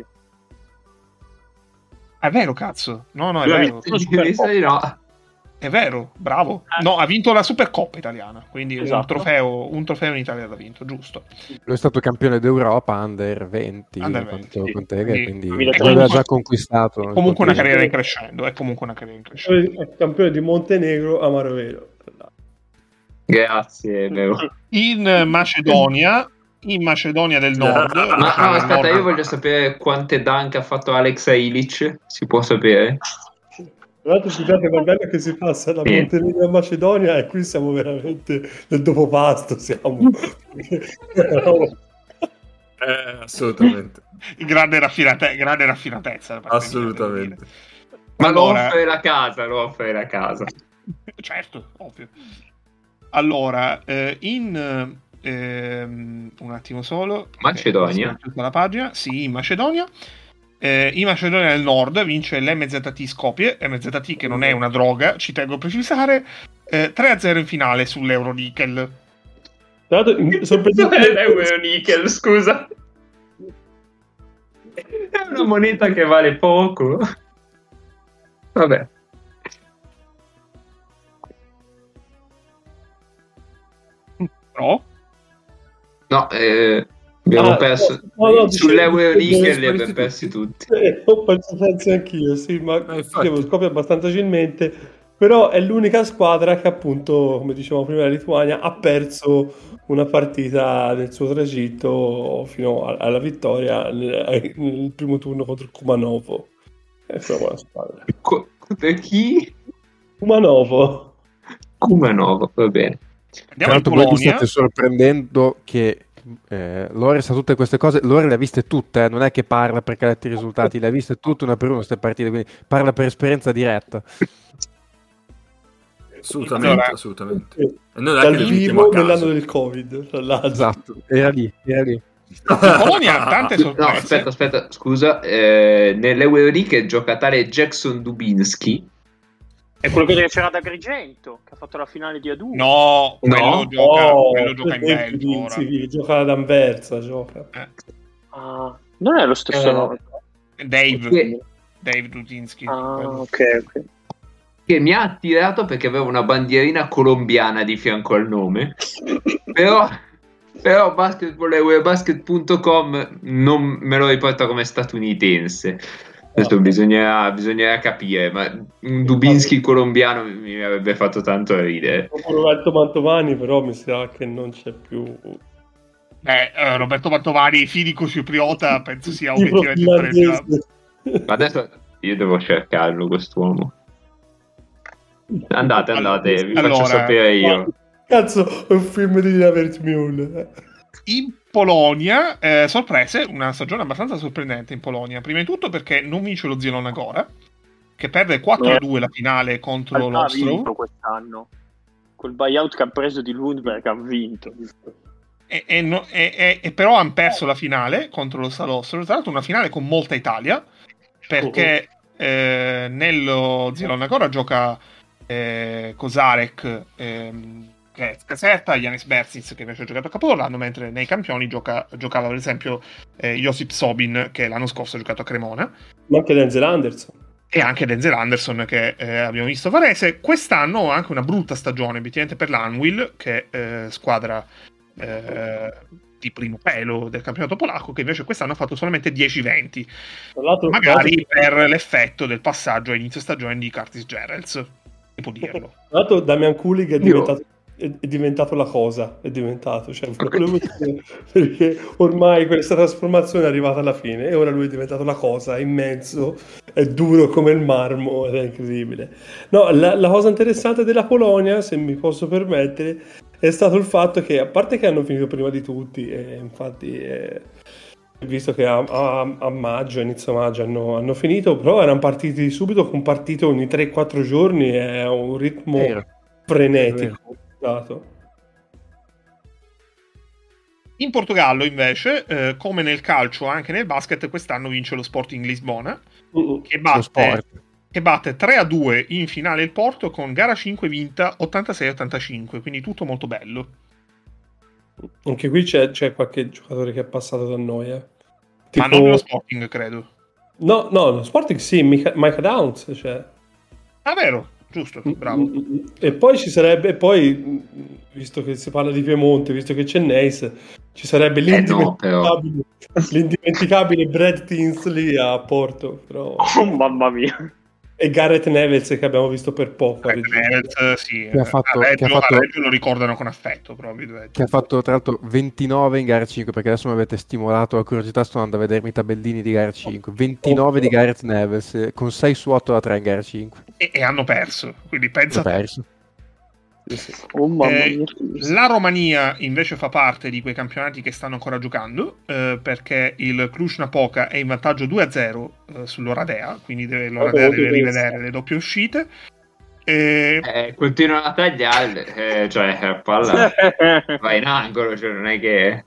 È vero, cazzo. No, no, è Lui ha vero. vinto la Supercoppa. No. È vero, bravo. No, ha vinto la Supercoppa italiana, quindi un Esatto. trofeo, un trofeo in Italia l'ha vinto, giusto. Lui è stato campione d'Europa under venti, Under quanto venti, con te, quindi- quindi duemilatredici. l'aveva già conquistato. È comunque una in carriera in crescendo, è comunque una carriera in crescendo. È campione di Montenegro, Amaro vero. Grazie, vero. In Macedonia, in Macedonia del Nord, Ma no, Macedonia del aspetta, Nord- io voglio sapere quante dunk ha fatto Alexa Ilic. Si può sapere? Tra l'altro, scusate, ma bello che si passa da Niente. Montenegro a Macedonia e qui siamo veramente nel dopo pasto. Siamo. Eh, assolutamente. grande, raffinate- grande raffinatezza. da parte mia, devo Assolutamente. dire. Ma Allora- lo offre la casa, lo offre la casa. Certo, ovvio. Allora, eh, in ehm, un attimo solo. Macedonia? Ok, tutta la pagina. Sì, in Macedonia. Eh, in Macedonia del Nord vince l'M Z T Skopje, M Z T che non è una droga, ci tengo a precisare, eh, tre a zero in finale sull'Euronickel. Tra l'altro, in- sorprendente- L'euro nickel, scusa. È una moneta che vale poco. Vabbè. No? No, eh, abbiamo Ah, perso. no, no, Sull'euro dicevo- nickel li dicevo- abbiamo persi tutti. Eh, ho penso penso anch'io, sì, ma Eh, infatti. dicevo, Skopje abbastanza facilmente, però è l'unica squadra che appunto, come dicevamo prima, la Lituania ha perso una partita nel suo tragitto fino a- alla vittoria nel, nel primo turno contro il Kumanovo. È una buona squadra. Co- per chi? Kumanovo. Kumanov, va bene. Tra Andiamo in l'altro voi vi Polonia. state sorprendendo che eh, Lore sa tutte queste cose, Lore le ha viste tutte, eh, non è che parla perché ha letto i risultati, le ha viste tutte una per una queste partite, quindi parla per esperienza diretta. Assolutamente, Allora- assolutamente. Sì. E noi non è Dal che le mettiamo vivo a caso. nell'anno del Covid, tra l'altro. Esatto, era lì, era lì. In Polonia tante No, sorprese. aspetta, aspetta, scusa. Eh, Nell'Euroleague gioca tale Jackson Dubinsky. È quello che c'era da Agrigento, che ha fatto la finale di Adu. No, quello No. gioca, Oh, quello gioca in quello Belgio ora. sì, gioca ad Anversa, gioca. Eh, Ah, non è lo stesso Eh, nome. Dave, Che, Dave Dudzinski. Ah, quello. ok, ok. che mi ha attirato perché aveva una bandierina colombiana di fianco al nome. Però, però basketball eurobasket punto com non me lo riporta come statunitense. Adesso Ah. bisognerà, bisognerà capire, ma un Dubinsky colombiano mi, mi avrebbe fatto tanto ridere. Dopo Roberto Mantovani, però mi sa che non c'è più. Eh, eh, Roberto Mantovani, filico cipriota, penso sia Tipo obiettivamente differenziato. finlandese. Ma adesso io devo cercarlo, quest'uomo. Andate, andate, vi Allora, faccio sapere io. Cazzo, è un film di Javert Mule. In Polonia, eh, sorprese, una stagione abbastanza sorprendente in Polonia. Prima di tutto perché non vince lo Zielona Góra, che perde quattro a due la finale contro Realtà ha l'Ostrov. vinto quest'anno. Col buyout che ha preso di Lundberg ha vinto. E, e no- e- e- e però hanno perso la finale contro lo Salostro. Tra l'altro una finale con molta Italia, perché eh, nello Zielona Góra gioca eh, Kozarek, ehm, che è Caserta, Janis Bersins che invece ha giocato a Capodorlando, mentre nei campioni gioca- giocava per esempio eh, Josip Sobin, che l'anno scorso ha giocato a Cremona, Ma anche Denzel Anderson. e anche Denzel Anderson, che eh, abbiamo visto Varese. Quest'anno anche una brutta stagione obiettivamente per l'Anwil, che è eh, squadra eh, di primo pelo del campionato polacco, che invece quest'anno ha fatto solamente dieci venti, Tra l'altro, magari per l'effetto del passaggio a inizio stagione di Curtis Gerrels, si può dirlo. Tra l'altro Damian Kulig è Io- diventato è, è diventato la cosa, è diventato, cioè, volevo dire, perché ormai questa trasformazione è arrivata alla fine e ora lui è diventato la cosa, è immenso, è duro come il marmo ed è incredibile. No, la, la cosa interessante della Polonia, se mi posso permettere, è stato il fatto che, a parte che hanno finito prima di tutti, e infatti eh, visto che a, a, a maggio, inizio maggio hanno, hanno finito, però erano partiti subito con partite ogni tre quattro giorni, è un ritmo Vero. frenetico. Dato. In Portogallo invece, eh, come nel calcio anche nel basket, quest'anno vince lo Sporting Lisbona, Uh-uh. che Lo batte, sport. che batte tre a due in finale il Porto con gara cinque vinta ottantasei a ottantacinque, quindi tutto molto bello. Anche qui c'è, c'è qualche giocatore che è passato da noi, eh. Tipo... Ma non nello Sporting, credo. No, no, lo Sporting sì, Mika, Micah Downs, cioè. Ah, vero, giusto, bravo. E poi ci sarebbe, poi, visto che si parla di Piemonte, visto che c'è Neis, ci sarebbe l'indimenticabile, Eh no, l'indimenticabile Brad Tinsley a Porto, però... Oh, mamma mia. E Gareth Nevels che abbiamo visto per poco. a Gareth Reggio. Nevels, sì, Che ha fatto- a, Reggio, che ha fatto- a Reggio lo ricordano con affetto proprio. Che ha fatto tra l'altro ventinove in gara cinque, perché adesso mi avete stimolato la curiosità, sto andando a vedermi i tabellini di gara cinque. ventinove di Gareth Neves, eh, con sei su otto da tre in gara cinque. E, e hanno perso, quindi pensa Ha a te. perso. Oh, mamma Eh, mia. La Romania invece fa parte di quei campionati che stanno ancora giocando, eh, perché il Cluj-Napoca è in vantaggio due a zero eh, sull'Oradea, quindi deve, l'Oradea Vabbè, deve deve rivedere le doppie uscite. E eh, continuano a tagliare, eh, cioè la palla va in angolo, cioè non è che...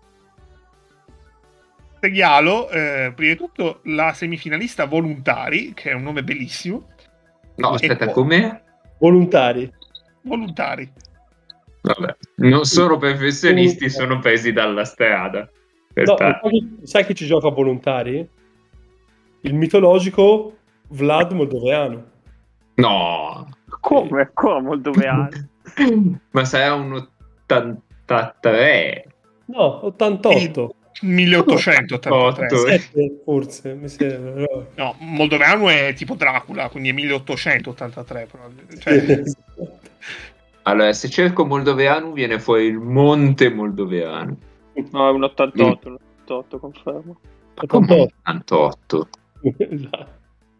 segnalo, eh, prima di tutto, la semifinalista Volontari, che è un nome bellissimo. No, E aspetta, poi- come? Volontari. Volontari. Vabbè, non sono professionisti, sono presi dalla strada. Per No, ta- sai chi ci gioca a Volontari? Il mitologico Vlad Moldoveanu. No! Come? Ancora moldoveano? Ma sarà un ottantatré. No, ottantotto. milleottocentottantatré. Otto. sette forse, mi sembra. No. No, Moldoveano è tipo Dracula, quindi è milleottocentottantatré probabilmente. Cioè, Allora, se cerco Moldoveanu viene fuori il Monte Moldoveano. No, è un ottantotto, un ottantotto, confermo. Come ottantotto? Esatto.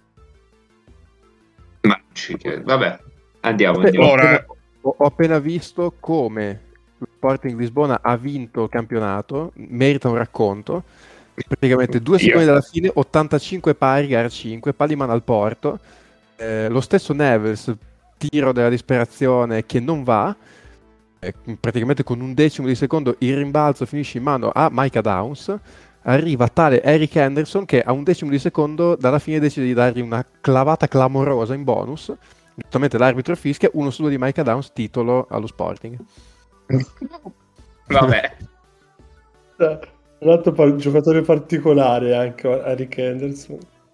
Ma ci credo. Vabbè, andiamo, andiamo. Allora, Ho, ho appena visto come lo Sporting Lisbona ha vinto il campionato, merita un racconto. Praticamente due Io. secondi dalla fine, ottantacinque pari, gara cinque, palla in mano al Porto. Eh, lo stesso Neves, tiro della disperazione che non va, eh, praticamente con un decimo di secondo il rimbalzo finisce in mano a Micah Downs. Arriva tale Eric Henderson che a un decimo di secondo dalla fine decide di dargli una clavata clamorosa in bonus. Giustamente l'arbitro fischia, uno su due di Micah Downs, titolo allo Sporting. Vabbè. Un altro par- giocatore particolare anche Eric Henderson.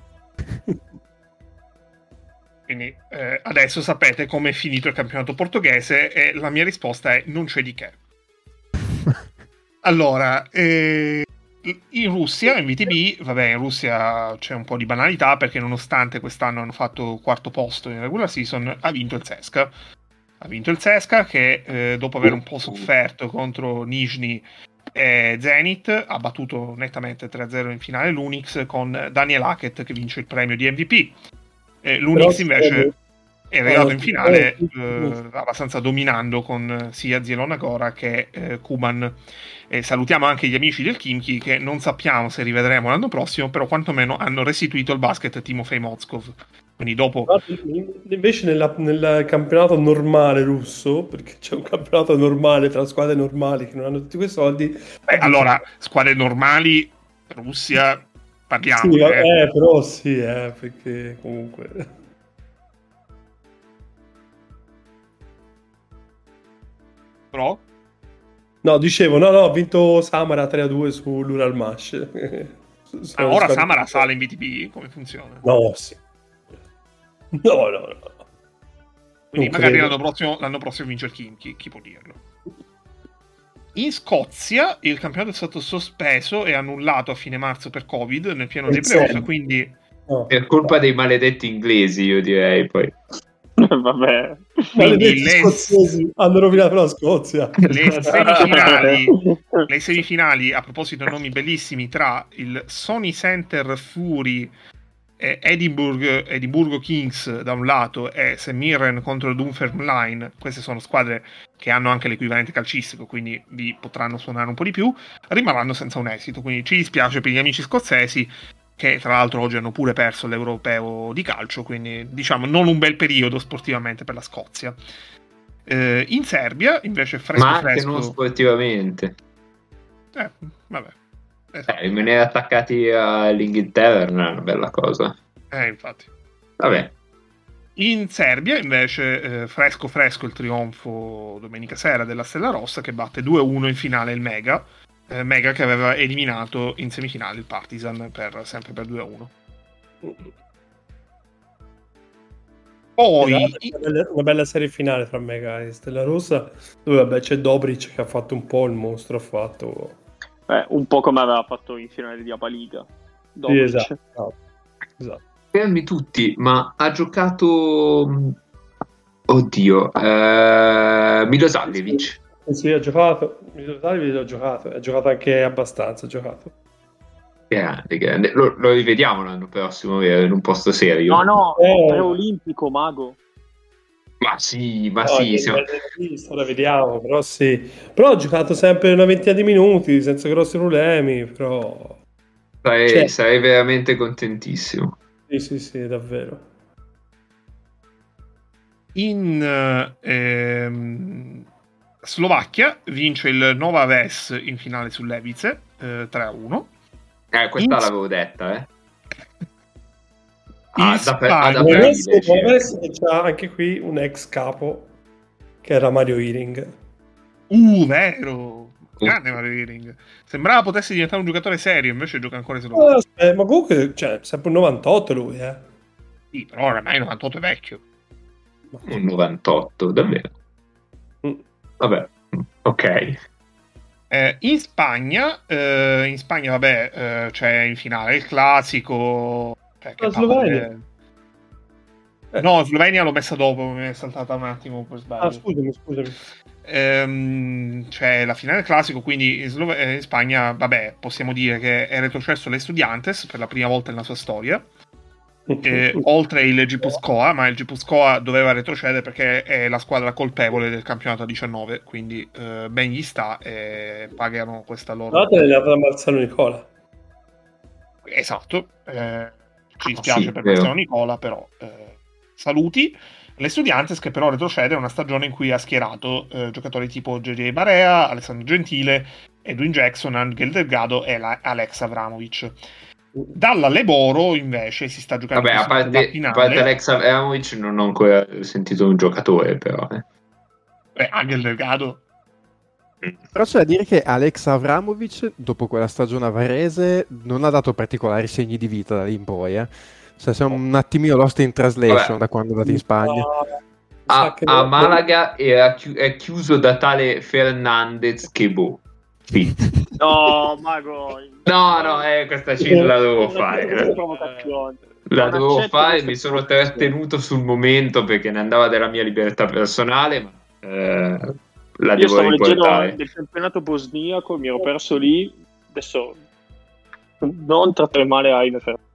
quindi eh, adesso sapete come è finito il campionato portoghese e la mia risposta è non c'è di che. Allora, eh, in Russia, in V T B, vabbè, in Russia c'è un po' di banalità perché nonostante quest'anno hanno fatto quarto posto in regular season, ha vinto il C S K A. Ha vinto il C S K A che eh, dopo aver un po' sofferto contro Nizhny e Zenit ha battuto nettamente tre a zero in finale l'Unix con Daniel Hackett che vince il premio di M V P. Eh, L'Unix invece è arrivato in finale eh, abbastanza dominando con sia Zielona Gora che eh, Kuban. E salutiamo anche gli amici del Khimki che non sappiamo se rivedremo l'anno prossimo, però quantomeno hanno restituito il basket a Timofey Mozgov. Quindi dopo... Invece nella, nel campionato normale russo, perché c'è un campionato normale tra squadre normali che non hanno tutti quei soldi... Beh, allora, squadre normali, Russia, parliamo. Sì, eh. eh, però sì, eh, perché comunque... Però... No, dicevo, no, no, ha vinto Samara tre a due sull'Uralmash. Ah, ora Samara sale in V T B? Come funziona? No, sì. No, no, no. Quindi Non magari credo. l'anno prossimo, l'anno prossimo vince il Kim, chi, chi può dirlo? In Scozia il campionato è stato sospeso e annullato a fine marzo per Covid nel pieno dei playoff, quindi No. Per colpa dei maledetti inglesi, io direi, poi. Vabbè. Quindi le, scozzesi hanno rovinato la Scozia. Le semifinali, le semifinali, a proposito di nomi bellissimi, tra il Sony Center Fury e Edinburgh, Edimburgo Kings da un lato e St Mirren contro Dunfermline. Queste sono squadre che hanno anche l'equivalente calcistico, quindi vi potranno suonare un po' di più, rimarranno senza un esito, quindi ci dispiace per gli amici scozzesi, che tra l'altro oggi hanno pure perso l'europeo di calcio, quindi diciamo non un bel periodo sportivamente per la Scozia. Eh, in Serbia invece fresco ma anche fresco non sportivamente, eh, vabbè esatto. eh, rimanere attaccati all'Inghilterra non è una bella cosa, eh infatti. Vabbè. In Serbia invece eh, fresco fresco il trionfo domenica sera della Stella Rossa, che batte due a uno in finale il Mega Eh, Mega che aveva eliminato in semifinale il Partizan per, sempre per due a uno. Poi una bella, una bella serie finale tra Mega e Stella Rossa, dove vabbè c'è Dobric che ha fatto un po' il mostro, ha fatto eh, un po' come aveva fatto in finale di Apa Liga. Sì, esatto. esatto. Fermi tutti, ma ha giocato oddio eh... Milosavljevic. Sì, ha giocato, ha giocato, ha giocato anche abbastanza, ha giocato. Grande, grande. Lo, lo rivediamo l'anno prossimo, vero? In un posto serio. No, no, Eh. preolimpico, Mago. Ma sì, ma No, sì. Siamo... Ora vediamo, però sì. Però ha giocato sempre una ventina di minuti, senza grossi problemi, però... Sarei, Cioè- sarei veramente contentissimo. Sì, sì, sì, davvero. in ehm, Slovacchia vince il Nova Ves in finale sull'Evice eh, tre a uno. Eh, questa In- l'avevo detta, eh. In Ah, da- Spagna- ad Può aprile, essere- può cioè. essere che c'ha anche qui un ex capo, che era Mario Iring. Uh, vero! Grande Mario Iring. Sembrava potesse diventare un giocatore serio, invece gioca ancora in Slovacchia. Eh, ma comunque, cioè, sempre un novantotto lui, eh. Sì, però oramai novantotto è vecchio. Un novantotto, davvero. Mm. Vabbè, ok. Eh, in Spagna, eh, in Spagna, vabbè, eh, c'è in finale il classico. Cioè, che La Slovenia. palle. Eh. No, Slovenia l'ho messa dopo, mi è saltata un attimo per sbaglio. Ah, scusami, scusami. Ehm, c'è la finale del classico, quindi in, Slove- eh, in Spagna, vabbè, possiamo dire che è retrocesso l'Estudiantes per la prima volta nella sua storia. Eh, oltre il Gipuzkoa, ma il Gipuzkoa doveva retrocedere perché è la squadra colpevole del campionato a diciannove, quindi eh, ben gli sta e pagano questa loro. L'altra è nata da Marcello Nicola. Esatto, eh, ci Ah, dispiace sì, per vero. Marcello Nicola, però eh, saluti. L'Estudiantes che però retrocede è una stagione in cui ha schierato eh, giocatori tipo J J Barea, Alessandro Gentile, Edwin Jackson, Angel Delgado e la- Alex Avramovic. Dalla Leboro invece si sta giocando Vabbè, a in questo parte, momento la a parte finale. Alex Avramovic non ho ancora sentito un giocatore, però. Eh. Eh, Angel Delgado. Però c'è da dire che Alex Avramovic, dopo quella stagione a Varese, non ha dato particolari segni di vita da lì in poi. Eh. Cioè, siamo un attimino lost in translation Vabbè. da quando è andato in Spagna. A, a Malaga era chi- è chiuso da tale Fernandez che boh. Sì. No, Mago. No, no, eh, questa cifra la devo fare. Provocazione. La Non devo accetto fare, queste mi sono provocazioni. trattenuto sul momento perché ne andava della mia libertà personale, ma eh, la Io devo stavo leggendo riportare. del campionato bosniaco, mi ero perso lì. Adesso non trattare male a N F L.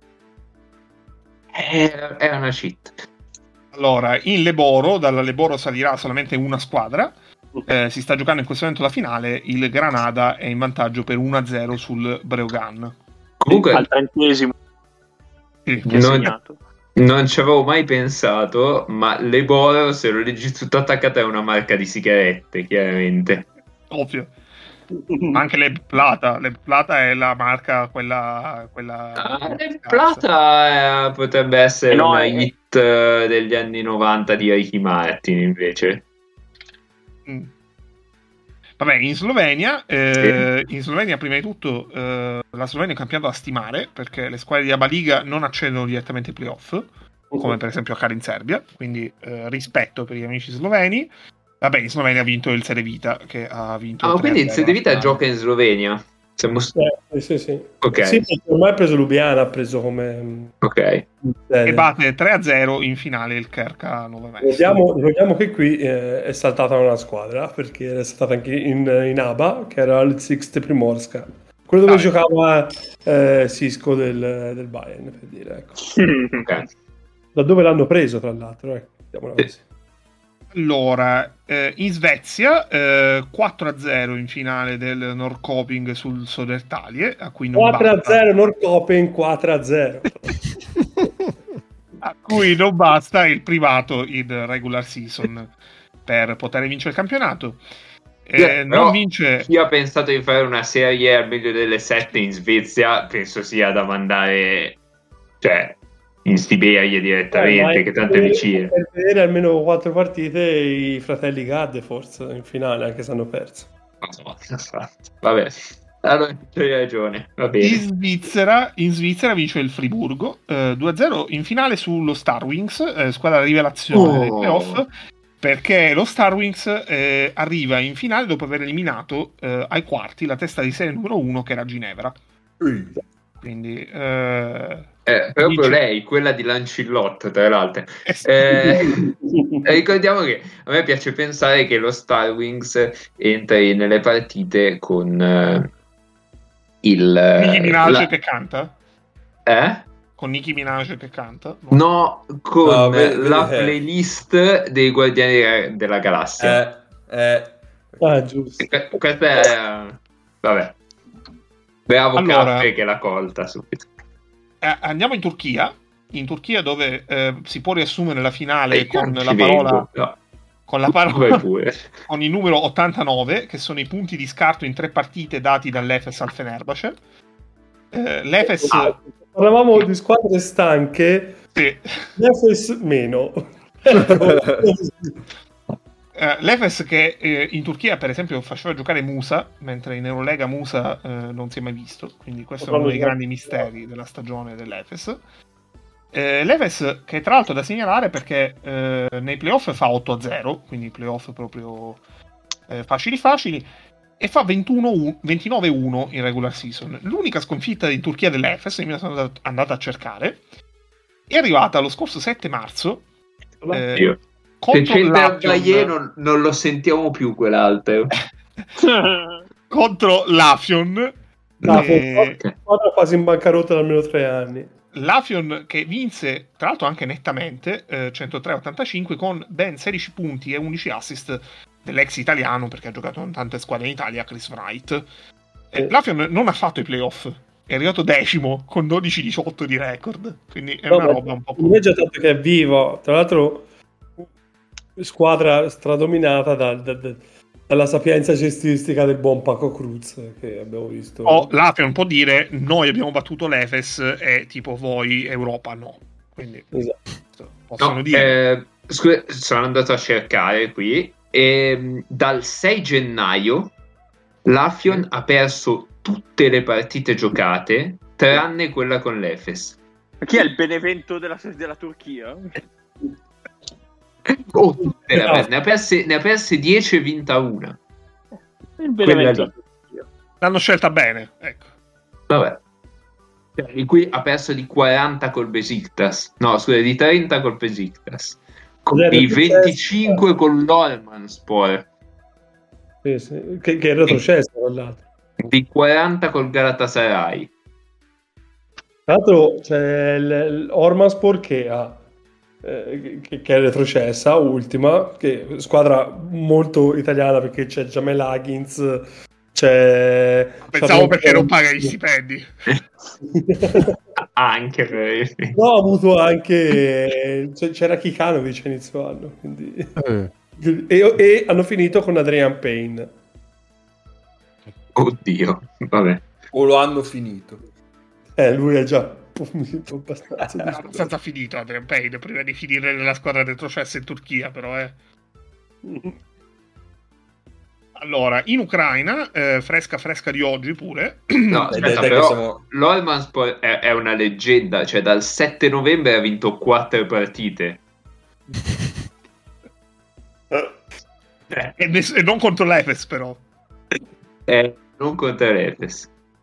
È, è una cheat. Allora, in Leboro, dalla Leboro salirà solamente una squadra. Eh, si sta giocando in questo momento la finale. Il Granada è in vantaggio per uno a zero sul Breogán. Comunque Al trentesimo Sì. che ha non, segnato. non ci avevo mai pensato, ma Leboro, se lo leggi tutto attaccato, è una marca di sigarette, chiaramente. Ovvio. Anche Le Plata. Le Plata è la marca, quella. quella Ah, il Plata eh, potrebbe essere Eh no, una è- hit eh, degli anni novanta di Ricky Martin, invece. Mm. Vabbè, in Slovenia, eh, in Slovenia prima di tutto eh, la Slovenia è un campionato da stimare perché le squadre di Aba Liga non accedono direttamente ai playoff, come per esempio accade in Serbia, quindi eh, rispetto per gli amici sloveni. Vabbè, in Slovenia ha vinto il Cedevita, che ha vinto Ah, tre a quindi il zero Cedevita la finale. gioca in Slovenia? Siamo... Eh, sì, sì. Ok. Sì, ormai ha preso Lubiana, ha preso come... Ok. E batte tre a zero in finale il Kerka Nove Mesto. Ricordiamo, ricordiamo che qui eh, è saltata una squadra, perché era stata anche in, in A B A, che era il Sixt Primorska. Quello dove Ah, giocava eh, Sisco del, del Bayern, per dire, ecco. Ok. Da dove l'hanno preso, tra l'altro, ecco. Mettiamola Sì. così. Allora, eh, in Svezia eh, quattro a zero in finale del Norrköping sul Södertälje, a cui non quattro a basta, zero Norrköping, quattro a zero. a cui non basta il privato in regular season per poter vincere il campionato. Eh, Però non vince. chi ha pensato di fare una serie al meglio delle sette in Svezia penso sia da mandare, cioè, in Siberia direttamente, Eh, che tanto è vicino. Per vedere almeno quattro partite i fratelli Gadde forse in finale, anche se hanno perso. Non so, vabbè, allora hai ragione, va bene. In Svizzera, in Svizzera vince il Friburgo eh, due a zero in finale sullo Star Wings, eh, squadra rivelazione Oh. dei playoff, perché lo Star Wings eh, arriva in finale dopo aver eliminato eh, ai quarti la testa di serie numero uno, che era Ginevra. Quindi eh, Eh, proprio dice- lei, quella di Lancillot, tra l'altro. Eh sì. Eh, ricordiamo che a me piace pensare che lo Star Wings entri nelle partite con eh, il... Nicki Minaj la- che canta? Eh? Con Nicki Minaj che canta? No, con No, vedi- vedi, la eh. playlist dei Guardiani della Galassia. Eh, eh. Ah, giusto. Que- Questa è... Vabbè. Bravo Allora- Cappe che l'ha colta subito. Eh, andiamo in Turchia, in Turchia dove eh, si può riassumere la finale Eh, io con non la ci parola... vengo, no. Con la Vai parola pure. con il numero ottantanove, che sono i punti di scarto in tre partite dati dall'Efes al Fenerbahce. Eh, L'Efes, Ah, parlavamo di squadre stanche, sì. l'Efes meno. Eh, L'Efes che eh, in Turchia, per esempio, faceva giocare Musa, mentre in Eurolega Musa eh, non si è mai visto. Quindi questo è uno dei grandi misteri della stagione dell'Efes. Eh, L'Efes, che tra l'altro è da segnalare perché eh, nei playoff fa otto a zero, quindi playoff proprio eh, facili facili, e fa ventuno ventinove uno in regular season. L'unica sconfitta in Turchia dell'Efes, io mi sono andato- andato a cercare, è arrivata lo scorso sette marzo eh, Io. Se contro c'è il l'Afion, Bergaie non, non lo sentiamo più quell'altro. contro l'Afion, No, eh, squadra quasi in bancarotta da almeno tre anni. l'Afion che vinse tra l'altro anche nettamente eh, centotré a ottantacinque con ben sedici punti e undici assist dell'ex italiano, perché ha giocato in tante squadre in Italia, Chris Wright. Eh, L'Afion non ha fatto i playoff, è arrivato decimo con dodici diciotto di record, quindi è No, una ma roba un po' non è già tanto che è vivo, tra l'altro squadra stradominata da, da- da- dalla sapienza gestistica del buon Paco Cruz che abbiamo visto. O l'Afion può dire noi abbiamo battuto l'Efes e tipo voi Europa no, quindi Esatto. possono No, dire eh, scusa, sono andato a cercare qui. E, dal sei gennaio l'Afion ha perso tutte le partite giocate tranne quella con l'Efes. Chi è il Benevento della, della Turchia? Oh, tutte le ha No. perse. Ne ha perse, ne ha perse dieci e vinta una. Il Quella Benevento lì. della Turchia. l'hanno scelta bene, ecco. Vabbè. Cioè, di cui ha perso di quaranta col Besiktas. No, scusa, di trenta col Besiktas. Cos'è, Di del venticinque con l'Olmanspor. Sì, sì, che, che è retrocesso tra l'altro. Di quaranta col Galatasaray. Tra l'altro c'è il- l'Ormanspor che ha eh, che, che è retrocessa, ultima, che squadra molto italiana perché c'è Jamel Huggins, c'è Pensavo perché non Charlotte- paga gli stipendi. Anche per... No, ha avuto anche c'è- c'era Kikanovic a inizio anno, quindi... Eh, e, e hanno finito con Adrian Payne. Oddio, vabbè. O lo hanno finito. Eh, lui è già punito abbastanza. È abbastanza finito Adrian Payne prima di finire nella squadra retrocessa in Turchia, però eh. Allora, in Ucraina, eh, fresca fresca di oggi pure. No, Dai, aspetta, dai, però che siamo- l'Olmanspor è, è una leggenda, cioè dal sette novembre ha vinto quattro partite. Eh, e, ness- e non contro l'Efes, però. Eh, non contro l'Efes.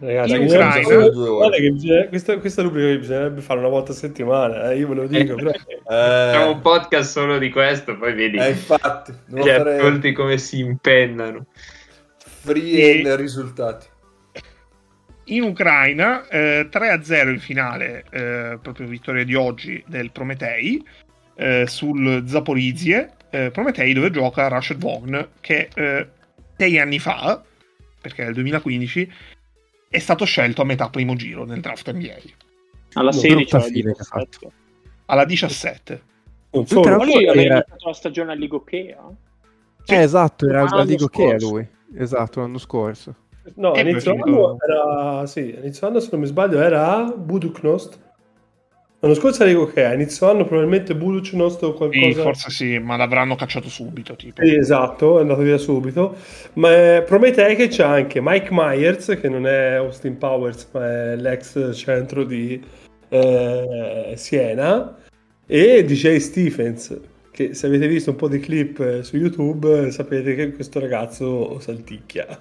Ragazzi, In bisognerebbe- Ucraina- guarda che bisogna- questa, questa rubrica che bisognerebbe fare una volta a settimana, eh, io ve lo dico. Però... Facciamo un Eh, podcast solo di questo, poi vedi eh, infatti, devo gli fare ascolti come si impennano. free E- and risultati. In Ucraina eh, tre a zero in finale, eh, proprio vittoria di oggi del Prometei eh, sul Zaporizhzhia, eh, Prometei dove gioca Rashad Vaughn che eh, sei anni fa, perché è del duemilaquindici, è stato scelto a metà primo giro nel draft N B A, Alla No, sedici, brutta alla fine che ha fatto. diciassette. alla diciassette. Non Tra solo, Ma lui aveva Era- iniziato la stagione a Liga Okea? Sì. Eh, esatto, era L'anno la Liga che è scorso. lui. Esatto, l'anno scorso. no, E inizio poi è finito- anno era, sì, inizio anno se non mi sbaglio era a Budućnost. L'anno scorso dico che a inizio anno probabilmente Budućnost o Sì, qualcosa. forse sì, ma l'avranno cacciato subito. Tipo. Sì, esatto, è andato via subito. Ma eh, Prometei che c'è anche Mike Myers, che non è Austin Powers, ma è l'ex centro di eh, Siena, e D J Stephens, che se avete visto un po' di clip eh, su YouTube eh, sapete che questo ragazzo salticchia.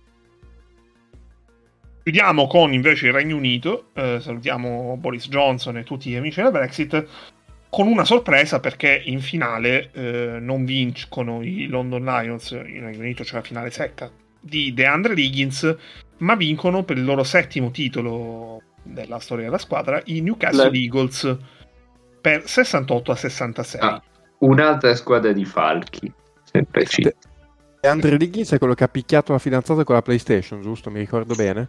Chiudiamo con invece il Regno Unito, eh, salutiamo Boris Johnson e tutti gli amici della Brexit, con una sorpresa perché in finale eh, non vincono i London Lions, in Regno Unito c'è la finale secca, di DeAndre Higgins, ma vincono per il loro settimo titolo della storia della squadra i Newcastle Le- Eagles per sessantotto a sessantasei. Ah, un'altra squadra di falchi, sempre C. De- Andre Higgins è quello che ha picchiato la fidanzata con la PlayStation, giusto? Mi ricordo bene.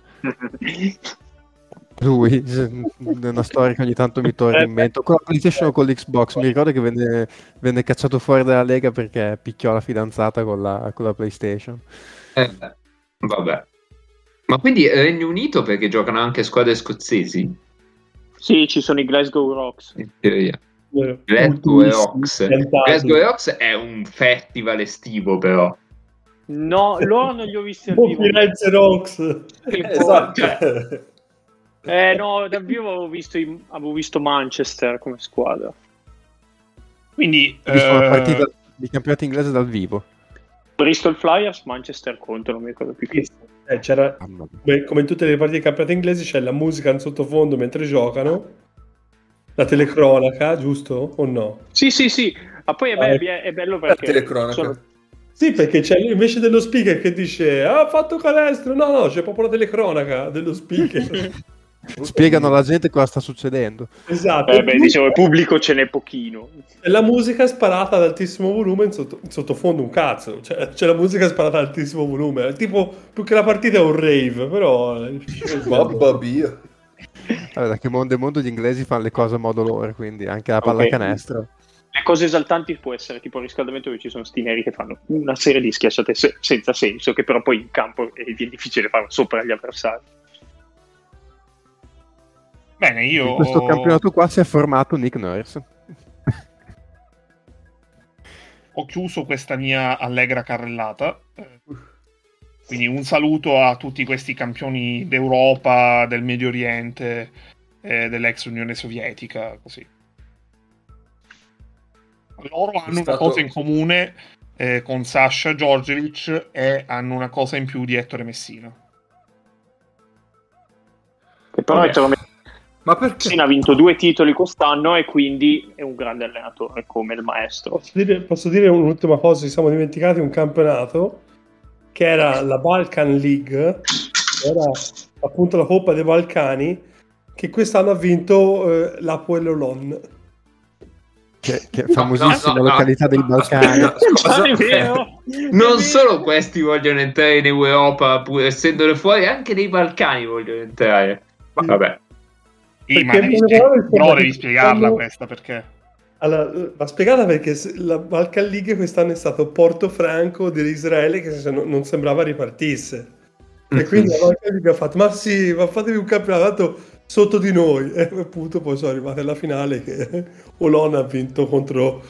Lui, è una storia che ogni tanto mi torna in mente. Con la PlayStation o con l'Xbox, mi ricordo che venne, venne cacciato fuori dalla Lega perché picchiò la fidanzata con la, con la PlayStation. Eh, vabbè. Ma quindi Regno Unito perché giocano anche squadre scozzesi? Sì, ci sono i Glasgow Rocks. In teoria. Eh, Glasgow Rocks. Cantati. Glasgow Rocks è un festival estivo però. No, loro non li ho visti al Oh, vivo. Firenze Rocks. Esatto. Eh no, dal vivo avevo visto, i- avevo visto Manchester come squadra. Quindi Ho visto una eh, partita di campionato inglese dal vivo. Bristol Flyers, Manchester contro, non mi ricordo più chi. Eh, c'era, Mamma mia. beh, come in tutte le partite di campionato inglesi c'è la musica in sottofondo mentre giocano, la telecronaca, giusto o no? Sì, sì, sì. Ma poi è, Ah, be- è bello La perché telecronaca. sono- Sì, perché c'è invece dello speaker che dice ah, ha fatto canestro, no no, c'è proprio la telecronaca dello speaker. Spiegano alla gente cosa sta succedendo. Esatto. Eh, beh, dicevo, il pubblico ce n'è pochino. E la musica sparata ad altissimo volume in, sotto- in sottofondo un cazzo, cioè c'è la musica sparata ad altissimo volume, è tipo più che la partita è un rave, però eh, Mamma mia. Vabbè, da che mondo è mondo gli inglesi fanno le cose a modo loro, quindi anche la pallacanestro. Le cose esaltanti può essere tipo il riscaldamento dove ci sono sti neri che fanno una serie di schiacciate se- senza senso, che però poi in campo è viene difficile farlo sopra gli avversari. bene, io In questo campionato qua si è formato Nick Nurse. ho chiuso questa mia allegra carrellata. Eh, Quindi un saluto a tutti questi campioni d'Europa, del Medio Oriente, eh, dell'ex Unione Sovietica, così. Loro hanno una stato- cosa in comune eh, con Sasha Djordjevic e hanno una cosa in più di Ettore Messina. Che però Vabbè. Ettore Ma perché? Messina ha vinto due titoli quest'anno e quindi è un grande allenatore come il maestro. Posso dire, posso dire un'ultima cosa, ci siamo dimenticati un campionato che era la Balkan League, che era appunto la Coppa dei Balcani, che quest'anno ha vinto eh, l'Apoel Olon. Che, che è famosissima no, no, località dei Balcani. Aspetta, scusa. Ah, è vero? Non È solo questi vogliono entrare in Europa, pur essendone fuori, anche nei Balcani vogliono entrare. Ma vabbè. Sì, ma Perché devi, non spie- vuole però rispondere- devi spiegarla quando- questa perché. Allora, va spiegata perché se- la Balkan League quest'anno è stato Portofranco di Israele che se no- non sembrava ripartisse. E quindi la Balkan League ha fatto, ma sì, ma fatevi un campionato sotto di noi. E appunto poi sono arrivati alla finale che Olon ha vinto contro,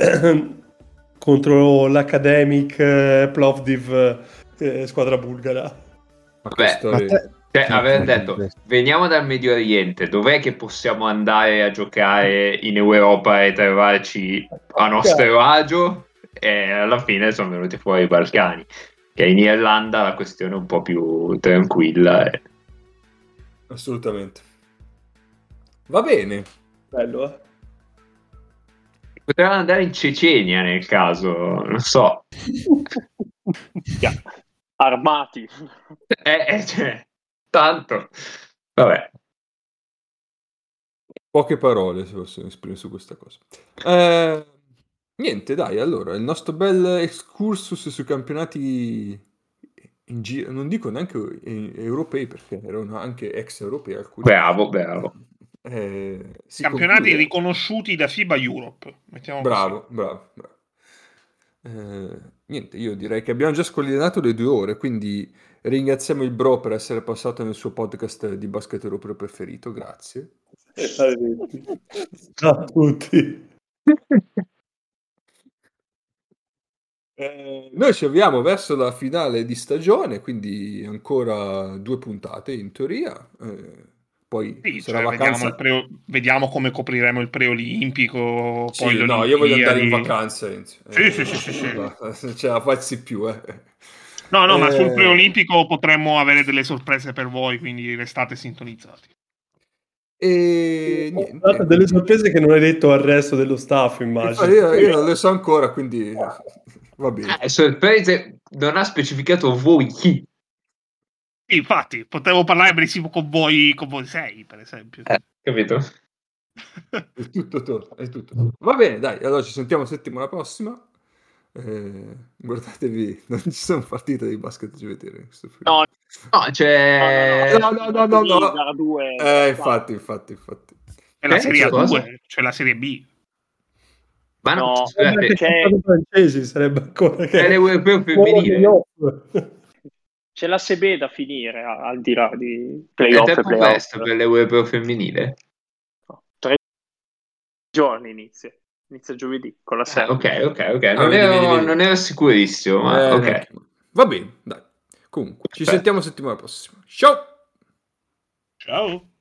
contro l'Academic eh, Plovdiv, eh, squadra bulgara. Ma Vabbè, questo Ma è- te- Cioè, No, aver no, detto, no. veniamo dal Medio Oriente, dov'è che possiamo andare a giocare in Europa e trovarci a nostro agio? E alla fine sono venuti fuori i Balcani, che in Irlanda la questione è un po' più tranquilla. E... Assolutamente. Va bene. Bello, eh? Potevano andare in Cecenia nel caso, non so. Yeah. Armati. Eh, eh, cioè, tanto. Vabbè. Poche parole si possono esprimere su questa cosa. Eh, niente, dai, allora, il nostro bel excursus sui campionati in giro, non dico neanche eh, europei, perché erano anche ex europei alcuni. Bravo, bravo. Eh, si Campionati conclude- riconosciuti da FIBA Europe. Mettiamo Bravo, bravo, bravo. Eh, niente, io direi che abbiamo già scollinato le due ore, quindi ringraziamo il bro per essere passato nel suo podcast di basket europeo preferito, grazie. Ciao a tutti. Eh, noi ci avviamo verso la finale di stagione, quindi ancora due puntate in teoria. Eh, poi Sì, sarà cioè, vediamo, vacanza. il pre- vediamo come copriremo il preolimpico. Sì, Poi le no, io voglio andare in Olimpiadi. vacanza, Enzo. Sì, Eh, sì, sì, sì, sì. va- ce la facci più, eh. No, no, ma sul Eh, preolimpico potremmo avere delle sorprese per voi, quindi restate sintonizzati. E Ho niente. dato delle sorprese che non hai detto al resto dello staff, immagino. Io, io non le so ancora, quindi va bene. Eh, sorprese, non ha specificato voi chi. Sì, infatti, potevo parlare benissimo con voi, con voi sei, per esempio. Eh, capito? È tutto, to- è tutto. Va bene, dai, allora ci sentiamo settimana prossima. Eh, guardatevi, non ci sono partite di basket da vedere in questo film. No, No, c'è... no, no, no, no, no. Gara due, Eh, infatti, infatti, infatti. È la Eh, Serie cosa? due, cioè la Serie B. Ma no, No, scusate, Che c'è- sono francesi sarebbe ancora che è l'europeo femminile. c'è la Sebe da finire a- al di là di È playoff e troppo playoff. presto per l'europeo femminile. Tre giorni inizia. Inizia giovedì con la Eh, Serbia. ok, ok, ok. Ah, Non, vedi, ero, vedi, vedi. non ero sicurissimo, ma Eh, ok. neanche me. Va bene, dai. Comunque, ci Perfetto. sentiamo settimana prossima. Ciao! Ciao.